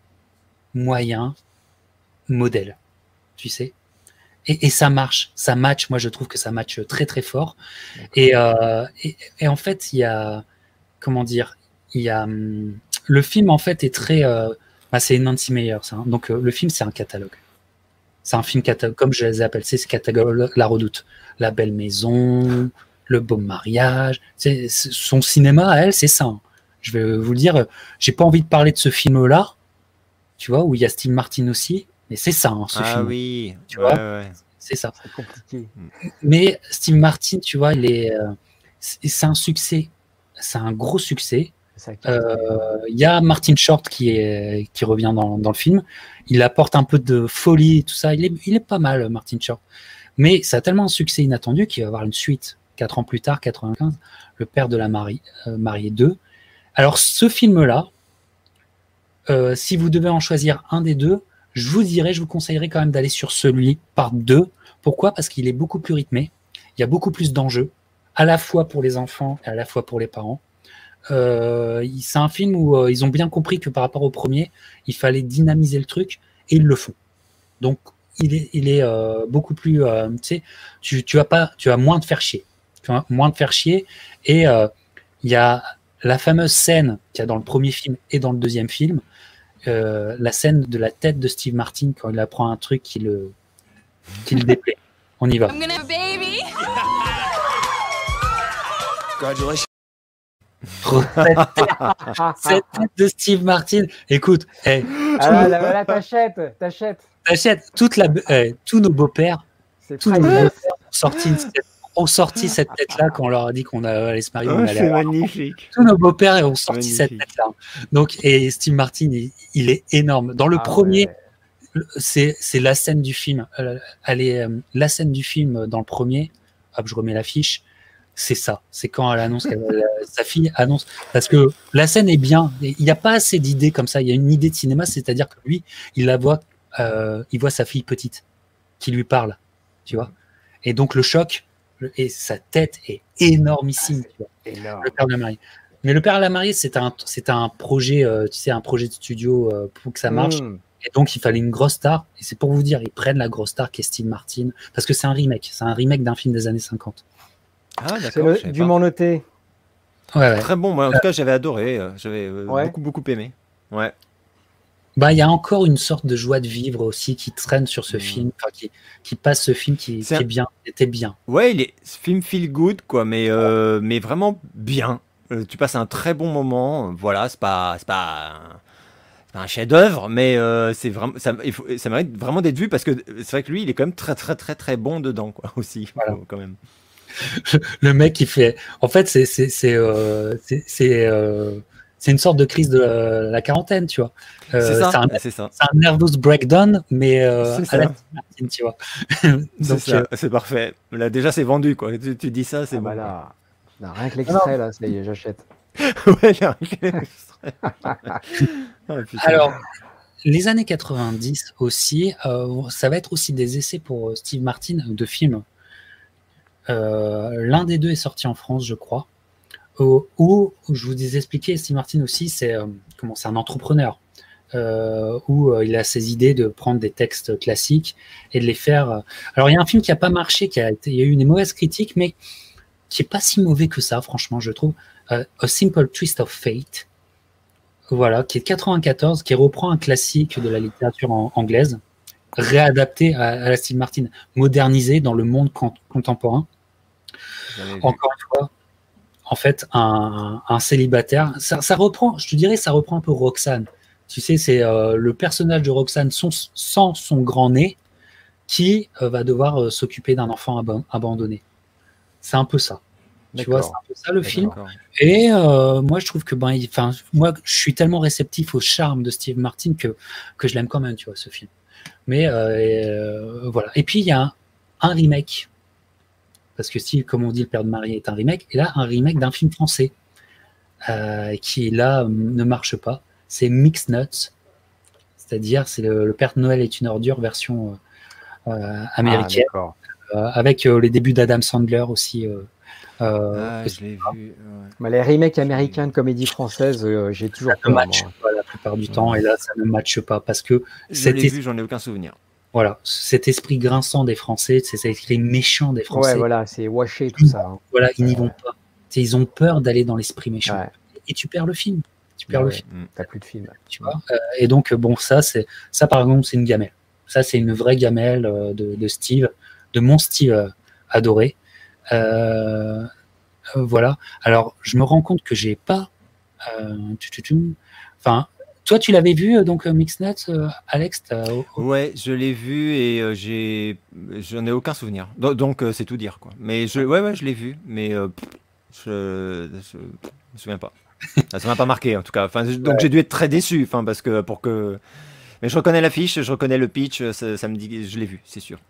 moyen modèle. Tu sais. Et, et ça marche, ça match. Moi, je trouve que ça match très très fort. Et, euh, et, et en fait, il y a, comment dire, il y a hum, le film en fait est très. Euh, Ah, c'est Nancy Meyers. Hein. Donc, euh, le film, c'est un catalogue. C'est un film catalogue, comme je les appelle, c'est ce catalogue La Redoute. La Belle Maison, Le Beau Mariage. C'est, c'est, son cinéma, à elle, c'est ça. Hein. Je vais vous le dire, j'ai pas envie de parler de ce film-là, tu vois, où il y a Steve Martin aussi, mais c'est ça, hein, ce ah film. Ah oui, tu ouais, vois, ouais. c'est ça. C'est compliqué. Mais Steve Martin, tu vois, il est, euh, c'est, c'est un succès. C'est un gros succès. Il euh, y a Martin Short qui, est, qui revient dans, dans le film. Il apporte un peu de folie et tout ça. Il est, il est pas mal, Martin Short. Mais ça a tellement un succès inattendu qu'il va y avoir une suite, quatre ans plus tard, quatre-vingt-quinze, Le Père de la Marie, euh, Mariée deux. Alors, ce film-là, euh, si vous devez en choisir un des deux, je vous dirais, je vous conseillerais quand même d'aller sur celui par deux. Pourquoi ? Parce qu'il est beaucoup plus rythmé. Il y a beaucoup plus d'enjeux, à la fois pour les enfants et à la fois pour les parents. Euh, il- c'est un film où euh, ils ont bien compris que par rapport au premier, il fallait dynamiser le truc et ils le font. Donc il est, il est euh, beaucoup plus, euh, tu sais, tu, tu as pas, tu as moins de faire chier, tu as moins de faire chier et euh, il y a la fameuse scène qu'il y a dans le premier film et dans le deuxième film, euh, la scène de la tête de Steve Martin quand il apprend un truc qui le, qui le déplaît. On y va. I'm gonna have a baby. Congratulations. Cette tête de Steve Martin, écoute, hey, Ah là, là, là, t'achètes, t'achètes. t'achètes toute la, eh, tous nos beaux-pères, C'est tous nos priceless. beaux-pères ont sorti, une- ont sorti cette tête-là quand on leur a dit qu'on allait se marier. on Oh, allait c'est avoir- magnifique. Tous nos beaux-pères ont sorti Magnifique. cette tête-là. Donc, et Steve Martin, il, il est énorme. Dans le Ah premier, ouais. c'est c'est la scène du film. Euh, elle est, euh, la scène du film dans le premier. Hop, je remets l'affiche. C'est ça. C'est quand elle annonce qu'elle, euh, sa fille annonce. Parce que la scène est bien. Il n'y a pas assez d'idées comme ça. Il y a une idée de cinéma, c'est-à-dire que lui, il la voit, euh, il voit sa fille petite qui lui parle, tu vois. Et donc le choc le- et sa tête est énormissime. tu vois. Énorme. Le père de la mariée. Mais le père de la mariée, c'est un, c'est un projet, euh, tu sais, un projet de studio euh, pour que ça marche. Mmh. Et donc, il fallait une grosse star. Et c'est pour vous dire, ils prennent la grosse star qui est Steve Martin. Parce que c'est un remake. C'est un remake d'un film des années cinquante. Ah, C'est d'accord. le- je savais du pas. m'en noter. Ouais, ouais. Très bon. Moi, en tout cas, j'avais adoré. euh, J'avais euh, Ouais. beaucoup, beaucoup aimé. Ouais. Bah, il y a encore une sorte de joie de vivre aussi qui traîne sur ce Mm. film, enfin, qui, qui passe ce film qui, C'est qui un- est bien, qui était bien. Ouais, il est ce film feel good, quoi, mais, euh, mais vraiment bien. Euh, tu passes un très bon moment. Voilà, c'est pas, c'est pas un, c'est pas un chef-d'œuvre, mais euh, c'est vraiment, ça, il faut, ça mérite vraiment d'être vu parce que c'est vrai que lui, il est quand même très, très, très, très bon dedans, quoi, aussi, Voilà. quand même. Le mec, il fait. En fait, c'est c'est c'est euh, c'est c'est, euh, c'est une sorte de crise de la, la quarantaine, tu vois. Euh, c'est ça, c'est un, c'est ça. c'est un nervous breakdown, mais euh, C'est à la ça. Steve Martin, tu vois. C'est Donc, ça, euh, c'est parfait. Là, déjà, c'est vendu, quoi. Tu, tu dis ça, c'est Ah bon. bah là, non, rien que l'extrait, là, ça y est, j'achète. Ouais, il y a un extrait. Ah, putain. alors, les années quatre-vingt-dix aussi, euh, ça va être aussi des essais pour Steve Martin de films. Euh, L'un des deux est sorti en France, je crois. Où, où je vous ai expliqué, Steve Martin aussi, c'est euh, comment c'est un entrepreneur. Euh, où euh, il a ses idées de prendre des textes classiques et de les faire. euh, Alors, il y a un film qui n'a pas marché, qui a été, il y a eu des mauvaises critiques, mais qui est pas si mauvais que ça, franchement, je trouve. Euh, A Simple Twist of Fate, voilà, qui est de quatre-vingt-quatorze, qui reprend un classique de la littérature en- anglaise, réadapté à, à la Steve Martin, modernisé dans le monde con- contemporain. J'avais vu. Encore une fois, en fait, un, un célibataire, ça, ça reprend, je te dirais, ça reprend un peu Roxane. Tu sais, c'est euh, le personnage de Roxane son- sans son grand nez qui euh, va devoir euh, s'occuper d'un enfant aba- abandonné. C'est un peu ça. Tu vois, c'est D'accord. un peu ça le film. D'accord. Et euh, moi, je trouve que ben, il- enfin, moi, je suis tellement réceptif au charme de Steve Martin que que je l'aime quand même, tu vois, ce film. Mais euh, et, euh, voilà. Et puis il y a un, un remake, parce que si, comme on dit, le père de Marie est un remake, et là, un remake d'un film français euh, qui là ne marche pas. C'est Mixed Nuts, c'est-à-dire c'est le, le Père Noël est une ordure version euh, euh, américaine, Ah, d'accord. euh, avec euh, les débuts d'Adam Sandler aussi. Euh, euh, Ah, je l'ai vu. ouais. Bah, les remakes américains de comédie française, euh, j'ai toujours ça ne peur, matche moi. pas la plupart du temps, et là, ça ne matche pas parce que Je cet, l'ai es- vu, j'en ai aucun souvenir. voilà, cet esprit grinçant des Français, c'est cet esprit méchant des Français, Ouais, voilà, c'est washé tout ça. hein. voilà, ils n'y vont pas. Tu sais, ils ont peur d'aller dans l'esprit méchant. Ouais, Et tu perds le film. Tu perds ouais, le ouais. film, Mm. T'as plus de film. tu vois. Euh, et donc, euh, bon, ça, c'est ça par exemple, c'est une gamelle. Ça, c'est une vraie gamelle euh, de, de Steve, de mon Steve euh, adoré. Euh, euh, voilà. Alors, je me rends compte que j'ai pas. euh, tu- tu- tu- Enfin, toi, tu l'avais vu, euh, donc euh, Mixed Nuts, euh, Alex t'as- oh, oh, Ouais, je l'ai vu et euh, j'ai, j'en ai aucun souvenir. Do- Donc euh, c'est tout dire, quoi. Mais je, ouais, ouais, je l'ai vu, mais euh, pff, je, je, me souviens pas. Ça m'a pas marqué en tout cas. Enfin, donc Ouais. j'ai dû être très déçu, enfin parce que pour que. Mais je reconnais l'affiche, je reconnais le pitch, ça, ça me dit, je l'ai vu, c'est sûr.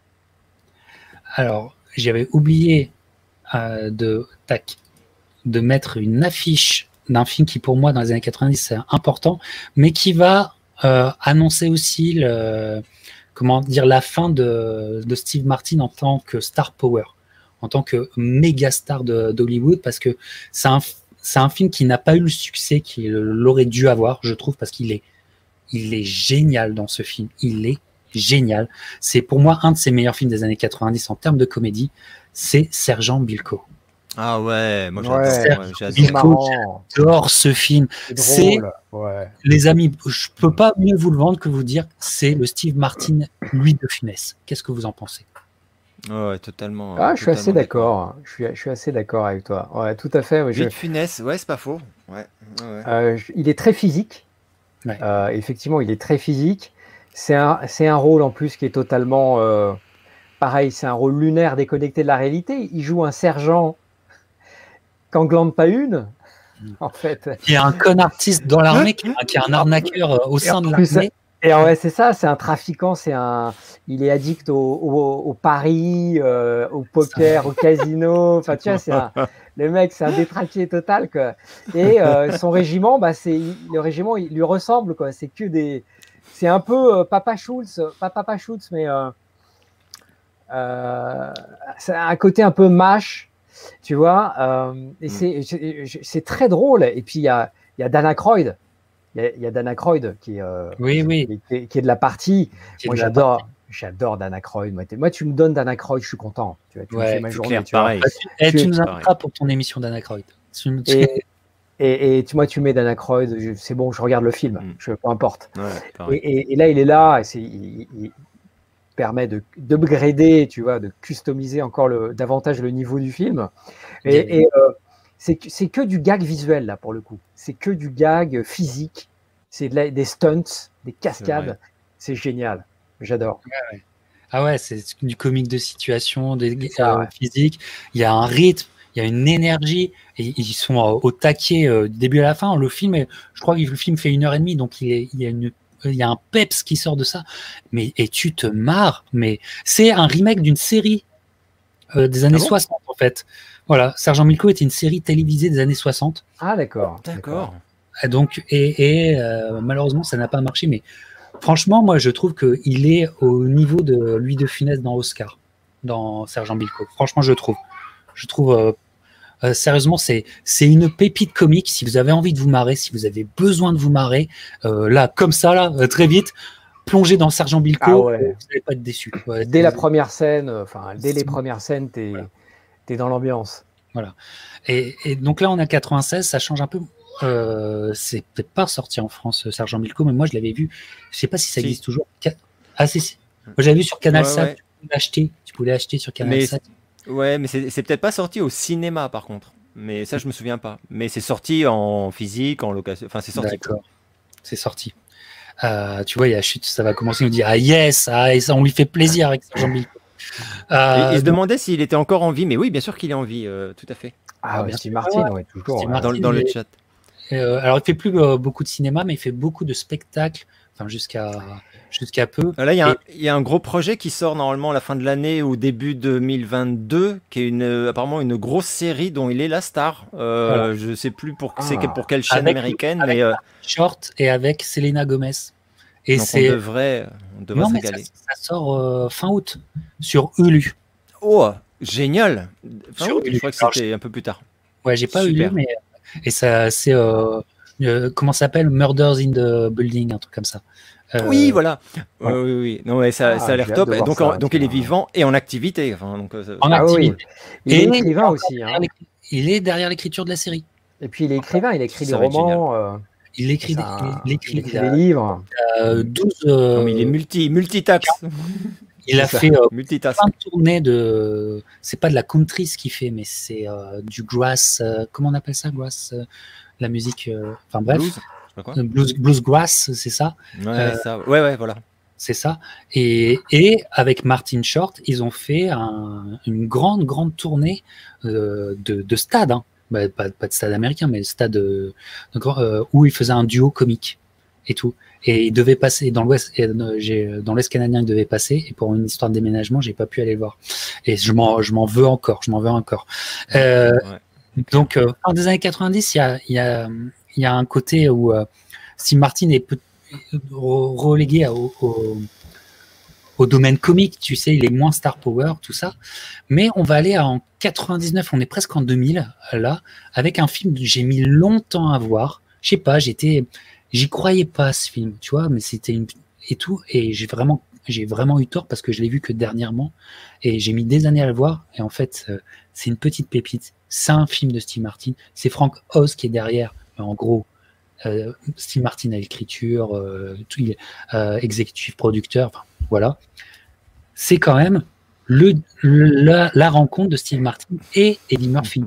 Alors, j'avais oublié euh, de, tac, de mettre une affiche d'un film qui, pour moi, dans les années quatre-vingt-dix, c'est important, mais qui va euh, annoncer aussi le, comment dire, la fin de, de Steve Martin en tant que star power, en tant que méga star de- d'Hollywood, parce que c'est un, c'est un film qui n'a pas eu le succès qu'il aurait dû avoir, je trouve, parce qu'il est, il est génial dans ce film. Il est génial. C'est pour moi un de ses meilleurs films des années quatre-vingt-dix en termes de comédie. C'est Sergent Bilko. Ah ouais, moi j'adore. Ouais, Ouais, j'adore. Bilko, j'adore ce film. C'est, ouais. les amis, je peux pas mieux vous le vendre que vous dire que c'est le Steve Martin, Louis de Funès. Qu'est-ce que vous en pensez? Ouais, totalement. Ah, je suis totalement assez d'accord. Je suis, je suis assez d'accord avec toi. Ouais, tout à fait. Ouais, je- Louis de Funès, ouais, c'est pas faux. Ouais, ouais. euh, je- il est très physique. Ouais. Euh, effectivement, il est très physique. C'est un, c'est un rôle en plus qui est totalement euh, pareil. C'est un rôle lunaire déconnecté de la réalité. Il joue un sergent qu'en glande pas une, en fait. Il y a un con artiste dans l'armée qui, qui est un arnaqueur euh, au Et sein en de plus, l'armée. Et ouais, c'est ça, c'est un trafiquant, c'est un, il est addict au, au, au pari, euh, au poker, au casino. Enfin, tu vois, c'est un, le mec, c'est un détraqué total, quoi. Et euh, son régiment, bah, c'est, le régiment, il lui ressemble, quoi. C'est que des, c'est un peu euh, Papa Schultz, pas Papa Schultz, mais euh, euh, c'est un côté un peu mâche, tu vois. Euh, et c'est, c'est, c'est très drôle. Et puis il y a, il y a Dan Aykroyd. Il y a, il y a Dan Aykroyd qui, euh, Oui, oui. qui, est, qui est de la partie. Qui est Moi, de la j'adore, partie. j'adore Dan Aykroyd. Moi, t'es- moi, tu me donnes Dan Aykroyd, je suis content. Tu, vois, tu me Ouais, fais ma c'est journée. clair, tu vois. pareil. Bah, tu, eh, Tu- tu nous pareil. inviteras pour ton émission d'Anna Croyd. Tu- tu- Et, et, et tu, moi, tu mets Dan Aykroyd, je- c'est bon, je regarde le film, Mm. je, peu importe. Ouais, Et, pareil. et, et là, il est là, et c'est, il, il permet de d'upgrader, tu vois, de customiser encore le, davantage le niveau du film. Et, Bien. et, euh, c'est que- c'est que du gag visuel, là, pour le coup. C'est que du gag physique. C'est de la- des stunts, des cascades. vrai. C'est génial. J'adore. Ah ouais, c'est du comique de situation, des C'est ça, euh, ouais. physiques. Il y a un rythme, il y a une énergie. Et ils sont euh, au taquet euh, du début à la fin. Le film, est, je crois que le film fait une heure et demie, donc il, est, il y a une il y a un peps qui sort de ça. Mais et tu te marres. Mais c'est un remake d'une série euh, des années Ah bon soixante en fait. Voilà, Sergent Bilko était une série télévisée des années soixante. Ah, d'accord. D'accord. Et donc et, et euh, malheureusement ça n'a pas marché. Mais franchement, moi je trouve que il est au niveau de Louis de Funès dans Oscar, dans Sergent Bilko. Franchement, je trouve. Je trouve. Euh, Euh, sérieusement, c'est c'est une pépite comique. Si vous avez envie de vous marrer, si vous avez besoin de vous marrer, euh, là, comme ça, là, euh, très vite, plongez dans Sergent Bilko, Ah ouais. euh, vous n'allez pas être déçu. Ouais, Dès la c'est- première scène, euh, enfin, dès les C'est- premières scènes, t'es Voilà. t'es dans l'ambiance. et, et donc là, on a quatre-vingt-seize, ça change un peu. Euh, c'est peut-être pas sorti en France, euh, Sergent Bilko, mais moi, je l'avais vu. Je sais pas si ça Si. existe toujours. Ca- Ah, si, si. Moi, j'avais vu sur Canal Ouais, sept. ouais. Tu pouvais l'acheter. Tu pouvais l'acheter sur Canal Mais- sept. Ouais, mais c'est c'est peut-être pas sorti au cinéma par contre. Mais ça, je me souviens pas. Mais c'est sorti en physique, en location. Enfin, c'est sorti. quoi. D'accord. C'est sorti. Euh, tu vois, il y a chute, ça va commencer à nous dire ah yes, ah, et ça, on lui fait plaisir avec Sergent Bilko. Et, Euh, et je donc, demandais s'il était encore en vie. Mais oui, bien sûr qu'il est en vie, euh, tout à fait. Ah, Ah, ouais, bien Steve sûr. Martin, Ouais. ouais, toujours. Steve ouais. Martin. Dans, dans le il est- chat. Euh, alors, il fait plus euh, beaucoup de cinéma, mais il fait beaucoup de spectacles, enfin jusqu'à jusqu'à peu. Là, il y, a un- Et- il y a un gros projet qui sort normalement à la fin de l'année ou début deux mille vingt-deux, qui est une, euh, apparemment une grosse série dont il est la star. Euh, Voilà. Je sais plus pour, Ah. c'est que- pour quelle chaîne Avec- américaine, avec mais euh, Short et avec Selena Gomez. Et donc on c'est devrait, on devrait non se mais ça, régaler. ça sort euh, fin août sur Hulu. Oh, génial! Enfin, Sur oui, Hulu. je crois que Alors, c'était un peu plus tard. Ouais, j'ai pas Super. Hulu, mais et ça c'est euh, euh, comment ça s'appelle Murders in the Building, un truc comme ça. Euh, Oui, voilà. voilà. Euh, oui, oui. Non, ouais, ça, Ah, ça a l'air j'ai hâte top. de voir Donc, ça, en- donc il est tiens. vivant et en activité. Enfin, donc, euh, ça- En Ah oui. activité. Il est Et- écrivain aussi. Hein. derrière l'écri- Il est derrière l'écriture de la série. Et puis il est écrivain, il écrit Ça des va être romans, euh, Il écrit, des, ça- il, il écrit, écrit il des a, livres. euh, douze. euh, non, mais il est multi, multitax. il a c'est ça. fait euh, Multitask. plein de tournées de. C'est pas de la country ce qu'il fait, mais c'est euh, du grass. euh, comment on appelle ça, grass euh, La musique. euh, Enfin bref, Blues. Je sais pas quoi. euh, blues, bluesgrass, c'est ça, Ouais, Euh, ça. Ouais, ouais, voilà. c'est ça. Et, et avec Martin Short, ils ont fait un- une grande, grande tournée euh, de, de stade. Hein. Bah, pas, pas de stade américain, mais de stade euh, de grand- euh, où ils faisaient un duo comique et tout. Et ils devaient passer dans l'Ouest, et, euh, j'ai- dans l'Ouest canadien, ils devaient passer. Et pour une histoire de déménagement, j'ai pas pu aller le voir. Et je m'en, je m'en veux encore. Je m'en veux encore. Euh, Ouais. donc, euh, fin des années quatre-vingt-dix, il y a, il y a, il y a un côté où euh, Steve Martin est peut- re- relégué au, au, au domaine comique, tu sais, il est moins star power, tout ça. Mais on va aller en quatre-vingt-dix-neuf, on est presque en deux mille, là, avec un film que j'ai mis longtemps à voir. Je sais pas, j'étais, j'y croyais pas ce film, tu vois, mais c'était une, et tout, et j'ai vraiment, j'ai vraiment eu tort parce que je l'ai vu que dernièrement, et j'ai mis des années à le voir, et en fait, euh, c'est une petite pépite. C'est un film de Steve Martin, c'est Frank Oz qui est derrière, mais en gros, Euh, Steve Martin à l'écriture, euh, tout, il est euh, exécutif producteur, enfin, voilà. C'est quand même le, le- la, la rencontre de Steve Martin et Eddie Murphy.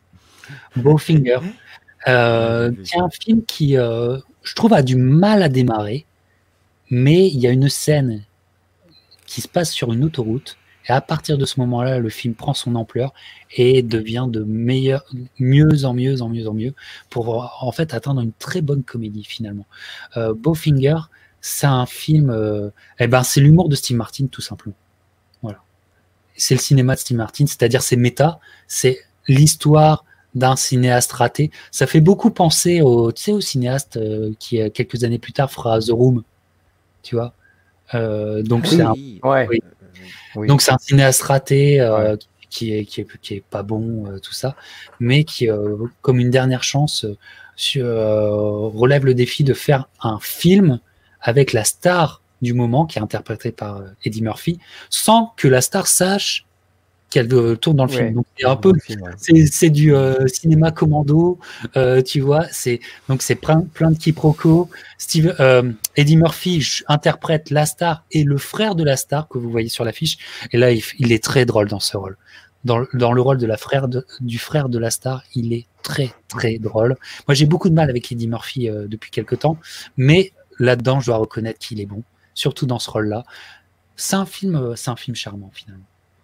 Bowfinger, euh, qui est un film qui, euh, je trouve, a du mal à démarrer, mais il y a une scène qui se passe sur une autoroute, et à partir de ce moment-là, le film prend son ampleur et devient de meilleur, mieux en mieux en mieux en mieux pour en fait atteindre une très bonne comédie finalement. Euh, Bowfinger, c'est un film, euh, eh ben c'est l'humour de Steve Martin tout simplement. Voilà, c'est le cinéma de Steve Martin, c'est-à-dire c'est méta, c'est l'histoire d'un cinéaste raté. Ça fait beaucoup penser au, tu sais, au cinéaste euh, qui quelques années plus tard fera The Room, tu vois. Euh, donc Oui, c'est un, ouais. oui. Oui. Donc c'est un cinéaste raté euh, Ouais. qui est qui est qui est pas bon, euh, tout ça, mais qui euh, comme une dernière chance euh, sur, euh, relève le défi de faire un film avec la star du moment qui est interprétée par euh, Eddie Murphy, sans que la star sache qu'elle euh, tourne dans le Ouais, film. Donc c'est un dans peu le film, ouais. c'est c'est du euh, cinéma commando, euh, tu vois. C'est donc c'est plein plein de quiproquos. Steve euh, Eddie Murphy j- interprète la star et le frère de la star que vous voyez sur l'affiche. Et là, il, f- il est très drôle dans ce rôle. Dans, le- dans le rôle de la frère de- du frère de la star, il est très très drôle. Moi, j'ai beaucoup de mal avec Eddie Murphy euh, depuis quelque temps, mais là-dedans, je dois reconnaître qu'il est bon, surtout dans ce rôle-là. C'est un film, euh, c'est un film charmant finalement.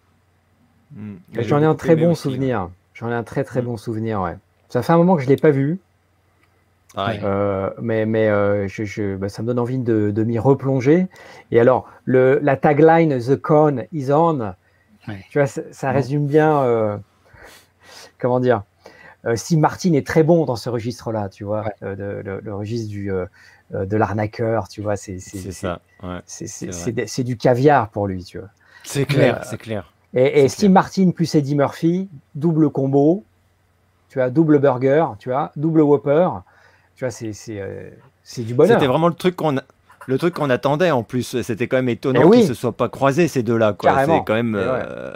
Mm. Mais J'ai J'en ai un beaucoup très aimé bon aussi, ouais. souvenir. J'en ai un très très Mm. bon souvenir, ouais. Ça fait un moment que je l'ai pas vu, Pareil. euh, mais mais euh, je, je- bah, ça me donne envie de, de m'y replonger. Et alors, le, la tagline The Con is on, Ouais. tu vois, ça, ça Bon. résume bien, euh, comment dire. Euh, Steve Martin est très bon dans ce registre-là, tu vois, Ouais. euh, de- le, le registre du euh, euh, de l'arnaqueur, tu vois, c'est c'est C'est c'est ça. Ouais. c'est C'est c'est- vrai. c'est des- c'est du caviar pour lui, tu vois. C'est clair. Euh, C'est clair. Et, et C'est Steve clair. Martin plus Eddie Murphy, double combo, tu vois, double burger, tu vois, double Whopper, tu vois, c'est c'est euh, c'est du C'était bonheur. vraiment le truc qu'on a- le truc qu'on attendait en plus. C'était quand même Et étonnant qu'ils oui, se soient pas croisés ces deux-là, quoi. C'est carrément. quand même. Et ouais. euh,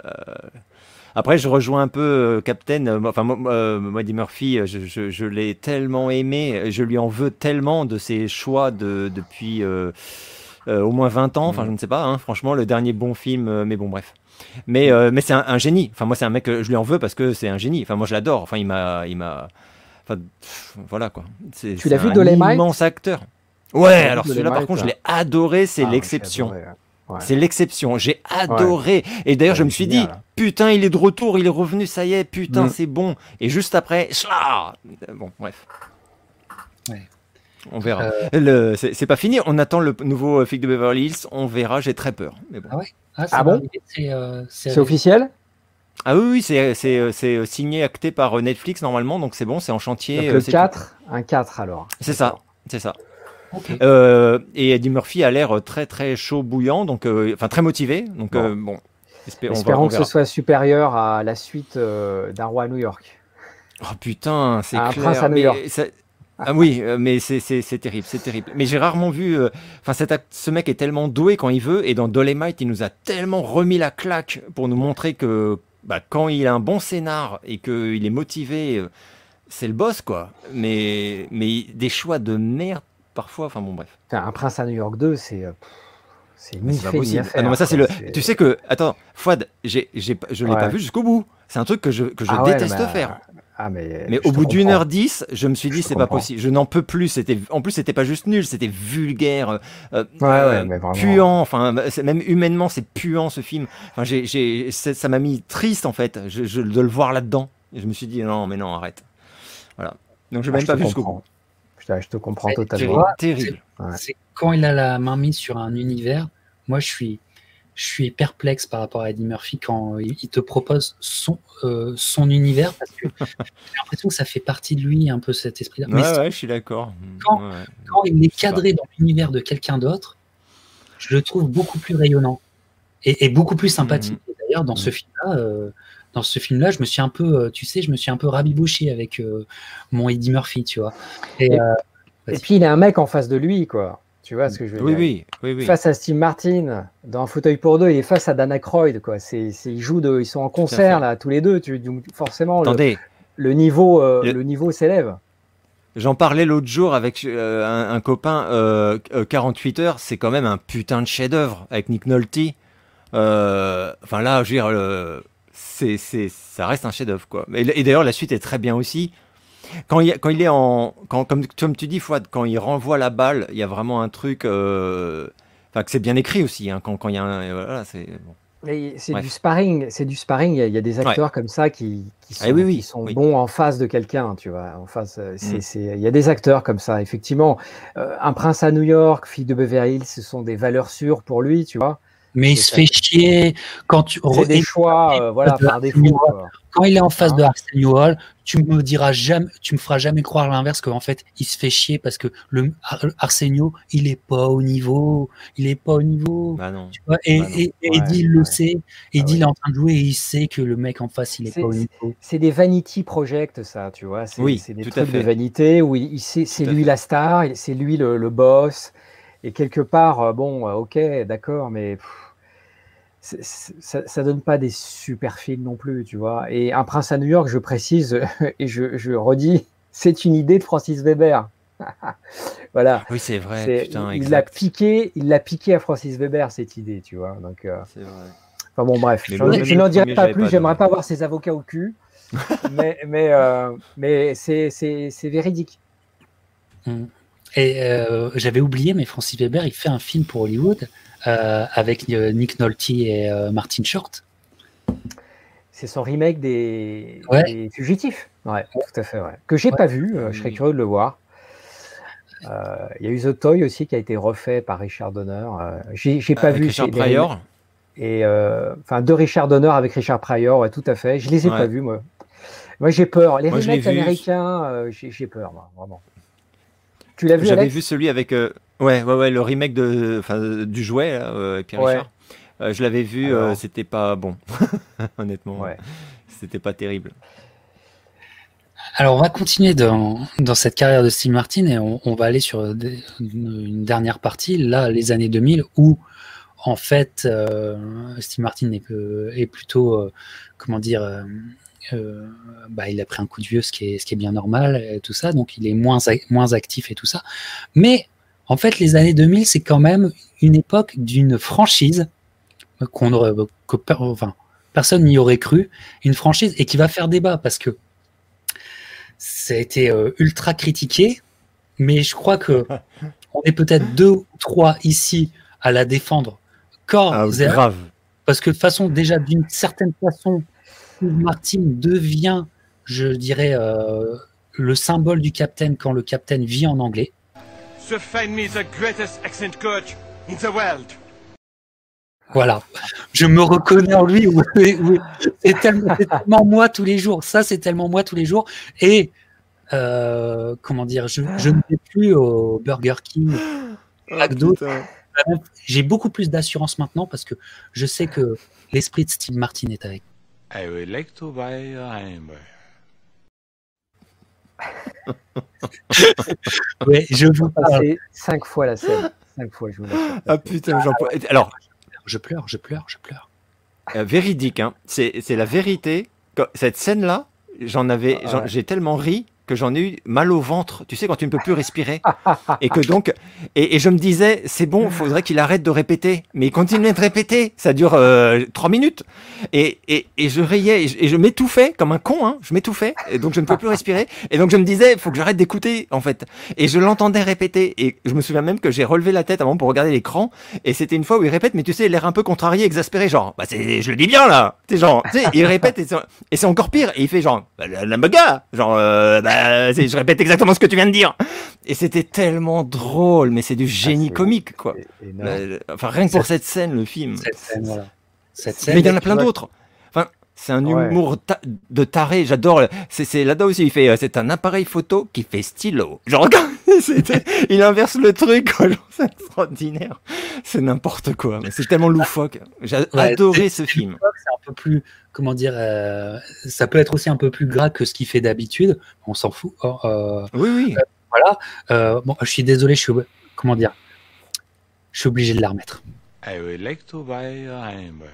Après, je rejoins un peu euh, Captain. euh, moi- Enfin, moi, euh, moi, Eddie Murphy, euh, je, je- je l'ai tellement aimé. Je lui en veux tellement de ses choix de, depuis euh, euh, au moins vingt ans. Enfin, je Mm. ne sais pas. Hein, franchement, le dernier bon film. euh, mais bon, bref. Mais, Mm. euh, mais c'est un, un génie. Enfin, moi, c'est un mec. euh, Je lui en veux parce que c'est un génie. Enfin, moi, je l'adore. Enfin, il m'a, il m'a. Enfin, pff, voilà quoi. C'est Tu c'est l'as vu un Dolemite? immense acteur. Tu Ouais, l'as vu alors celui-là, par Dolemite? contre, je l'ai adoré. C'est Ah, moi, j'ai l'exception. adoré. Ouais. C'est l'exception. J'ai Ouais. adoré. Et d'ailleurs, Ouais, je me suis dit, génial. putain, il est de retour, il est revenu, ça y est, putain, Mm. c'est bon. Et juste après, chlaa bon, bref. Ouais. On verra. Euh, Le- C'est c'est pas fini. On attend le nouveau Flic de Beverly Hills. On verra. J'ai très peur. Mais bon. Ah ouais. Ah, ça Ah va bon? arriver. C'est euh, c'est C'est officiel? Ah oui, oui, c'est c'est euh, c'est, euh, signé, acté par euh, Netflix normalement. Donc c'est bon, c'est en chantier. Donc euh, le c'est tout. quatre, un quatre alors. C'est ça. D'accord. C'est ça. Ok. Euh, et Eddie Murphy a l'air très très chaud bouillant, donc euh, enfin très motivé. Donc Bon. euh, bon, espé- on va- Espérons on que ce verra. soit supérieur à la suite euh, d'un roi à New York. Oh putain, c'est À un clair. prince à New mais York. ça- Ah oui, euh, mais c'est c'est- c'est terrible, c'est terrible. Mais j'ai rarement vu. euh, Enfin, cet act- ce mec est tellement doué quand il veut, et dans Dolemite, il nous a tellement remis la claque pour nous montrer que bah, quand il a un bon scénar et qu'il est motivé, euh, c'est le boss quoi. Mais mais des choix de merde parfois. Enfin bon, bref. Enfin, un prince à New York deux, c'est euh, pff, c'est Mais ni c'est pas fait ni possible. à Ah faire. non, mais ça, c'est quoi. le. C'est- Tu sais que. Attends, Fouad, j'ai, j'ai, pas- je l'ai pas Ouais. vu jusqu'au bout. C'est un truc que je, que je Ah ouais, déteste bah, faire. Ah mais, Mais je au te bout d'une comprends. heure dix, je me suis dit, Je te c'est pas comprends. possible. Je n'en peux plus. C'était, en plus, c'était pas juste nul, c'était vulgaire, euh, Ouais, euh, ouais, mais vraiment. puant. Enfin, c'est- même humainement, c'est puant ce film. Enfin, j'ai, j'ai, c'est- ça m'a mis triste en fait, je, je- de le voir là-dedans. Et je me suis dit, non, mais non, arrête. Voilà. Donc, je Ah, n'ai même je pas te vu jusqu'au bout. comprends. Je te, je te comprends Ouais, tu totalement. vois, Terrible. Ouais. c'est quand il a la main mise sur un univers. Moi, je suis, je suis perplexe par rapport à Eddie Murphy quand il il te propose son, euh, son univers parce que j'ai l'impression que ça fait partie de lui un peu cet esprit-là. Mais Ouais, ouais, je suis d'accord. Quand- Ouais, ouais. quand il est Je sais pas. cadré dans l'univers de quelqu'un d'autre, je le trouve beaucoup plus rayonnant. et, et beaucoup plus sympathique. Mhm. Et d'ailleurs, dans Mhm. ce film-là, euh, dans ce film-là, je me suis un peu, euh, tu sais, je me suis un peu rabibouché avec euh, mon Eddie Murphy, tu vois. Et, Et, euh, et vas-y. puis il a un mec en face de lui, quoi. Tu vois ce que je veux Oui, dire? oui, oui, oui. Face à Steve Martin, dans Un fauteuil pour deux, il est face à Dan Aykroyd, quoi. C'est, c'est, ils jouent de, ils sont en Tout à concert fait. là, tous les deux. Tu, donc, forcément, le, Attendez, le niveau, euh, le- le niveau s'élève. j'en parlais l'autre jour avec euh, un, un copain. euh, euh, quarante-huit heures, c'est quand même un putain de chef-d'œuvre avec Nick Nolte. Euh, Enfin là, je veux dire, le- c'est, c'est, ça reste un chef-d'œuvre, quoi. Et, et d'ailleurs, la suite est très bien aussi. Quand il, quand il est en, quand, comme, comme tu dis, Fouad, quand il renvoie la balle, il y a vraiment un truc. euh, Enfin, que c'est bien écrit aussi. Hein, quand, quand il y a un, voilà, c'est bon. Et c'est Bref. du sparring, c'est du sparring. Il y a, il y a des acteurs comme ça qui, qui sont, Ah oui, oui, qui sont oui. bons en face de quelqu'un, tu vois. En face, euh, c'est, Mm. c'est, il y a des acteurs comme ça, effectivement. Euh, Un prince à New York, Fille de Beverly Hills, ce sont des valeurs sûres pour lui, tu vois. Mais il C'est se ça. fait chier quand tu. C'est des et- choix, euh, voilà, de par Arsenio défaut, Hall. quoi. Quand il est en face Hein? de Arsenio Hall, tu me diras jamais, tu me feras jamais croire l'inverse qu'en fait il se fait chier parce que le Ar- Arsenio, il est pas au niveau, il est pas au niveau. Bah non. Tu vois, et, Bah non. et, et Ouais, Eddie le ouais. sait, Ah Eddie il oui. est en train de jouer et il sait que le mec en face il est C'est- pas au c'est- niveau. C'est des vanity projects, ça, tu vois. C'est Oui, c'est des tout à trucs de fait. vanité où il, il sait, c'est Tout à lui fait. la star, et c'est lui le, le boss. Et quelque part, euh, bon, euh, ok, d'accord, mais pff, c'est- c'est- ça, ça donne pas des super films non plus, tu vois. Et Un prince à New York, je précise et je, je redis, c'est une idée de Francis Weber. Voilà. Oui, c'est vrai, C'est- putain, il l'a exact. piqué, il l'a piqué à Francis Weber cette idée, tu vois. Donc, euh, C'est vrai. enfin bon, bref, Mais je, le- je même le n'en dirai premier, pas j'avais plus. pas J'aimerais donné. pas avoir ses avocats au cul, mais mais euh, mais c'est c'est c'est véridique. Mm. Et euh, j'avais oublié, mais Francis Weber, il fait un film pour Hollywood euh, avec euh, Nick Nolte et euh, Martin Short. C'est son remake des, Ouais. des Fugitifs. Ouais, tout à fait. Ouais. Que j'ai Ouais. pas vu. euh, je serais Oui. curieux de le voir. Euh, Il y a eu The Toy aussi qui a été refait par Richard Donner. Euh, j'ai j'ai pas Avec vu Richard ces- les Pryor. remakes. Et euh, enfin de Richard Donner avec Richard Pryor. Ouais, tout à fait. Je les ai Ouais. pas vus moi. Moi j'ai peur. Les Moi, je l'ai remakes vu. américains, euh, j'ai j'ai peur, moi, vraiment. Tu l'as vu, J'avais Alex? vu celui avec euh, ouais, ouais, ouais, le remake de, enfin, du jouet là, euh, avec Pierre Ouais. Richard. Euh, je l'avais vu, Alors. euh, c'était pas bon, honnêtement. Ouais. C'était pas terrible. Alors, on va continuer dans, dans cette carrière de Steve Martin et on, on va aller sur des- une, une dernière partie, là, les années deux mille, où, en fait, euh, Steve Martin est, peu- est plutôt, euh, comment dire, euh, euh, bah, il a pris un coup de vieux, ce qui est, ce qui est bien normal, et tout ça, donc il est moins, ac- moins actif et tout ça. Mais, en fait, les années deux mille, c'est quand même une époque d'une franchise qu'on aurait, que per- enfin, personne n'y aurait cru, une franchise, et qui va faire débat, parce que ça a été euh, ultra critiqué, mais je crois que on est peut-être deux ou trois ici à la défendre corps Ah, et âme, grave. parce que de toute façon, déjà d'une certaine façon, Steve Martin devient, je dirais, euh, le symbole du capitaine quand le capitaine vit en anglais. So find me the greatest accent coach in the world. Voilà, je me reconnais en lui. Oui, oui. C'est tellement, c'est tellement moi tous les jours. Ça, c'est tellement moi tous les jours. Et euh, comment dire, je, je ne vais plus au Burger King, Oh, McDo. putain. J'ai beaucoup plus d'assurance maintenant parce que je sais que l'esprit de Steve Martin est avec. I would like to buy a hamburger. Ouais, je vous parle. Passer cinq fois la scène. Cinq fois, je vous l'assure. Ah putain, j'en peux- Alors, Je pleure, je pleure, je pleure. euh, véridique, hein. C'est c'est la vérité. Quand- Cette scène-là, j'en avais, Ah j'en- ouais. j'ai tellement ri que j'en ai eu mal au ventre. Tu sais, quand tu ne peux plus respirer. Et que donc, et, et je me disais, c'est bon, faudrait qu'il arrête de répéter. Mais il continuait de répéter. Ça dure euh, trois minutes. Et, et, et je riais et je, et je m'étouffais comme un con. Hein, je m'étouffais. Et donc je ne peux plus respirer. Et donc je me disais, faut que j'arrête d'écouter en fait. Et je l'entendais répéter. Et je me souviens même que j'ai relevé la tête avant pour regarder l'écran. Et c'était une fois où il répète, mais tu sais, l'air un peu contrarié, exaspéré, genre, bah c'est, je le dis bien là. Tu sais, genre, tu sais, il répète et c'est, et c'est encore pire. Et il fait genre, bah, la, la bagarre, genre, euh, bah, c'est- je répète exactement ce que tu viens de dire. Et c'était tellement drôle, mais c'est du génie c'est- comique, quoi. C'est énorme. Euh, Enfin, rien que pour cette scène, le film. Cette scène, voilà. Cette Mais il y scène. en a plein tu vois- d'autres. Enfin, c'est un Ouais. humour ta- de taré. J'adore. le- C'est, c'est là-dedans aussi. Il fait. euh, C'est un appareil photo qui fait stylo. Genre, c'était- il inverse le truc. Quoi. Genre, c'est extraordinaire. C'est n'importe quoi, mais c'est tellement loufoque. J'ai Ouais, adoré c'est ce film. c'est un peu plus, comment dire, euh, ça peut être aussi un peu plus gras que ce qu'il fait d'habitude. On s'en fout. Oh, euh, Oui, oui. voilà. Euh, bon, je suis désolé, je suis, ob- comment dire, je suis obligé de la remettre. I would like to buy a hamburger.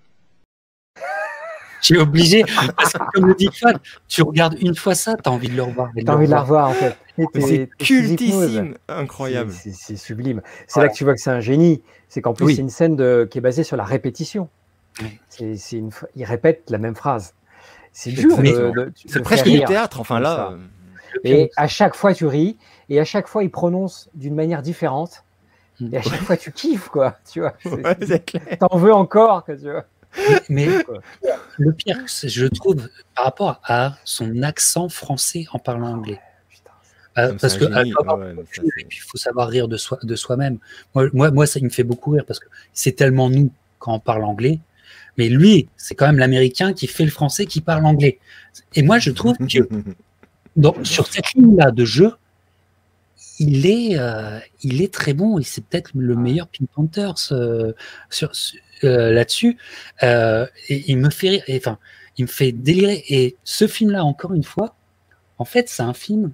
Je suis obligé parce que comme le dit Fan, tu regardes une fois ça, t'as envie de le revoir. et de T'as le envie de la revoir. revoir en fait. Et Mais t'es- c'est t'es sous hypnose. cultissime, C'est incroyable. c'est- c'est sublime. C'est Voilà. là que tu vois que c'est un génie. C'est qu'en plus, Oui. c'est une scène de- qui est basée sur la répétition. Oui. C'est, c'est une, ph- il répète la même phrase. C'est C'est dur de, exactement. de- de C'est faire presque du rire théâtre, enfin comme là. ça. euh, Le pire, Et à chaque fois, tu ris. Et à chaque fois, il prononce d'une manière différente. Mm. Et à chaque fois, tu kiffes, quoi. Tu vois. C'est- Ouais, c'est clair. T'en veux encore, quoi, tu vois. mais Quoi. le pire, c'est- je trouve, par rapport à son accent français en parlant anglais. Putain, Euh, Comme parce c'est que un génie. euh, Ah ouais, mais ça, c'est- il faut savoir rire de, soi, de soi-même. Moi, moi, moi, ça il me fait beaucoup rire parce que c'est tellement nous quand on parle anglais. Mais lui, c'est quand même l'Américain qui fait le français qui parle anglais. Et moi, je trouve que dans- sur cette ligne-là de jeu, il est, euh, il est très bon et c'est peut-être le meilleur Pink Panthers euh, sur, sur- euh, là-dessus. Euh, et il me fait rire, et, enfin, il me fait délirer. Et ce film-là, encore une fois, en fait, c'est un film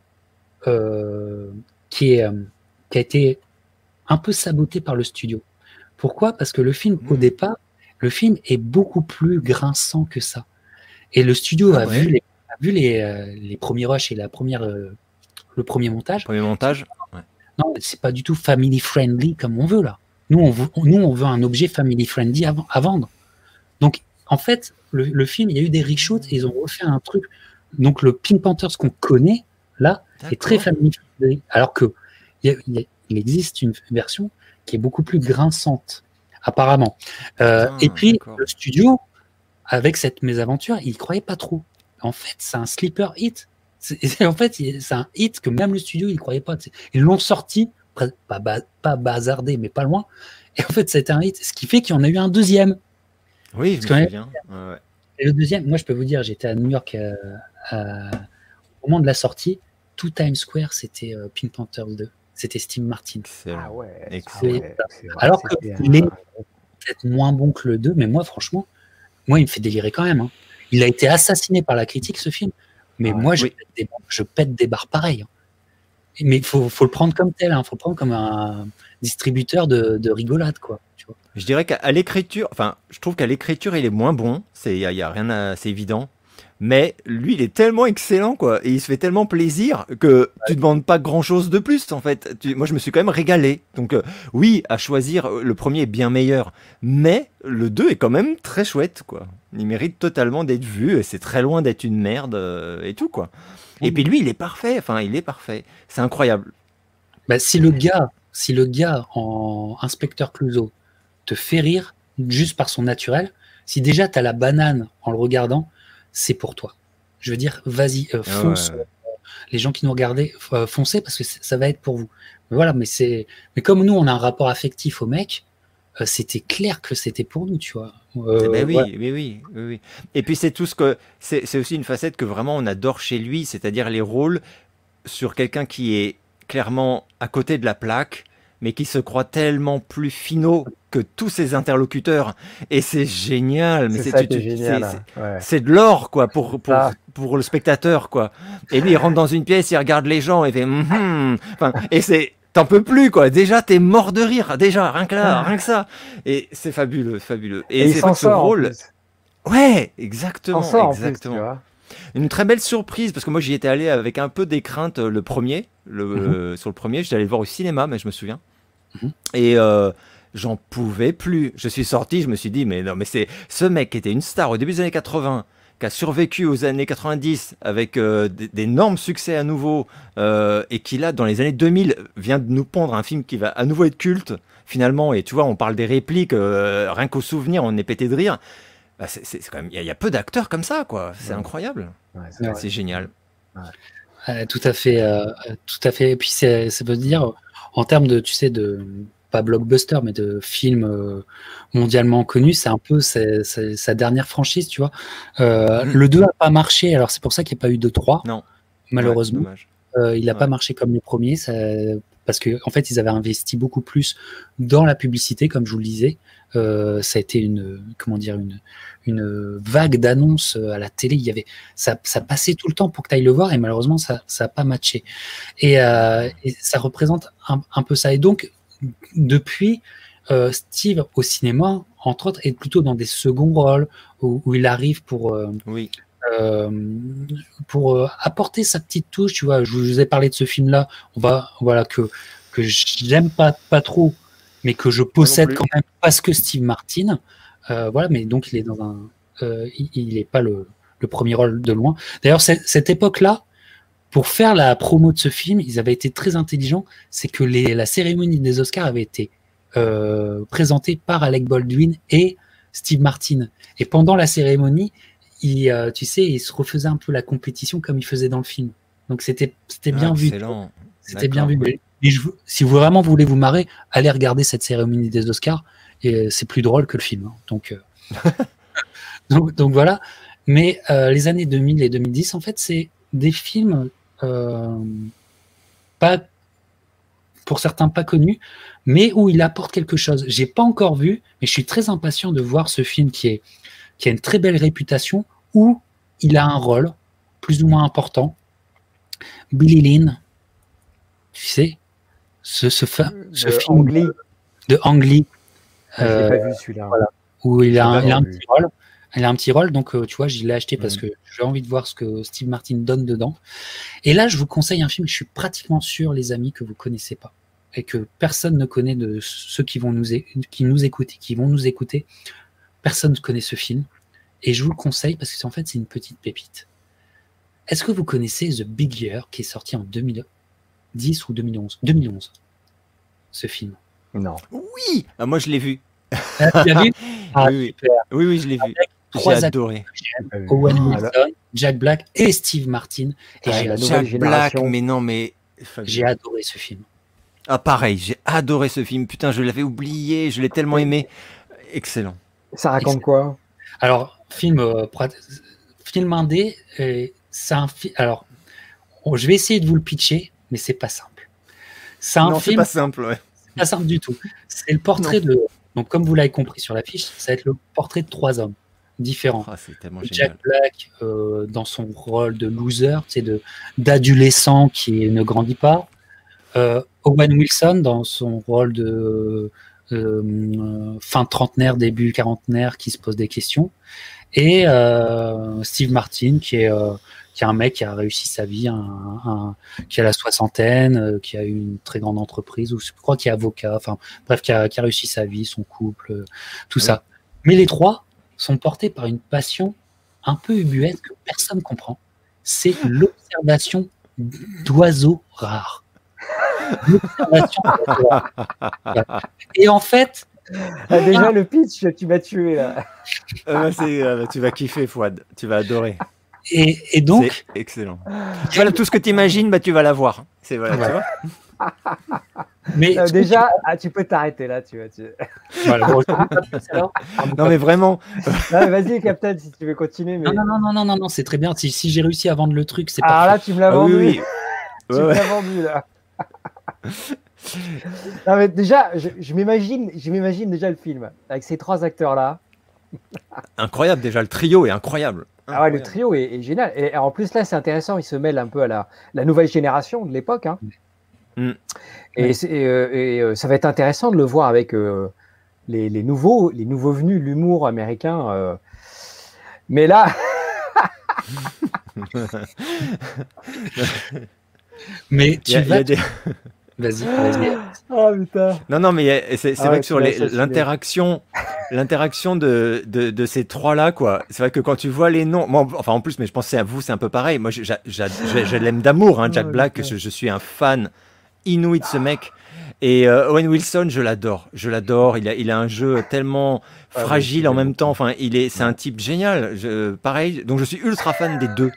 euh, qui, est, euh, qui a été un peu saboté par le studio. Pourquoi? Parce que le film, au Mm. départ, le film est beaucoup plus grinçant que ça. Et le studio Ah a ouais. vu les, a vu les, euh, les premiers rushs et la première, euh, le premier montage. Premier montage. Non, c'est pas du tout family friendly comme on veut là. Nous, on veut, nous, on veut un objet family friendly à, à vendre. Donc, en fait, le, le film, il y a eu des reshoots et ils ont refait un truc. Donc, le Pink Panthers qu'on connaît là est très D'accord. family friendly, alors que il, y a- il y a- il existe une version qui est beaucoup plus grinçante, apparemment. Euh, Putain, et puis, d'accord. le studio, avec cette mésaventure, il croyait pas trop. En fait, c'est un sleeper hit. C'est- c'est- en fait, il- c'est un hit que même le studio, il croyait pas. Ils l'ont sorti, pre- pas, ba- pas bazardé, mais pas loin. Et en fait, c'était un hit, ce qui fait qu'il y en a eu un deuxième. Oui, je Parce me que- souviens. Ouais, ouais. Et le deuxième, moi, je peux vous dire, j'étais à New York euh, à- au moment de la sortie. Tout Times Square, c'était euh, Pink Panthers deux. C'était Steve Martin. Excellent. Ah ouais. Excellent. Ah ouais, c'est vrai, Alors que c'était un- il est peut-être moins bon que le deux, mais moi, franchement, moi, il me fait délirer quand même. hein. Il a été assassiné par la critique, ce film. Mais Ah ouais. moi, je, Oui. pète des, je pète des barres pareilles. hein. Mais il faut, faut le prendre comme tel. Il faut le prendre comme un distributeur de, de rigolade, quoi. Tu vois. Je dirais qu'à à l'écriture, enfin, je trouve qu'à l'écriture, il est moins bon. C'est, il y, a- il y a rien à, c'est évident. Mais lui, il est tellement excellent, quoi. Et il se fait tellement plaisir que tu demandes pas grand chose de plus, en fait. Tu- moi, je me suis quand même régalé. Donc, euh, oui, à choisir, euh, le premier est bien meilleur. Mais le deux est quand même très chouette, quoi. Il mérite totalement d'être vu. Et c'est très loin d'être une merde euh, et tout, quoi. Et puis lui, il est parfait. Enfin, il est parfait. C'est incroyable. Bah, si le gars, si le gars en inspecteur Clouseau te fait rire juste par son naturel, si déjà tu as la banane en le regardant, c'est pour toi. Je veux dire, vas-y, euh, Ah fonce. ouais. Les gens qui nous regardaient, euh, foncez parce que c'est- ça va être pour vous. Mais voilà, mais c'est, mais comme nous, on a un rapport affectif au mec, euh, c'était clair que c'était pour nous, tu vois. Euh, Eh ben oui, voilà. oui, oui, oui, oui. Et puis c'est tout ce que c'est, c'est aussi une facette que vraiment on adore chez lui, c'est-à-dire les rôles sur quelqu'un qui est clairement à côté de la plaque, mais qui se croit tellement plus finaux que tous ses interlocuteurs. Et c'est génial. Mais C'est c'est, ça tu- qui est tu- génial. c'est- hein. Ouais. c'est de l'or, quoi, pour, pour, Ah. pour le spectateur, quoi. Et lui, il rentre dans une pièce, il regarde les gens, et fait, Mhm. Enfin, et c'est, t'en peux plus, quoi. Déjà, t'es mort de rire, déjà, rien que là, rien que ça. Et c'est fabuleux, fabuleux. Et, Et il c'est s'en vrai que ce sort. en rôle, plus. ouais, Il exactement, s'en sort en plus, exactement. tu vois. Une très belle surprise, parce que moi, j'y étais allé avec un peu des craintes euh, le premier, le, Mhm. euh, sur le premier, j'étais allé le voir au cinéma, mais je me souviens. Mhm. Et euh, j'en pouvais plus. Je suis sorti, je me suis dit, mais non, mais c'est ce mec qui était une star au début des années quatre-vingts, qui a survécu aux années quatre-vingt-dix avec euh, d- d'énormes succès à nouveau, euh, et qui là, dans les années deux mille, vient de nous pondre un film qui va à nouveau être culte, finalement. Et tu vois, on parle des répliques, euh, rien qu'au souvenir, on est pété de rire. Bah, c'est c'est- c'est quand même, il y, a- il y a peu d'acteurs comme ça, quoi. C'est Ouais. incroyable. Ouais, c'est Ouais. vrai. C'est génial. Euh, tout à fait, euh, tout à fait. Et puis c'est- ça veut dire en termes de, tu sais, de pas blockbuster, mais de films euh, mondialement connus, c'est un peu c'est- c'est sa dernière franchise, tu vois. Euh, Mhm. Le deux a pas marché, alors c'est pour ça qu'il n'y a pas eu de trois, Non. malheureusement. Ouais, dommage. Euh, il n'a pas Ouais. marché comme le premier, ça- parce que en fait, ils avaient investi beaucoup plus dans la publicité, comme je vous le disais. Euh, ça a été une, comment dire, une, une vague d'annonces à la télé. Il y avait, ça, ça passait tout le temps pour que tu ailles le voir, et malheureusement, ça n'a pas matché. Et, euh, et ça représente un, un peu ça. Et donc, depuis, euh, Steve au cinéma, entre autres, est plutôt dans des seconds rôles où, où il arrive pour, euh, Oui. euh, pour euh, apporter sa petite touche. Tu vois, je vous ai parlé de ce film-là. On va, voilà, que que j'aime pas pas trop, mais que je possède quand même parce que Steve Martin. Euh, voilà, mais donc il est dans un, euh, il n'est pas le, le premier rôle de loin. D'ailleurs, cette époque-là, pour faire la promo de ce film, ils avaient été très intelligents. C'est que les, la cérémonie des Oscars avait été euh, présentée par Alec Baldwin et Steve Martin. Et pendant la cérémonie, il, euh, tu sais, il se refaisait un peu la compétition comme il faisait dans le film. Donc c'était c'était bien ah, vu. Excellent. C'était bien vu. Mais, mais je, si vous vraiment voulez vous marrer, allez regarder cette cérémonie des Oscars. Et c'est plus drôle que le film. Hein. Donc, euh, donc, donc voilà. Mais euh, les années deux mille et deux mille dix, en fait, c'est des films euh, pas, pour certains pas connus, mais où il apporte quelque chose. J'ai pas encore vu, mais je suis très impatient de voir ce film qui est qui a une très belle réputation, où il a un rôle plus ou moins important. Billy Lynn, tu sais, ce, ce, fa- ce film Ang Lee. de, de Ang Lee. Ah, je l'ai pas vu celui-là. Voilà, où il a, un, il a un vu. petit rôle. Il a un petit rôle, donc euh, tu vois, je l'ai acheté parce Mm. que j'ai envie de voir ce que Steve Martin donne dedans. Et là, je vous conseille un film, je suis pratiquement sûr, les amis, que vous connaissez pas et que personne ne connaît de ceux qui vont nous, é- qui nous écouter, qui vont nous écouter. Personne ne connaît ce film. Et je vous le conseille parce que en fait, c'est une petite pépite. Est-ce que vous connaissez The Big Year, qui est sorti en deux mille dix ou deux mille onze deux mille onze, ce film. Non. Oui, ah, moi je l'ai vu. Ah, tu l'as vu? Ah, oui, oui. super. oui, oui, je l'ai vu. Avec J'ai trois acteurs, adoré. Owen Ah, Wilson, là. Jack Black et Steve Martin. Et Ah, j'ai la adoré, nouvelle Jack Black, génération. mais non, mais. j'ai adoré ce film. Ah, pareil, j'ai adoré ce film. Putain, je l'avais oublié, je l'ai tellement aimé. Excellent. Ça raconte quoi? Alors, film, euh, prat- film indé, euh, c'est un film. Alors, oh, je vais essayer de vous le pitcher, mais c'est pas simple. C'est un Non, c'est film pas simple, ouais. pas simple du tout. C'est le portrait de. Donc, comme vous l'avez compris sur l'affiche, ça va être le portrait de trois hommes différents. Ah, c'est tellement Jack génial. Black euh, dans son rôle de loser, c'est de d'adolescent qui ne grandit pas. Euh, Owen Wilson dans son rôle de euh, fin trentenaire, début quarantenaire qui se pose des questions. Et euh, Steve Martin qui est euh, qui est un mec qui a réussi sa vie, un, un, qui a la soixantaine, euh, qui a eu une très grande entreprise, ou je crois qu'il est avocat, enfin bref, qui a, qui a réussi sa vie, son couple, euh, tout Ouais. ça. Mais les trois sont portés par une passion un peu ubuesque que personne ne comprend. C'est l'observation d'oiseaux rares. L'observation d'oiseaux rares. Et en fait, Ah, déjà, le pitch, tu m'as tué là. Ah, bah, c'est, ah, bah, tu vas kiffer, Fouad. Tu vas adorer. et, et donc, C'est excellent. Voilà, tout ce que tu imagines, bah, tu vas l'avoir. C'est voilà, Ouais. tu vois. mais Euh, déjà, ah, tu peux t'arrêter là. Tu vois, tu... voilà, bon, je vous dis pas plus alors. Non, mais vraiment. Non, mais vas-y, Captain, si tu veux continuer. Mais... Non, non, non, non, non, non, non, c'est très bien. Si, si j'ai réussi à vendre le truc, c'est Alors parfait. là, tu me l'as Ah, vendu. oui, oui. Tu Ouais, me ouais. l'as vendu là. Non, mais déjà, je, je m'imagine, je m'imagine déjà le film avec ces trois acteurs là. Incroyable, déjà, le trio est incroyable. Ah ouais, le Incroyable. trio est, est génial. Et en plus là, c'est intéressant. Il se mêle un peu à la, la nouvelle génération de l'époque. Hein. Mm. Et, Ouais. c'est- et, euh, et, euh, ça va être intéressant de le voir avec euh, les, les nouveaux, les nouveaux venus, l'humour américain. euh. Mais là, Mais Il tu y a- il y vas. a des- Vas-y, vas-y. oh putain. Non, non, mais il y a- c'est c'est Ah vrai ouais, que tu sur m'as les- assassiné. l'interaction, l'interaction de, de, de ces trois-là, quoi. C'est vrai que quand tu vois les noms, moi, enfin en plus, mais je pensais à vous, c'est un peu pareil. Moi, je, j'a- j'a- je- je l'aime d'amour, hein, Jack Oh, Black. putain. Je, je suis un fan inouï de ce mec. Et euh, Owen Wilson, je l'adore. Je l'adore. Il a, il a un jeu tellement Ah, fragile oui, en j'aime même temps. Enfin, il est, c'est un type génial. Je, pareil. Donc, je suis ultra fan des deux.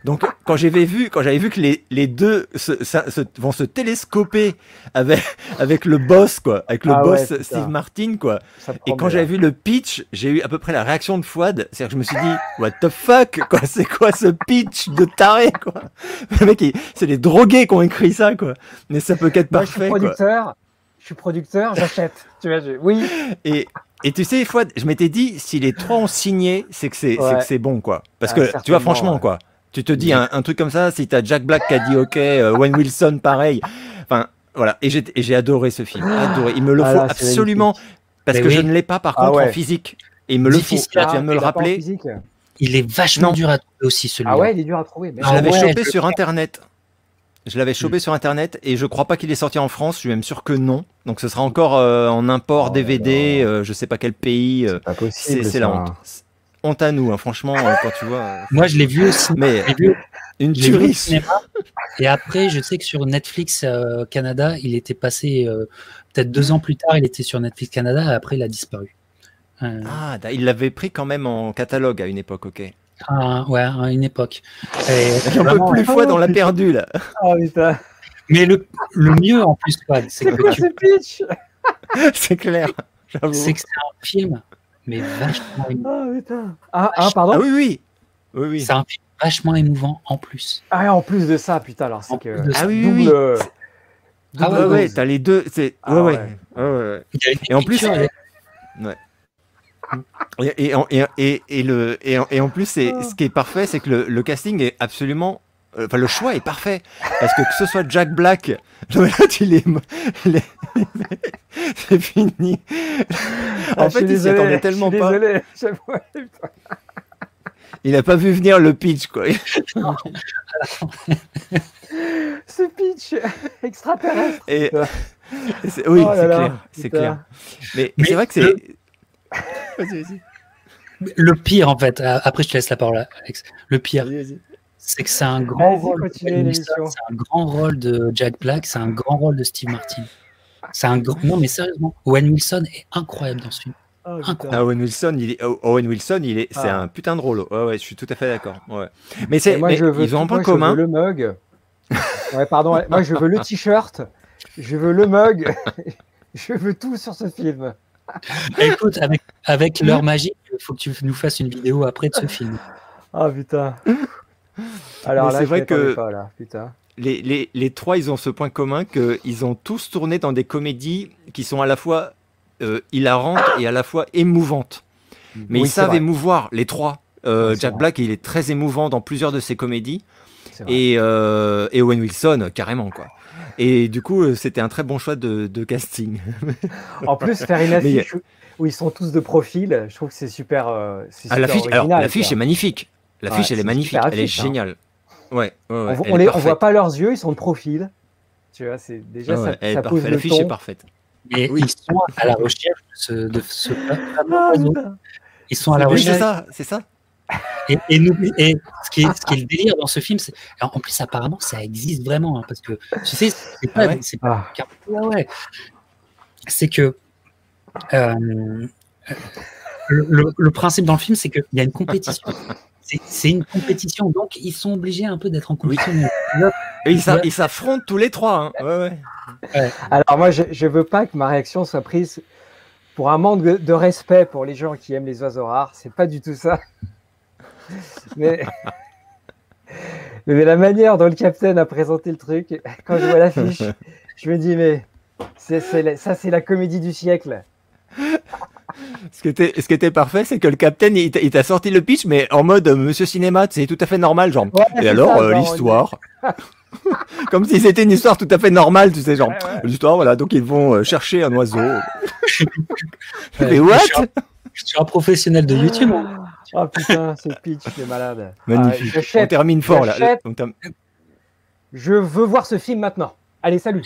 Donc quand j'avais vu, quand j'avais vu que les, les deux se, ça, se, vont se télescoper avec, avec le boss, quoi, avec le Ah boss ouais, Steve Martin, quoi. Ça Et quand promet, j'avais là. vu le pitch, j'ai eu à peu près la réaction de Fouad. C'est-à-dire que je me suis dit, what the fuck, quoi, c'est quoi ce pitch de taré, quoi. Le mec, il- c'est les drogués qui ont écrit ça, quoi. Mais ça peut qu'être Moi, je suis parfait, quoi. producteur, je suis producteur, j'achète. Tu vois, je- oui. Et, et tu sais, Fouad, je m'étais dit, si les trois ont signé, c'est que c'est Ouais. c'est que c'est bon, quoi. Parce Ah, que, tu vois, certainement, franchement, ouais. quoi. Tu te dis un, un truc comme ça, si t'as Jack Black qui a dit OK, euh, Owen Wilson, pareil. Enfin, voilà. Et j'ai et j'ai adoré ce film. Adoré. Il me le Ah faut là, c'est absolument. Parce Mais que oui. je ne l'ai pas, par Ah contre, ouais. en physique. Et il me le faut. Difficile Là, à- tu viens de me le Tu l'as pas en rappeler. physique Il est vachement Non. dur à trouver aussi, celui-là. Ah ouais, il est dur à trouver. Je Merde. Ah l'avais ouais, chopé je- sur Internet. Je l'avais chopé sur Internet et je crois pas qu'il est sorti en France. Je suis même sûr que non. Donc ce sera encore euh, en import Oh D V D, là là. euh, je sais pas quel pays. euh, C'est pas c'est possible. c'est la ça. honte. C'est honte à nous, hein, franchement, euh, quand tu vois. euh, Moi, je l'ai vu aussi. Mais Je l'ai vu- une je l'ai vu au tuerie. cinéma. Et après, je sais que sur Netflix euh, Canada, il était passé euh, peut-être deux ans plus tard, il était sur Netflix Canada et après, il a disparu. Euh, Ah, da- il l'avait pris quand même en catalogue à une époque, ok. à- ouais, à une époque. Et J'en peux vraiment, plus, Fouad, on l'a putain. perdu là. Ah putain. mais le, le mieux en plus, quoi, c'est C'est que, quoi tu- ce pitch? C'est clair, j'avoue. c'est que c'est un film, mais vachement émouvant. Ah putain. Ah, ah pardon. Ah oui, oui. Oui, oui. C'est un film vachement émouvant en plus. Ah, en plus de ça, putain, alors En c'est que. plus de ça. Ah oui, oui, double, oui. euh, Ah double Ouais, ouais, dose. t'as les deux. C'est... Ah ouais, ouais. ouais. Ouais, ouais, ouais. Il y a une Et en plus, écriture avec- Et, et, en- et, et, et le, et, en, et en plus, c'est, ce qui est parfait, c'est que le, le casting est absolument. euh, Enfin, le choix est parfait. Parce que que ce soit Jack Black, le l'autre, il est. mo- il est- c'est fini. Ah, En je fait, suis il s'y désolé, attendait je tellement suis pas. Désolé, j'avoue, putain. Il n'a pas vu venir le pitch, quoi. Ce pitch extraterrestre. Et, putain. et c'est- oui, Oh là c'est là, clair. C'est putain. clair. Mais, Mais c'est vrai que c'est. le- Vas-y, vas-y. Le pire, en fait, euh, après je te laisse la parole, Alex. Le pire, Vas-y, vas-y. c'est que c'est un grand Vas-y, rôle de continue Owen Wilson, l'émission. c'est un grand rôle de Jack Black, c'est un grand rôle de Steve Martin. C'est un grand. Non, mais sérieusement, Owen Wilson est incroyable dans ce film. Oh, putain. Incroyable. Ah, Owen Wilson, il est, oh, Owen Wilson, il est, c'est Ah. un putain de rôle. Ouais, ouais, je suis tout à fait d'accord. Ouais. Mais Et c'est, moi, mais je veux ils ont un tout- point moi, je commun. veux le mug. Ouais, pardon. Moi, je veux le t-shirt. Je veux le mug. Je veux tout sur ce film. Écoute, avec, avec l'heure magique, il faut que tu nous fasses une vidéo après de ce film. Ah putain. Alors Mais là, c'est je vrai m'y attendais que- pas, là, putain. Les, les, les trois, ils ont ce point commun qu'ils ont tous tourné dans des comédies qui sont à la fois euh, hilarantes et à la fois émouvantes. Mais Oui, ils c'est savent vrai. émouvoir, les trois. Euh, Ouais, c'est Jack vrai. Black, il est très émouvant dans plusieurs de ses comédies. C'est vrai. Et, euh, et Owen Wilson, carrément, quoi. Et du coup, euh, c'était un très bon choix de, de casting. En plus, faire une Mais il y a- affiche où- où ils sont tous de profil, je trouve que c'est super. euh, c'est Ah, super l'affiche, alors, original, l'affiche quoi. est magnifique. L'affiche, Ouais, elle est c'est magnifique. super Elle est affiche, hein. géniale. Ouais, ouais, ouais, On, elle on, est les, on parfaite. voit pas leurs yeux, ils sont de profil. Tu vois, c'est déjà Ah ouais, ça, elle est ça parfaite. pose le L'affiche est ton. parfaite. Et Oui. ils sont à la recherche de ce, de ce fameux Ah, oiseau. putain. Ils sont à la Oui, c'est recherche. ça, c'est ça. Et, et, n'oublie- et ce, qui est, ce qui est le délire dans ce film, c'est. Alors, en plus, apparemment, ça existe vraiment. Hein, parce que, tu sais, c'est pas. Ah ouais c'est pas Ah. ouais, ouais. C'est que. euh, le, le- le principe dans le film, c'est qu'il y a une compétition. C'est c'est une compétition. Donc, ils sont obligés un peu d'être en compétition. Et ils s'a- Ouais. ils s'affrontent tous les trois. Hein. Ouais, ouais. Alors moi, je, je veux pas que ma réaction soit prise pour un manque de, de respect pour les gens qui aiment les oiseaux rares. C'est pas du tout ça. Mais, mais la manière dont le capitaine a présenté le truc, quand je vois l'affiche, je me dis mais c'est, c'est la- ça c'est la comédie du siècle. Ce qui était, ce qui était parfait, c'est que le capitaine, il t'a il t'a sorti le pitch, mais en mode euh, Monsieur Cinéma, c'est tout à fait normal, genre. Ouais, Et c'est alors, ça, euh, genre, l'histoire. Comme si c'était une histoire tout à fait normale, tu sais, genre. Ouais, ouais. L'histoire, voilà, donc ils vont euh, chercher un oiseau. Ouais. Mais what je, suis un, je suis un professionnel de YouTube. hein. Oh putain, ce pitch, c'est malade. Magnifique. Ah, j'achète, On termine fort, là. j'achète. On termine- Je veux voir ce film maintenant. Allez, salut.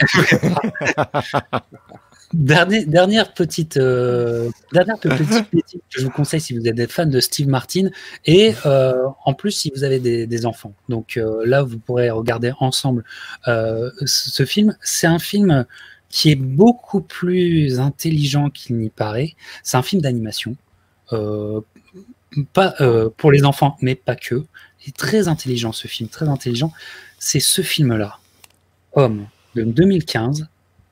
Dernier- dernière petite, euh, dernière petite petite que je vous conseille si vous êtes des fans de Steve Martin et euh, en plus si vous avez des, des enfants. Donc euh, là, vous pourrez regarder ensemble euh, ce, ce film. C'est un film qui est beaucoup plus intelligent qu'il n'y paraît. C'est un film d'animation. Euh, pas euh, pour les enfants, mais pas que. Il est très intelligent ce film, très intelligent. C'est ce film-là, Homme, de deux mille quinze,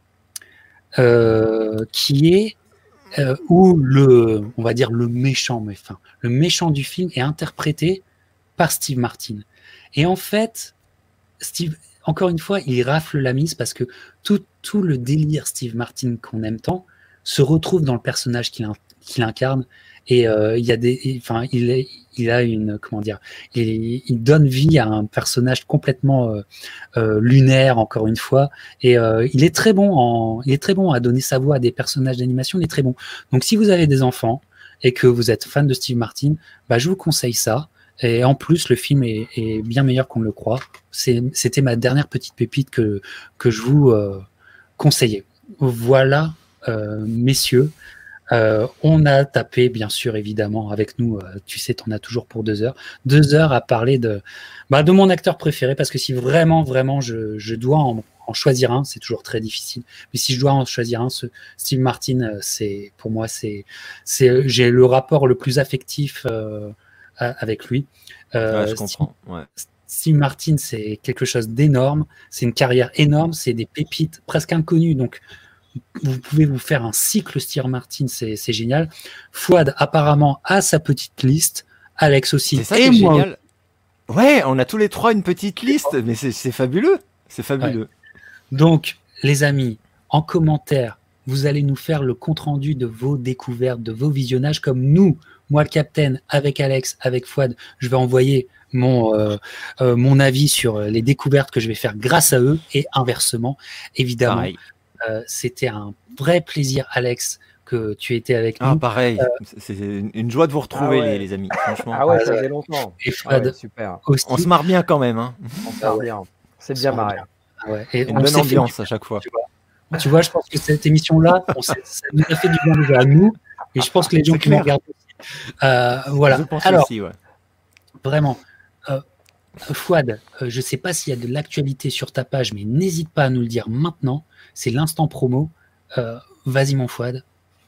euh, qui est euh, où le, on va dire le méchant, mais enfin, le méchant du film est interprété par Steve Martin. Et en fait, Steve, encore une fois, il rafle la mise parce que tout, tout le délire Steve Martin qu'on aime tant se retrouve dans le personnage qu'il, qu'il incarne. Et euh, il y a des, enfin, il, est, il a une, comment dire, il, il donne vie à un personnage complètement euh, euh, lunaire, encore une fois. Et euh, il est très bon en, il est très bon à donner sa voix à des personnages d'animation. Il est très bon. Donc, si vous avez des enfants et que vous êtes fan de Steve Martin, bah, je vous conseille ça. Et en plus, le film est, est bien meilleur qu'on le croit. C'est, c'était ma dernière petite pépite que que je vous euh, conseillais. Voilà, euh, messieurs. Euh, on a tapé, bien sûr, évidemment, avec nous, euh, tu sais, t'en as toujours pour deux heures. Deux heures à parler de, bah, de mon acteur préféré, parce que si vraiment, vraiment, je, je dois en, en choisir un, c'est toujours très difficile. Mais si je dois en choisir un, ce Steve Martin, euh, c'est, pour moi, c'est, c'est, j'ai le rapport le plus affectif euh, avec lui. Euh, ouais, je comprends. Steve, ouais. Steve Martin, c'est quelque chose d'énorme. C'est une carrière énorme. C'est des pépites presque inconnues. Donc, vous pouvez vous faire un cycle Steve Martin, c'est, c'est génial. Fouad, apparemment, a sa petite liste. Alex aussi. C'est ça et qui est moi. génial. Ouais, on a tous les trois une petite liste, mais c'est, c'est fabuleux. C'est fabuleux. Ouais. Donc, les amis, en commentaire, vous allez nous faire le compte-rendu de vos découvertes, de vos visionnages, comme nous, moi le Capitaine, avec Alex, avec Fouad, je vais envoyer mon, euh, euh, mon avis sur les découvertes que je vais faire grâce à eux, et inversement, évidemment. Pareil. Euh, c'était un vrai plaisir, Alex, que tu étais avec nous. Ah, pareil. Euh, c'est une joie de vous retrouver, ah ouais. les, les amis. Franchement. Ah ouais, ça faisait longtemps. Et Fouad, ah ouais, super. Aussi. On se marre bien quand même. Hein. On se marre bien. C'est bien marré. Ah ouais. Et une bonne ambiance fait, à chaque fois. Tu vois. tu vois, je pense que cette émission-là, on ça nous a fait du bien déjà à nous, et je pense que les gens qui nous regardent aussi. Euh, voilà. Je pense Alors, aussi, ouais. Vraiment. Euh, Fouad, euh, je ne sais pas s'il y a de l'actualité sur ta page, mais n'hésite pas à nous le dire maintenant. C'est l'instant promo. Euh, vas-y, mon Fouad.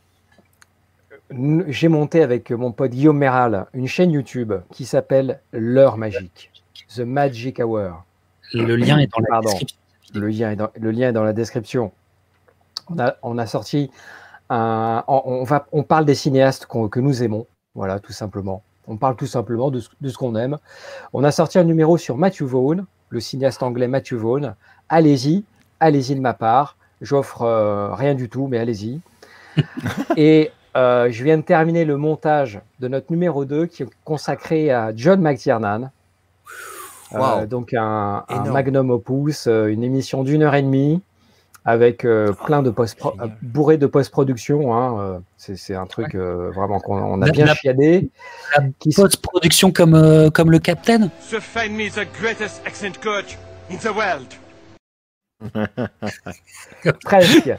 J'ai monté avec mon pote Guillaume Méral une chaîne YouTube qui s'appelle L'Heure Magique. The Magic Hour. Le lien est dans la Pardon. description. Le lien est dans, le lien est dans la description. On a, on a sorti un. On, on, va, on parle des cinéastes qu'on, que nous aimons. Voilà, tout simplement. On parle tout simplement de ce, de ce qu'on aime. On a sorti un numéro sur Matthew Vaughn, le cinéaste anglais Matthew Vaughn. Allez-y, allez-y de ma part. J'offre euh, rien du tout, mais allez-y. Et euh, je viens de terminer le montage de notre numéro deux qui est consacré à John McTiernan. Wow. Euh, donc un, un magnum opus, euh, une émission d'une heure et demie avec euh, plein de post euh, bourré de post-production. Hein, euh, c'est, c'est un truc euh, vraiment qu'on on a la, bien la, chiadé. La qui post-production comme, euh, comme le Capitaine. So find me the greatest accent coach in the world. Presque.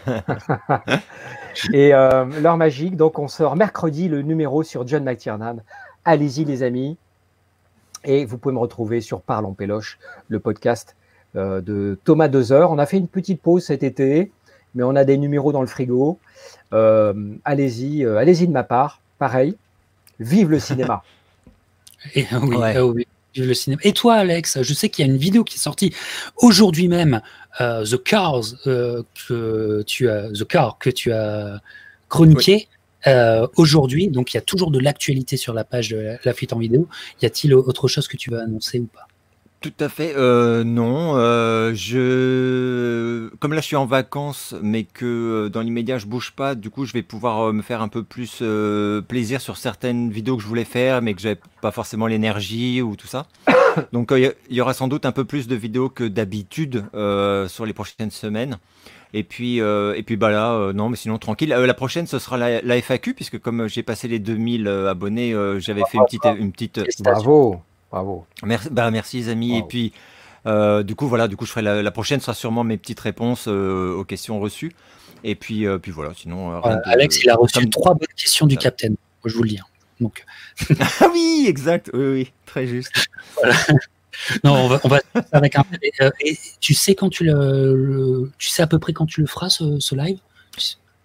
Et euh, l'heure magique, donc on sort mercredi le numéro sur John McTiernan. Allez-y les amis. Et vous pouvez me retrouver sur Parle en Péloche, le podcast euh, de Thomas Dezer. On a fait une petite pause cet été, mais on a des numéros dans le frigo. Euh, allez-y, euh, allez-y de ma part. Pareil, vive le cinéma. Et, oui, ouais. euh, oui, vive le cinéma. Et toi, Alex, je sais qu'il y a une vidéo qui est sortie aujourd'hui même, euh, The Cars, euh, que tu as, The Car que tu as chroniqué. Oui. Euh, aujourd'hui, donc il y a toujours de l'actualité sur la page de la, la fuite en vidéo. Y a-t-il autre chose que tu veux annoncer ou pas? Tout à fait, euh, non. Euh, je, comme là je suis en vacances, mais que dans l'immédiat je bouge pas, du coup je vais pouvoir euh, me faire un peu plus euh, plaisir sur certaines vidéos que je voulais faire, mais que j'avais pas forcément l'énergie ou tout ça. Donc il euh, y, y aura sans doute un peu plus de vidéos que d'habitude euh, sur les prochaines semaines. Et puis, euh, et puis bah là, euh, non, mais sinon tranquille. Euh, la prochaine, ce sera la, la F A Q, puisque comme j'ai passé les deux mille euh, abonnés, euh, j'avais fait une petite, une petite. Bravo, bravo. Merci, bah merci les amis. Bravo. Et puis, euh, du coup, voilà, du coup, je ferai la, la prochaine sera sûrement mes petites réponses euh, aux questions reçues. Et puis, euh, puis voilà, sinon. Euh, de, Alex, il a reçu comme... trois bonnes questions du Capitaine. Je vous le dis. Hein. Donc. Ah oui, exact. Oui, oui, très juste. Voilà. Non, on va, on va avec un. Et, euh, et tu sais quand tu le, le, tu sais à peu près quand tu le feras ce, ce live?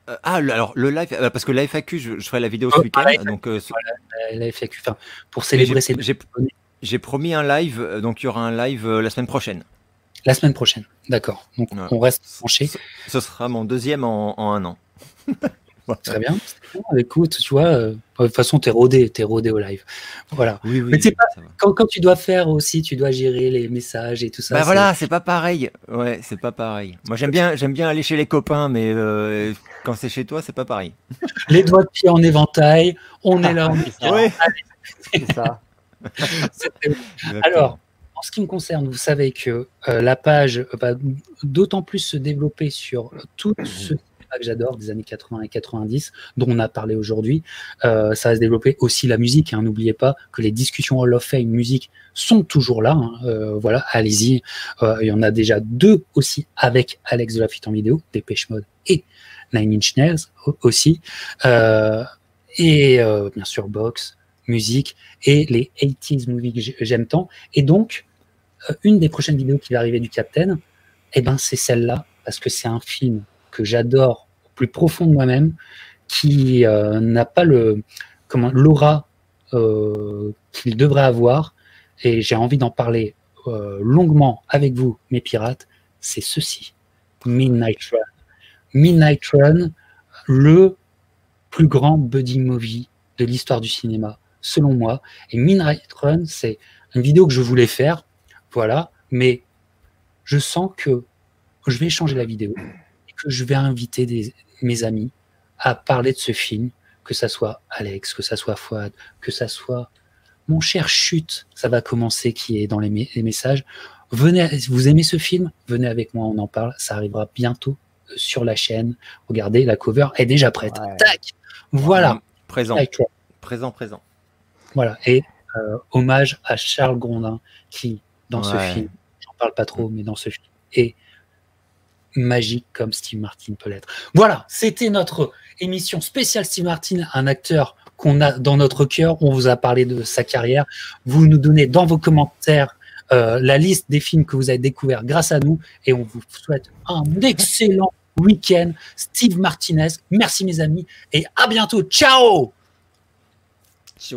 Euh, ah, le- alors le live, euh, parce que la F A Q, je, je ferai la vidéo Oh, ce week-end, pareil. donc euh, ce- La, la F A Q, enfin, pour mais célébrer j'ai ces j'ai- j'ai promis un live, euh, donc il y aura un live euh, la semaine prochaine. la semaine prochaine. D'accord. Donc Voilà. on reste branché. Ce, ce sera mon deuxième en, en un an. Voilà. Très bien. Très bien. Écoute, tu vois, euh, de toute façon, t'es rodé, t'es rodé au live. Voilà. Oui, oui. Mais c'est pas ça va. quand, quand tu dois faire aussi, tu dois gérer les messages et tout ça. Bah c'est- voilà, c'est pas pareil. Ouais, c'est pas pareil. Moi j'aime bien, j'aime bien aller chez les copains, mais euh, quand c'est chez toi, c'est pas pareil. Les doigts de pied en éventail. On est là. On est C'est ça. Ouais. C'est ça. C'est- Alors, en ce qui me concerne, vous savez que euh, la page va d'autant plus se développer sur tout ce cinéma que j'adore des années quatre-vingts et quatre-vingt-dix, dont on a parlé aujourd'hui. Euh, ça va se développer aussi la musique. Hein. N'oubliez pas que les discussions Hall of Fame musique sont toujours là. Hein. Euh, voilà, allez-y. Euh, il y en a déjà deux aussi avec Alex de la Fuite en vidéo, Dépêche Mode et Nine Inch Nails au- aussi. Euh, et euh, bien sûr, box, musique et les eighties movies que j'ai- j'aime tant. Et donc, euh, une des prochaines vidéos qui va arriver du Captain, eh ben, c'est celle-là, parce que c'est un film que j'adore au plus profond de moi-même, qui euh, n'a pas le comment l'aura euh, qu'il devrait avoir, et j'ai envie d'en parler euh, longuement avec vous, mes pirates. C'est ceci, Midnight Run. Midnight Run, le plus grand buddy movie de l'histoire du cinéma, selon moi. Et Midnight Run, c'est une vidéo que je voulais faire, voilà, mais je sens que je vais changer la vidéo et que je vais inviter des, mes amis à parler de ce film, que ça soit Alex, que ça soit Fouad, que ça soit mon cher Chute, ça va commencer, qui est dans les, les messages. Venez, vous aimez ce film? Venez avec moi, on en parle. Ça arrivera bientôt sur la chaîne. Regardez, la cover est déjà prête. Ouais. Tac. Voilà. Mmh, présent, Midnight Run. présent, présent. Voilà. Et euh, hommage à Charles Grondin, qui, dans ce Ouais. film, j'en parle pas trop, mais dans ce film, est magique comme Steve Martin peut l'être. Voilà, c'était notre émission spéciale Steve Martin, un acteur qu'on a dans notre cœur. On vous a parlé de sa carrière. Vous nous donnez dans vos commentaires euh, la liste des films que vous avez découverts grâce à nous, et on vous souhaite un excellent week-end. Steve Martinez, merci mes amis, et à bientôt. Ciao!